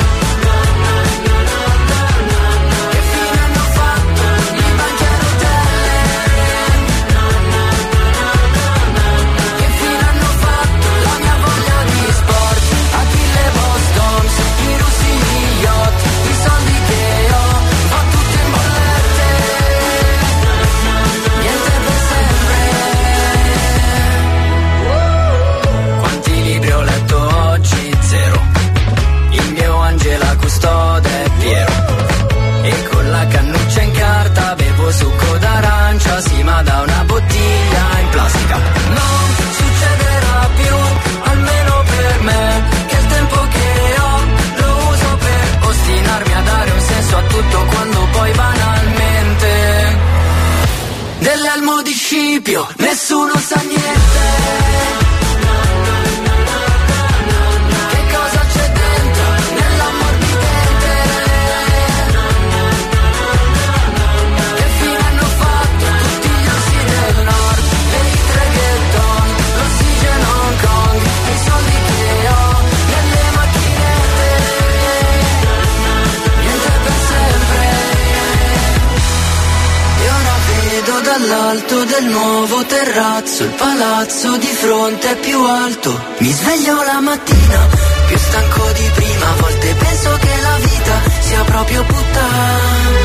Succo d'arancia, sì, ma da una bottiglia in plastica. Non succederà più, almeno per me, che il tempo che ho lo uso per ostinarmi a dare un senso a tutto quando poi banalmente dell'elmo di Scipio nessuno sa niente. Dall'alto del nuovo terrazzo, il palazzo di fronte è più alto. Mi sveglio la mattina, più stanco di prima. A volte penso che la vita sia proprio puttana.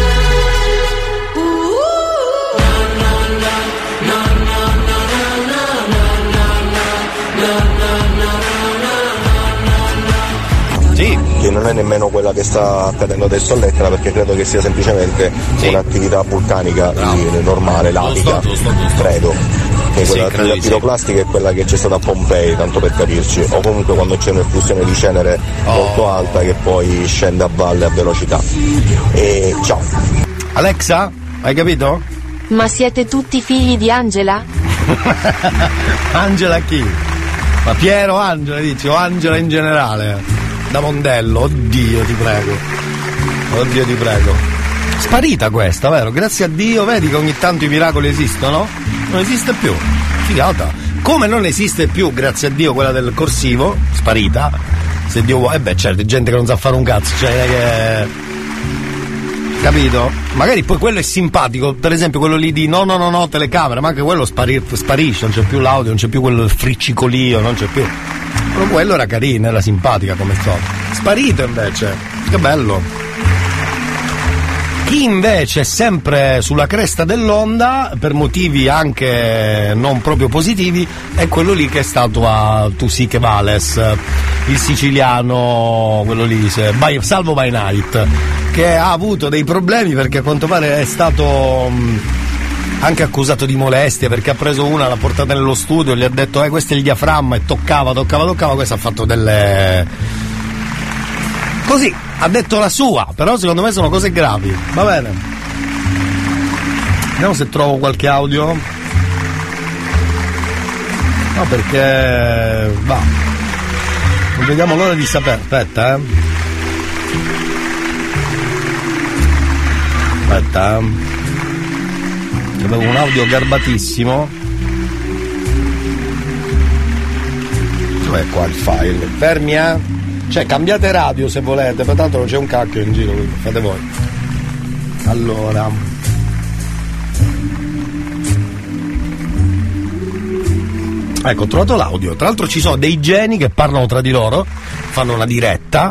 Sì. Che non è nemmeno quella che sta accadendo adesso a L'Etna, perché credo che sia semplicemente sì. un'attività vulcanica di, normale, lavica, credo. Che sì, quella attività piroclastica è quella che c'è stata a Pompei, tanto per capirci, o comunque quando c'è un'effusione di cenere oh. molto alta che poi scende a valle a velocità. E ciao. Alexa, hai capito? Ma siete tutti figli di Angela? Angela chi? Ma Piero Angela dici, o Angela in generale? Da Mondello, oddio ti prego, oddio ti prego. Sparita questa, vero? Grazie a Dio, vedi che ogni tanto i miracoli esistono? Non esiste più, figata. Come non esiste più, grazie a Dio, quella del corsivo, sparita. Se Dio vuole, eh beh certo, gente che non sa fare un cazzo, cioè che... Capito? Magari poi quello è simpatico, per esempio quello lì di no no no no telecamera, ma anche quello spari- sparisce, non c'è più l'audio, non c'è più quel friccicolio, non c'è più. Però quello era carino, era simpatica come storia. Sparito invece, che bello. Chi invece è sempre sulla cresta dell'onda, per motivi anche non proprio positivi, è quello lì che è stato a Tu sì che vales, il siciliano, quello lì, by, Salvo by Night, che ha avuto dei problemi perché a quanto pare è stato mh, anche accusato di molestie, perché ha preso una, l'ha portata nello studio e gli ha detto eh questo è il diaframma, e toccava, toccava, toccava, questo ha fatto delle... così, ha detto la sua, però secondo me sono cose gravi. Va bene, vediamo se trovo qualche audio. No, perché va, non vediamo l'ora di sapere. Aspetta eh aspetta eh avevo un audio garbatissimo. Dov'è qua il file? Fermi eh cioè cambiate radio se volete, pertanto non c'è un cacchio in giro, quindi fate voi. Allora, ecco, ho trovato l'audio. Tra l'altro ci sono dei geni che parlano tra di loro, fanno una diretta.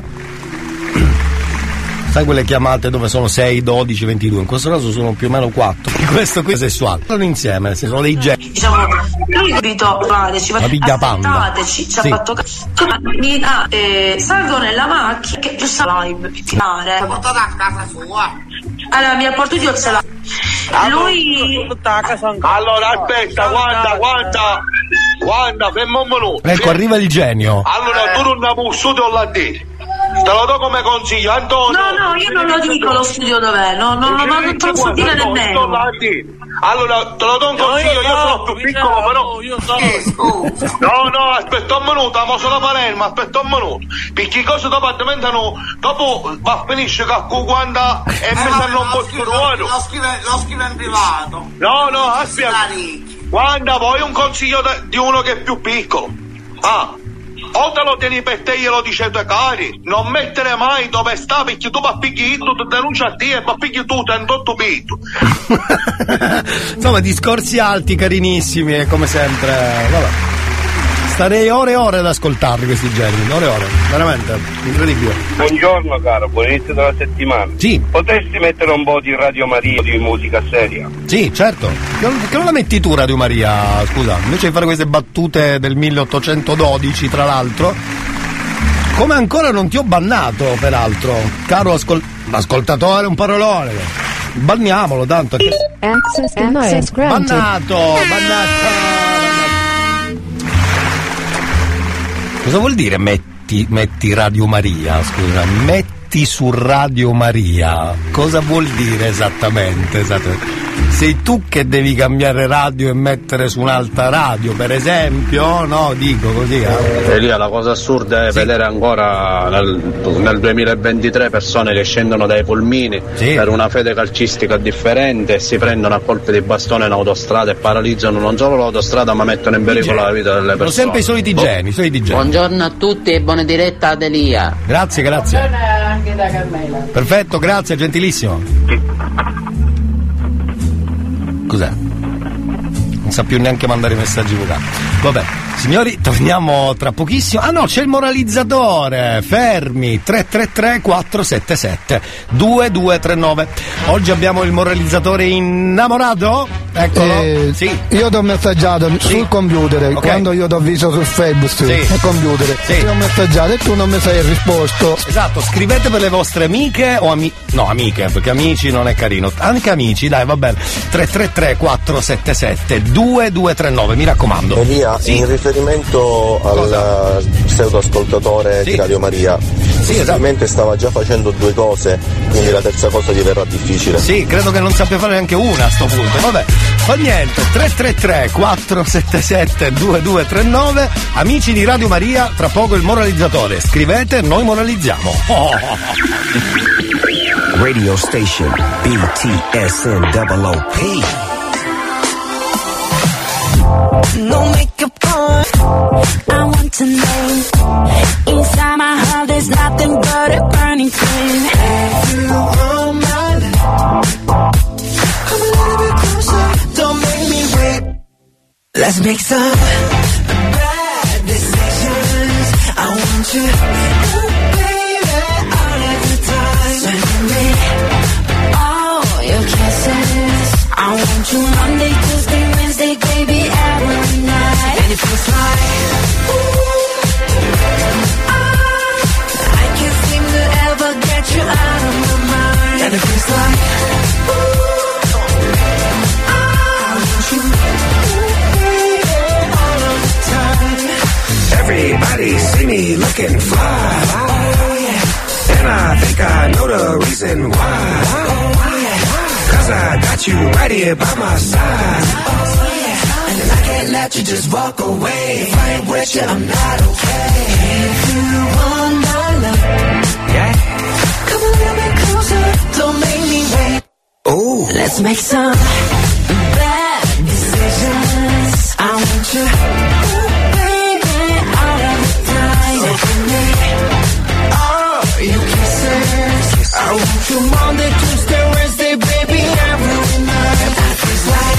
Sai quelle chiamate dove sono sei, dodici, ventidue? In questo caso sono più o meno quattro. Questo qui è sessuale. Sono insieme, se sono dei geni. Diciamo, lui capito, ci fa aspettateci, ci ha sì. fatto mi ah, eh, salgo nella macchina che giusto live filmare. L'ho portato a casa sua. Allora mi ha portato io ce l'ha. Lui allora aspetta, guarda, guarda, guarda, fermo un minuto. Ecco, arriva il genio. Allora tu non hai mussuto là dentro. te lo do come consiglio, Antonio. No, no, io non lo dico lo studio dov'è, no, no, no, no, non te lo so dire nemmeno. Allora, te lo do un consiglio, io sono più piccolo, però. No, no, aspetta un minuto, amo solo Palermo, aspetta un minuto. Perché cose dopo diventano. Dopo va a finisce che quando e mi sanno un po' più ruolo. Lo scrive, lo scrive in privato. No, no, aspetta. Quando vuoi un consiglio di uno che è più piccolo. Ah. O te lo tieni per te e glielo dice ai tuoi cari, non mettere mai dove sta perché tu va picchi tu, ti denuncia a te e va picchi tu, ti hai tutto pito. Insomma, discorsi alti, carinissimi, e come sempre, vabbè. Starei ore e ore ad ascoltarli questi generi, ore e ore, veramente, incredibile. Buongiorno caro, buon inizio della settimana. Sì. Potresti mettere un po' di Radio Maria, di musica seria? Sì, certo. Che non la metti tu Radio Maria, scusa, invece di fare queste battute del milleottocentododici, tra l'altro, come ancora non ti ho bannato, peraltro, caro ascol- ascoltatore, un parolone. Banniamolo, tanto. Access, access granted. Bannato, bannato. Cosa vuol dire metti, metti Radio Maria? Scusa, metti su Radio Maria. Cosa vuol dire esattamente? esattamente? Sei tu che devi cambiare radio e mettere su un'altra radio, per esempio? No, dico così. Eh. Elia, la cosa assurda è sì. vedere ancora nel, nel duemilaventitré persone che scendono dai pulmini sì. per una fede calcistica differente e si prendono a colpi di bastone in autostrada e paralizzano non solo l'autostrada ma mettono in pericolo la vita delle persone. Sono sempre i soliti geni, i soliti geni. Buongiorno a tutti e buona diretta ad Elia. Grazie, grazie. Buongiorno anche da Carmela. Perfetto, grazie, gentilissimo. Cos'è? Non sa più neanche mandare i messaggi vocali. Vabbè, signori, torniamo tra pochissimo. Ah no, c'è il moralizzatore. Fermi, tre tre tre quattro sette sette due due tre nove. Oggi abbiamo il moralizzatore innamorato. Eccolo. Eh, sì. Io ti ho messaggiato sì. sul computer, okay. quando io ti ho visto sul Facebook, sì. sul computer, sì. ti ho messaggiato e tu non mi sei risposto. Esatto, scrivete per le vostre amiche o amici. No, amiche, perché amici non è carino. Anche amici, dai, va bene. tre tre tre quattro sette sette due due tre nove, mi raccomando. Elia, sì. in riferimento al pseudo ascoltatore sì. di Radio Maria, sì, probabilmente esatto. stava già facendo due cose, quindi la terza cosa gli verrà difficile. Sì, credo che non sappia fare neanche una a sto punto. Vabbè, fa niente. tre tre tre quattro sette sette due due tre nove, amici di Radio Maria, tra poco il moralizzatore. Scrivete, noi moralizziamo. Oh. Radio Station B T S N O O P. No makeup on, I want to know. Inside my heart there's nothing but a burning flame. Have you on my life? Come a little bit closer, don't make me wait. Let's make some bad decisions. I want you, ooh, baby, all of the time. Send me all your kisses. I want you Monday, Tuesday, Wednesday, baby, every night. And it feels like, ooh, ah, I can't seem to ever get you out of my mind. And it feels like, ooh, ah, I want you, ooh, baby, all of the time. Everybody see me looking fly, oh, yeah. And I think I know the reason why, oh, yeah. Cause I got you right here by my side, oh, yeah. And I can't let you just walk away. If I ain't with you, I'm not okay. If you want my love, yeah. Come a little bit closer, don't make me wait. Ooh. Let's make some bad decisions. I want you, ooh, baby, all of the time. So give me all your kisses. I want you Monday, Tuesday, Wednesday, baby, every night. That feels like,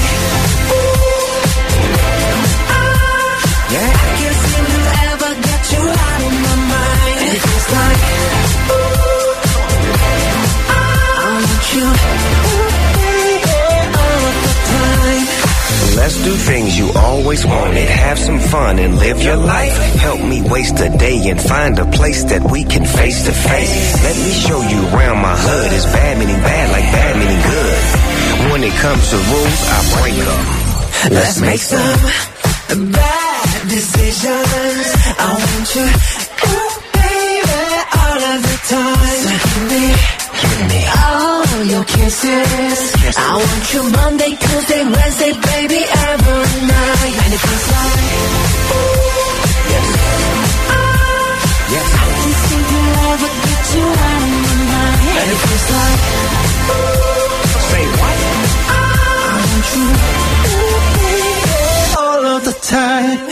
ooh, ah, yeah. I can't seem to ever get you out of my mind. And it feels like, ooh, ah, I want you, ooh, baby, all of the time. Let's do things you always wanted. Have some fun and live your life. Help me waste a day and find a place that we can face to face. Let me show you around my hood. It's bad meaning bad like bad meaning good. When it comes to rules, I break them. Let's make some bad decisions. I want you, ooh, baby, all of the all your kisses. I want you Monday, Tuesday, Wednesday, baby, every night. And it feels like, ooh, yes. Yes. I can see the love will get you out of my mind. And it feels like, ooh, say what? I want you, ooh, baby, all of the time.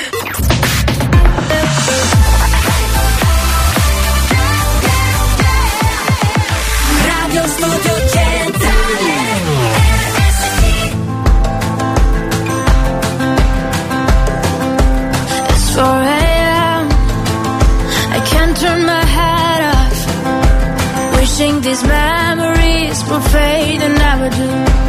Radio Studio Centrale R S C. It's four a.m. I can't turn my head off, wishing these memories would fade and never do.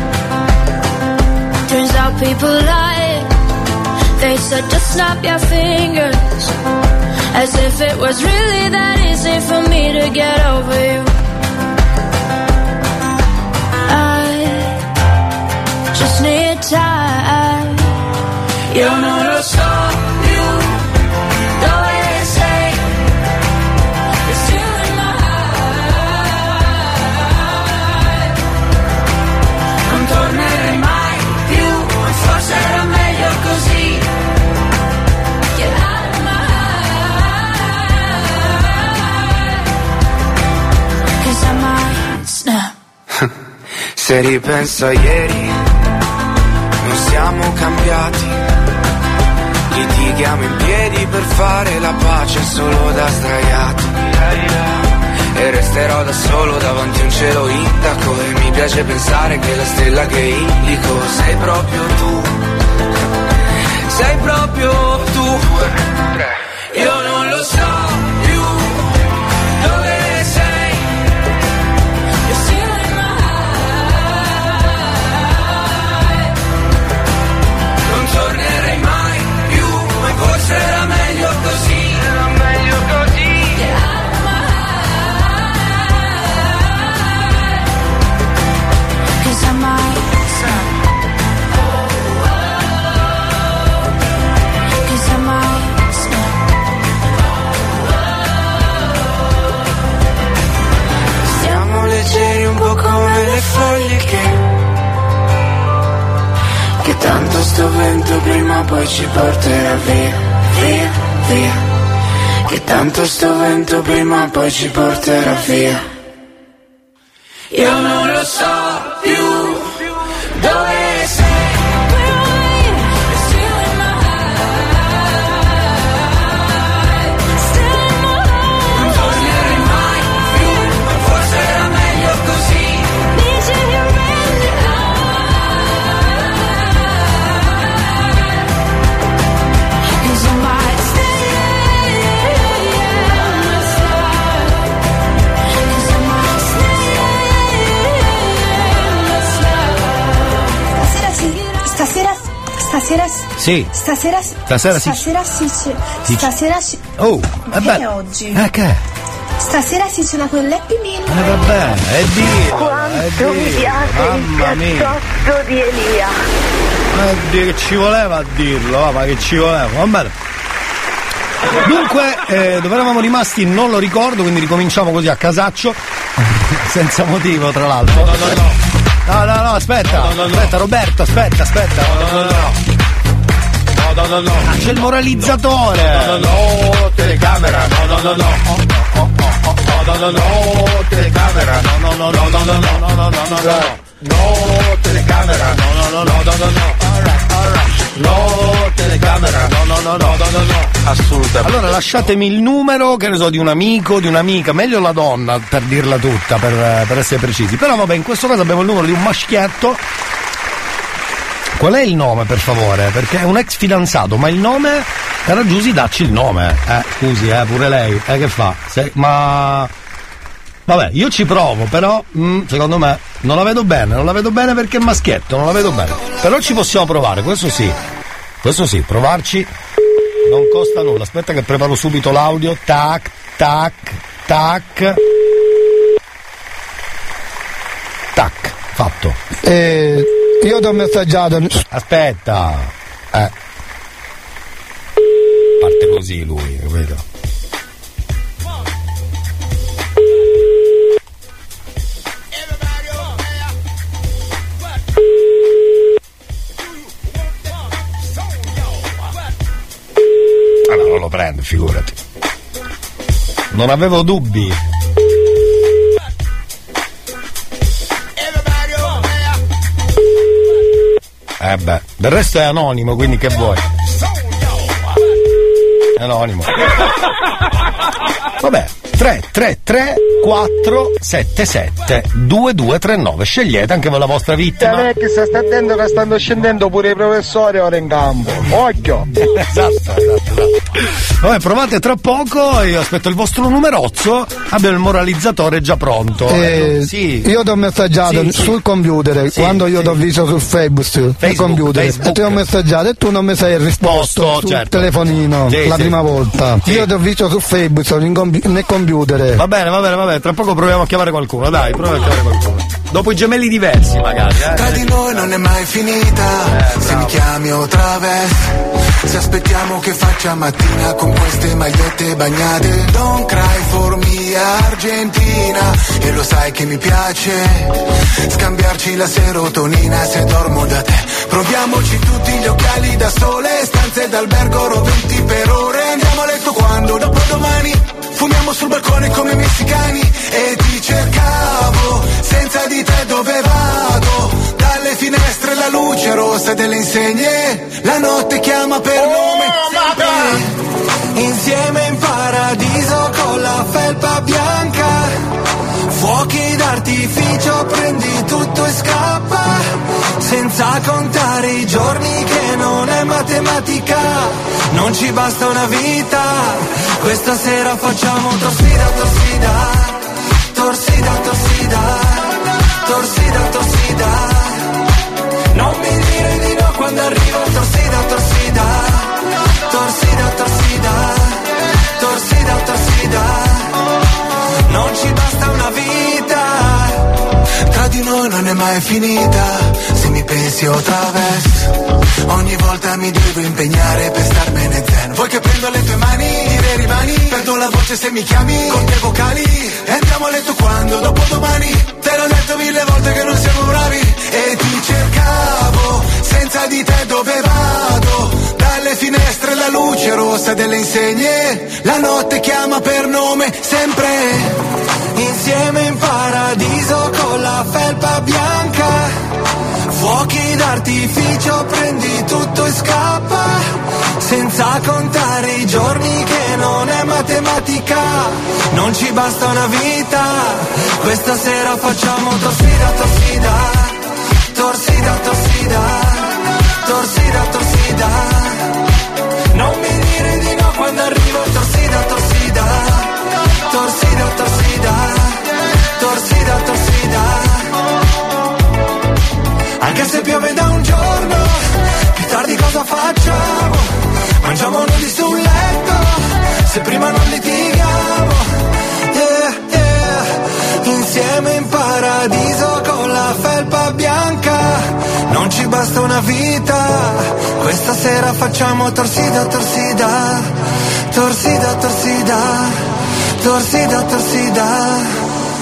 Turns out people lie. They said just snap your fingers, as if it was really that easy for me to get over you. Just need time. Io non lo so più dove sei. You're still in my heart. Non tornerai mai più, ma forse era meglio così. Get out of my heart. 'Cause I might snap. Se ripenso a ieri, non siamo cambiati. Litighiamo in piedi per fare la pace solo da sdraiati. E resterò da solo davanti a un cielo intaco. E mi piace pensare che la stella che indico sei proprio tu. Sei proprio tu. Io non lo so più dove sei. You're still in my heart. Non tornerei mai più, ma forse era meglio così. Era meglio così. Get out of my heart. 'Cause I might snap. 'Cause I might snap. Stiamo leggeri un po' come le foglie che Che tanto sto vento prima o poi ci porterà via, via, via. Che tanto sto vento prima o poi ci porterà via. Io non lo so più dove sei. Non tornerei mai più, ma forse era meglio così. Stasera, stasera, Sì. Stasera, Stasera sì. Stasera sì, sì. Sì. Stasera sì. Oh, Ma vabbè. che è oggi? Eh, che? Stasera si suona con l'Happy Meal. Eh, vabbè, è Dio. Quanto mi piace Mamma il mia. piazzotto di Elia. Oddio, che ci voleva a dirlo, oh, ma che ci voleva, va bene. Dunque, eh, dove eravamo rimasti non lo ricordo, quindi ricominciamo così a casaccio, senza motivo tra l'altro. No, no, no. No, no, no, aspetta, no, no, no, aspetta Roberto, aspetta, aspetta. No, no, no, no. No, no, no, no. Ah, c'è il moralizzatore. No, no, no, telecamera. No, no, no, no. Oh, oh, oh, oh, oh. No, no, no, telecamera. No, no, no, no, no, no, no, no, no, no, no. No, telecamera. No, no, no, no, no, no, no. Alright, alright. No, telecamera. No, no, no, no, no, no, no. Assolutamente. Allora lasciatemi il numero, che ne so, di un amico, di un'amica, meglio la donna per dirla tutta, per, per essere precisi. Però vabbè, in questo caso abbiamo il numero di un maschietto. Qual è il nome, per favore? Perché è un ex fidanzato, ma il nome? Cara Giusy, dacci il nome. Eh, scusi, eh, pure lei. Eh, che fa? Se, ma... Vabbè, io ci provo, però mh, secondo me non la vedo bene, non la vedo bene perché è maschietto, non la vedo bene. Però ci possiamo provare, questo sì. Questo sì, provarci non costa nulla. Aspetta che preparo subito l'audio. Tac, tac, tac. Tac, fatto. Eh, io ti ho messaggiato. Aspetta. Eh. Parte così lui, capito? figurati. Non avevo dubbi. Eh beh, del resto è anonimo, quindi che vuoi? È anonimo. Vabbè, tre tre tre quattro sette sette due due tre nove, scegliete anche voi la vostra vittima. Non è che sta attento che stanno scendendo pure i professori ora in campo. Occhio! esatto, esatto, esatto. Vabbè, provate tra poco, io aspetto il vostro numerozzo, abbiamo il moralizzatore già pronto. Eh, sì. Io ti ho messaggiato Sì, sul sì. computer, Sì, quando io sì. ti ho visto sul Facebook, sul Facebook, computer, Facebook. e ti ho messaggiato e tu non mi sei risposto Posto, sul certo. telefonino Sì, la sì. prima volta. Sì. Io ti ho visto su Facebook, in compi- nel computer. Va bene, va bene, va bene, tra poco proviamo a chiamare qualcuno, dai, proviamo a chiamare qualcuno. Dopo i gemelli diversi magari, eh. Tra di noi non è mai finita, Eh, se mi chiami o travesti, se aspettiamo che faccia mattina con queste magliette bagnate. Don't cry for me Argentina, e lo sai che mi piace scambiarci la serotonina se dormo da te. Proviamoci tutti gli occhiali da sole, stanze d'albergo roventi per ore. Andiamo a letto quando? Dopodomani. Fumiamo sul balcone come messicani e ti cercavo, senza di te dove vado? Dalle finestre la luce rossa delle insegne, la notte chiama per nome, sempre insieme in paradiso con la felpa bianca. Fuochi d'artificio, prendi tutto e scappa, senza contare i giorni che non è matematica, non ci basta una vita, questa sera facciamo torsida, torsida, torsida, torsida, torsida, torsida, non mi dire di no quando arrivo, torsida, torsida, torsida, torsida, torsida, torsida, non ci basta una vita, tra di noi non è mai finita, se mi pensi o travesti, ogni volta mi devo impegnare per starmene zen. Vuoi che prendo le tue mani, dire rimani, perdo la voce se mi chiami, con te vocali, e andiamo a letto quando, dopodomani, te l'ho detto mille volte che non siamo bravi, e ti cercavo, senza di te dove vado? Dalle finestre la luce rossa delle insegne, la notte chiama per nome, sempre insieme in paradiso con la felpa bianca, fuochi d'artificio, prendi tutto e scappa, senza contare i giorni che non è matematica, non ci basta una vita, questa sera facciamo torsida, torsida, torsida, torsida, torsida, torsida, non mi dire di no quando arrivo, torsida, torsida, torsida, torsida, torsida, torsida, anche se piove da un giorno, più tardi cosa facciamo? Mangiamo nudi sul letto, se prima non litighiamo, yeah, yeah. Insieme in paradiso con la felpa bianca, non ci basta una vita, questa sera facciamo torsida, torsida, torsida, torsida, torsida, torsida.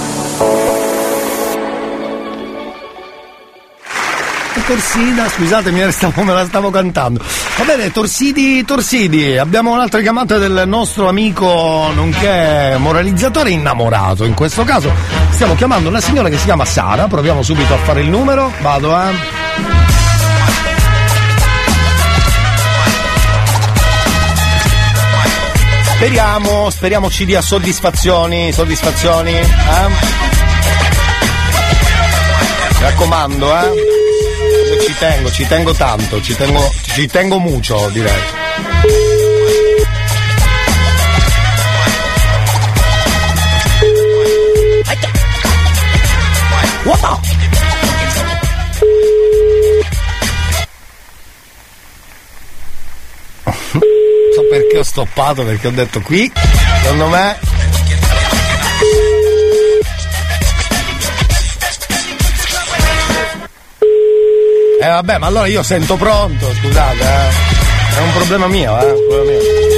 Torsida, scusate, me la stavo, me la stavo cantando. Va bene, Torsidi, Torsidi, abbiamo un'altra chiamata del nostro amico nonché moralizzatore innamorato. In questo caso stiamo chiamando una signora che si chiama Sara, proviamo subito a fare il numero, vado eh. Speriamo, speriamo ci dia soddisfazioni, soddisfazioni, eh? Mi raccomando, eh? Ci tengo, ci tengo tanto, ci tengo, ci tengo mucho, direi. Wow. So perché ho stoppato, perché ho detto qui, secondo me. Eh vabbè, ma allora io sento pronto, scusate, eh. È un problema mio, eh. Un problema mio.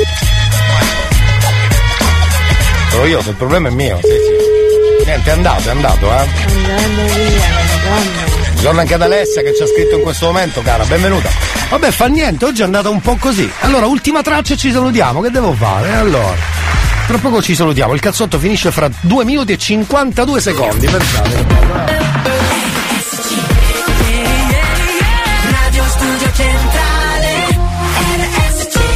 Sono io, se il problema è mio, sì, sì. Niente, è andato, è andato, eh. Andando via, Madonna. Buongiorno anche ad Alessia che ci ha scritto in questo momento, cara, benvenuta. Vabbè, fa niente, oggi è andata un po' così. Allora, ultima traccia e ci salutiamo, che devo fare? Allora, tra poco ci salutiamo, il cazzotto finisce fra due minuti e cinquantadue secondi, pensate. Radio Studio Centrale R S C.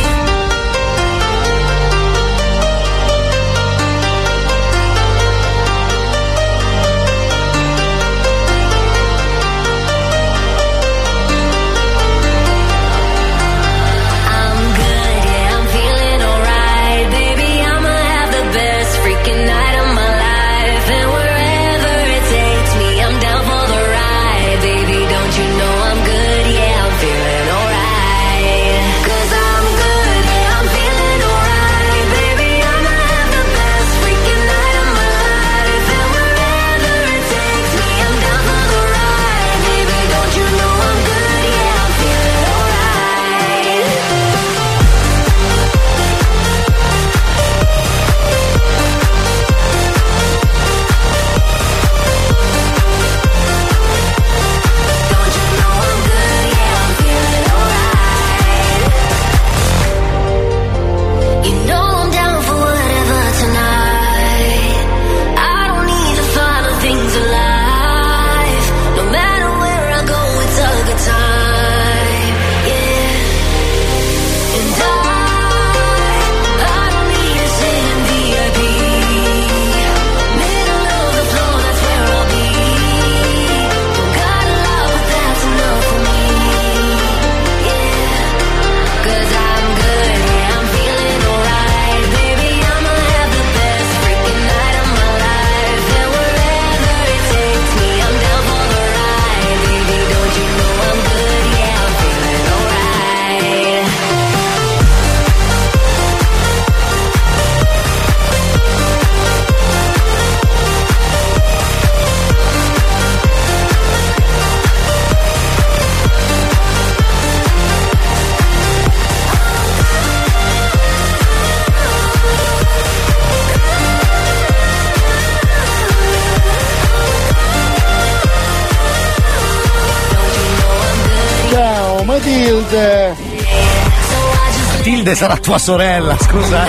Matilde. Matilde sarà tua sorella, scusa.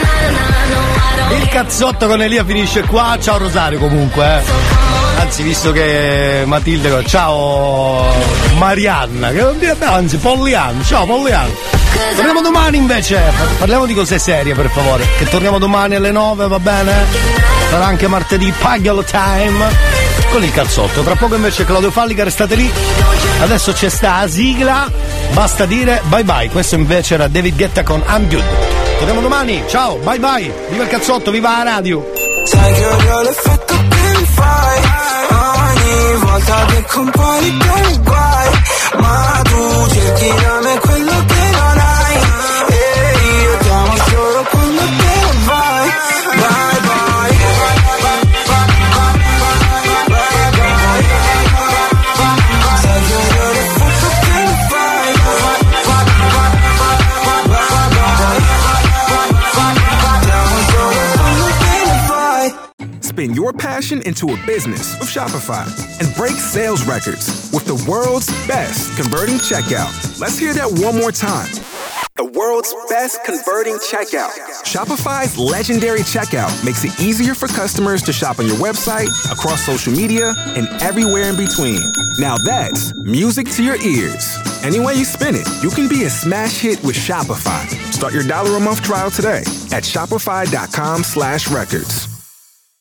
Il cazzotto con Elia finisce qua. Ciao Rosario comunque, eh. Anzi, visto che Matilde, ciao Marianna, che non dire, anzi Pollianna, ciao Pollianna. Torniamo domani invece, parliamo di cose serie per favore, che torniamo domani alle nove, va bene? Sarà anche martedì Pagalo Time con il cazzotto. Tra poco invece Claudio Fallica, restate lì. Adesso c'è sta sigla, basta dire bye bye. Questo invece era David Guetta con I'm Good. Torniamo domani, ciao, bye bye. Viva il cazzotto, viva la radio. Sai che odio l'effetto che mi fai ogni volta che compari per guai, ma tu cerchi da me quello che non hai e io ti amo solo quando te ne vai. Bye bye. Sai che odio l'effetto che mi fai. Ti amo solo quando te ne vai. Spin your passion into a business with Shopify and break sales records with the world's best converting checkout. Let's hear that one more time. The world's best converting checkout. Shopify's legendary checkout makes it easier for customers to shop on your website, across social media, and everywhere in between. Now that's music to your ears. Any way you spin it, you can be a smash hit with Shopify. Start your dollar a month trial today at shopify.com slash records.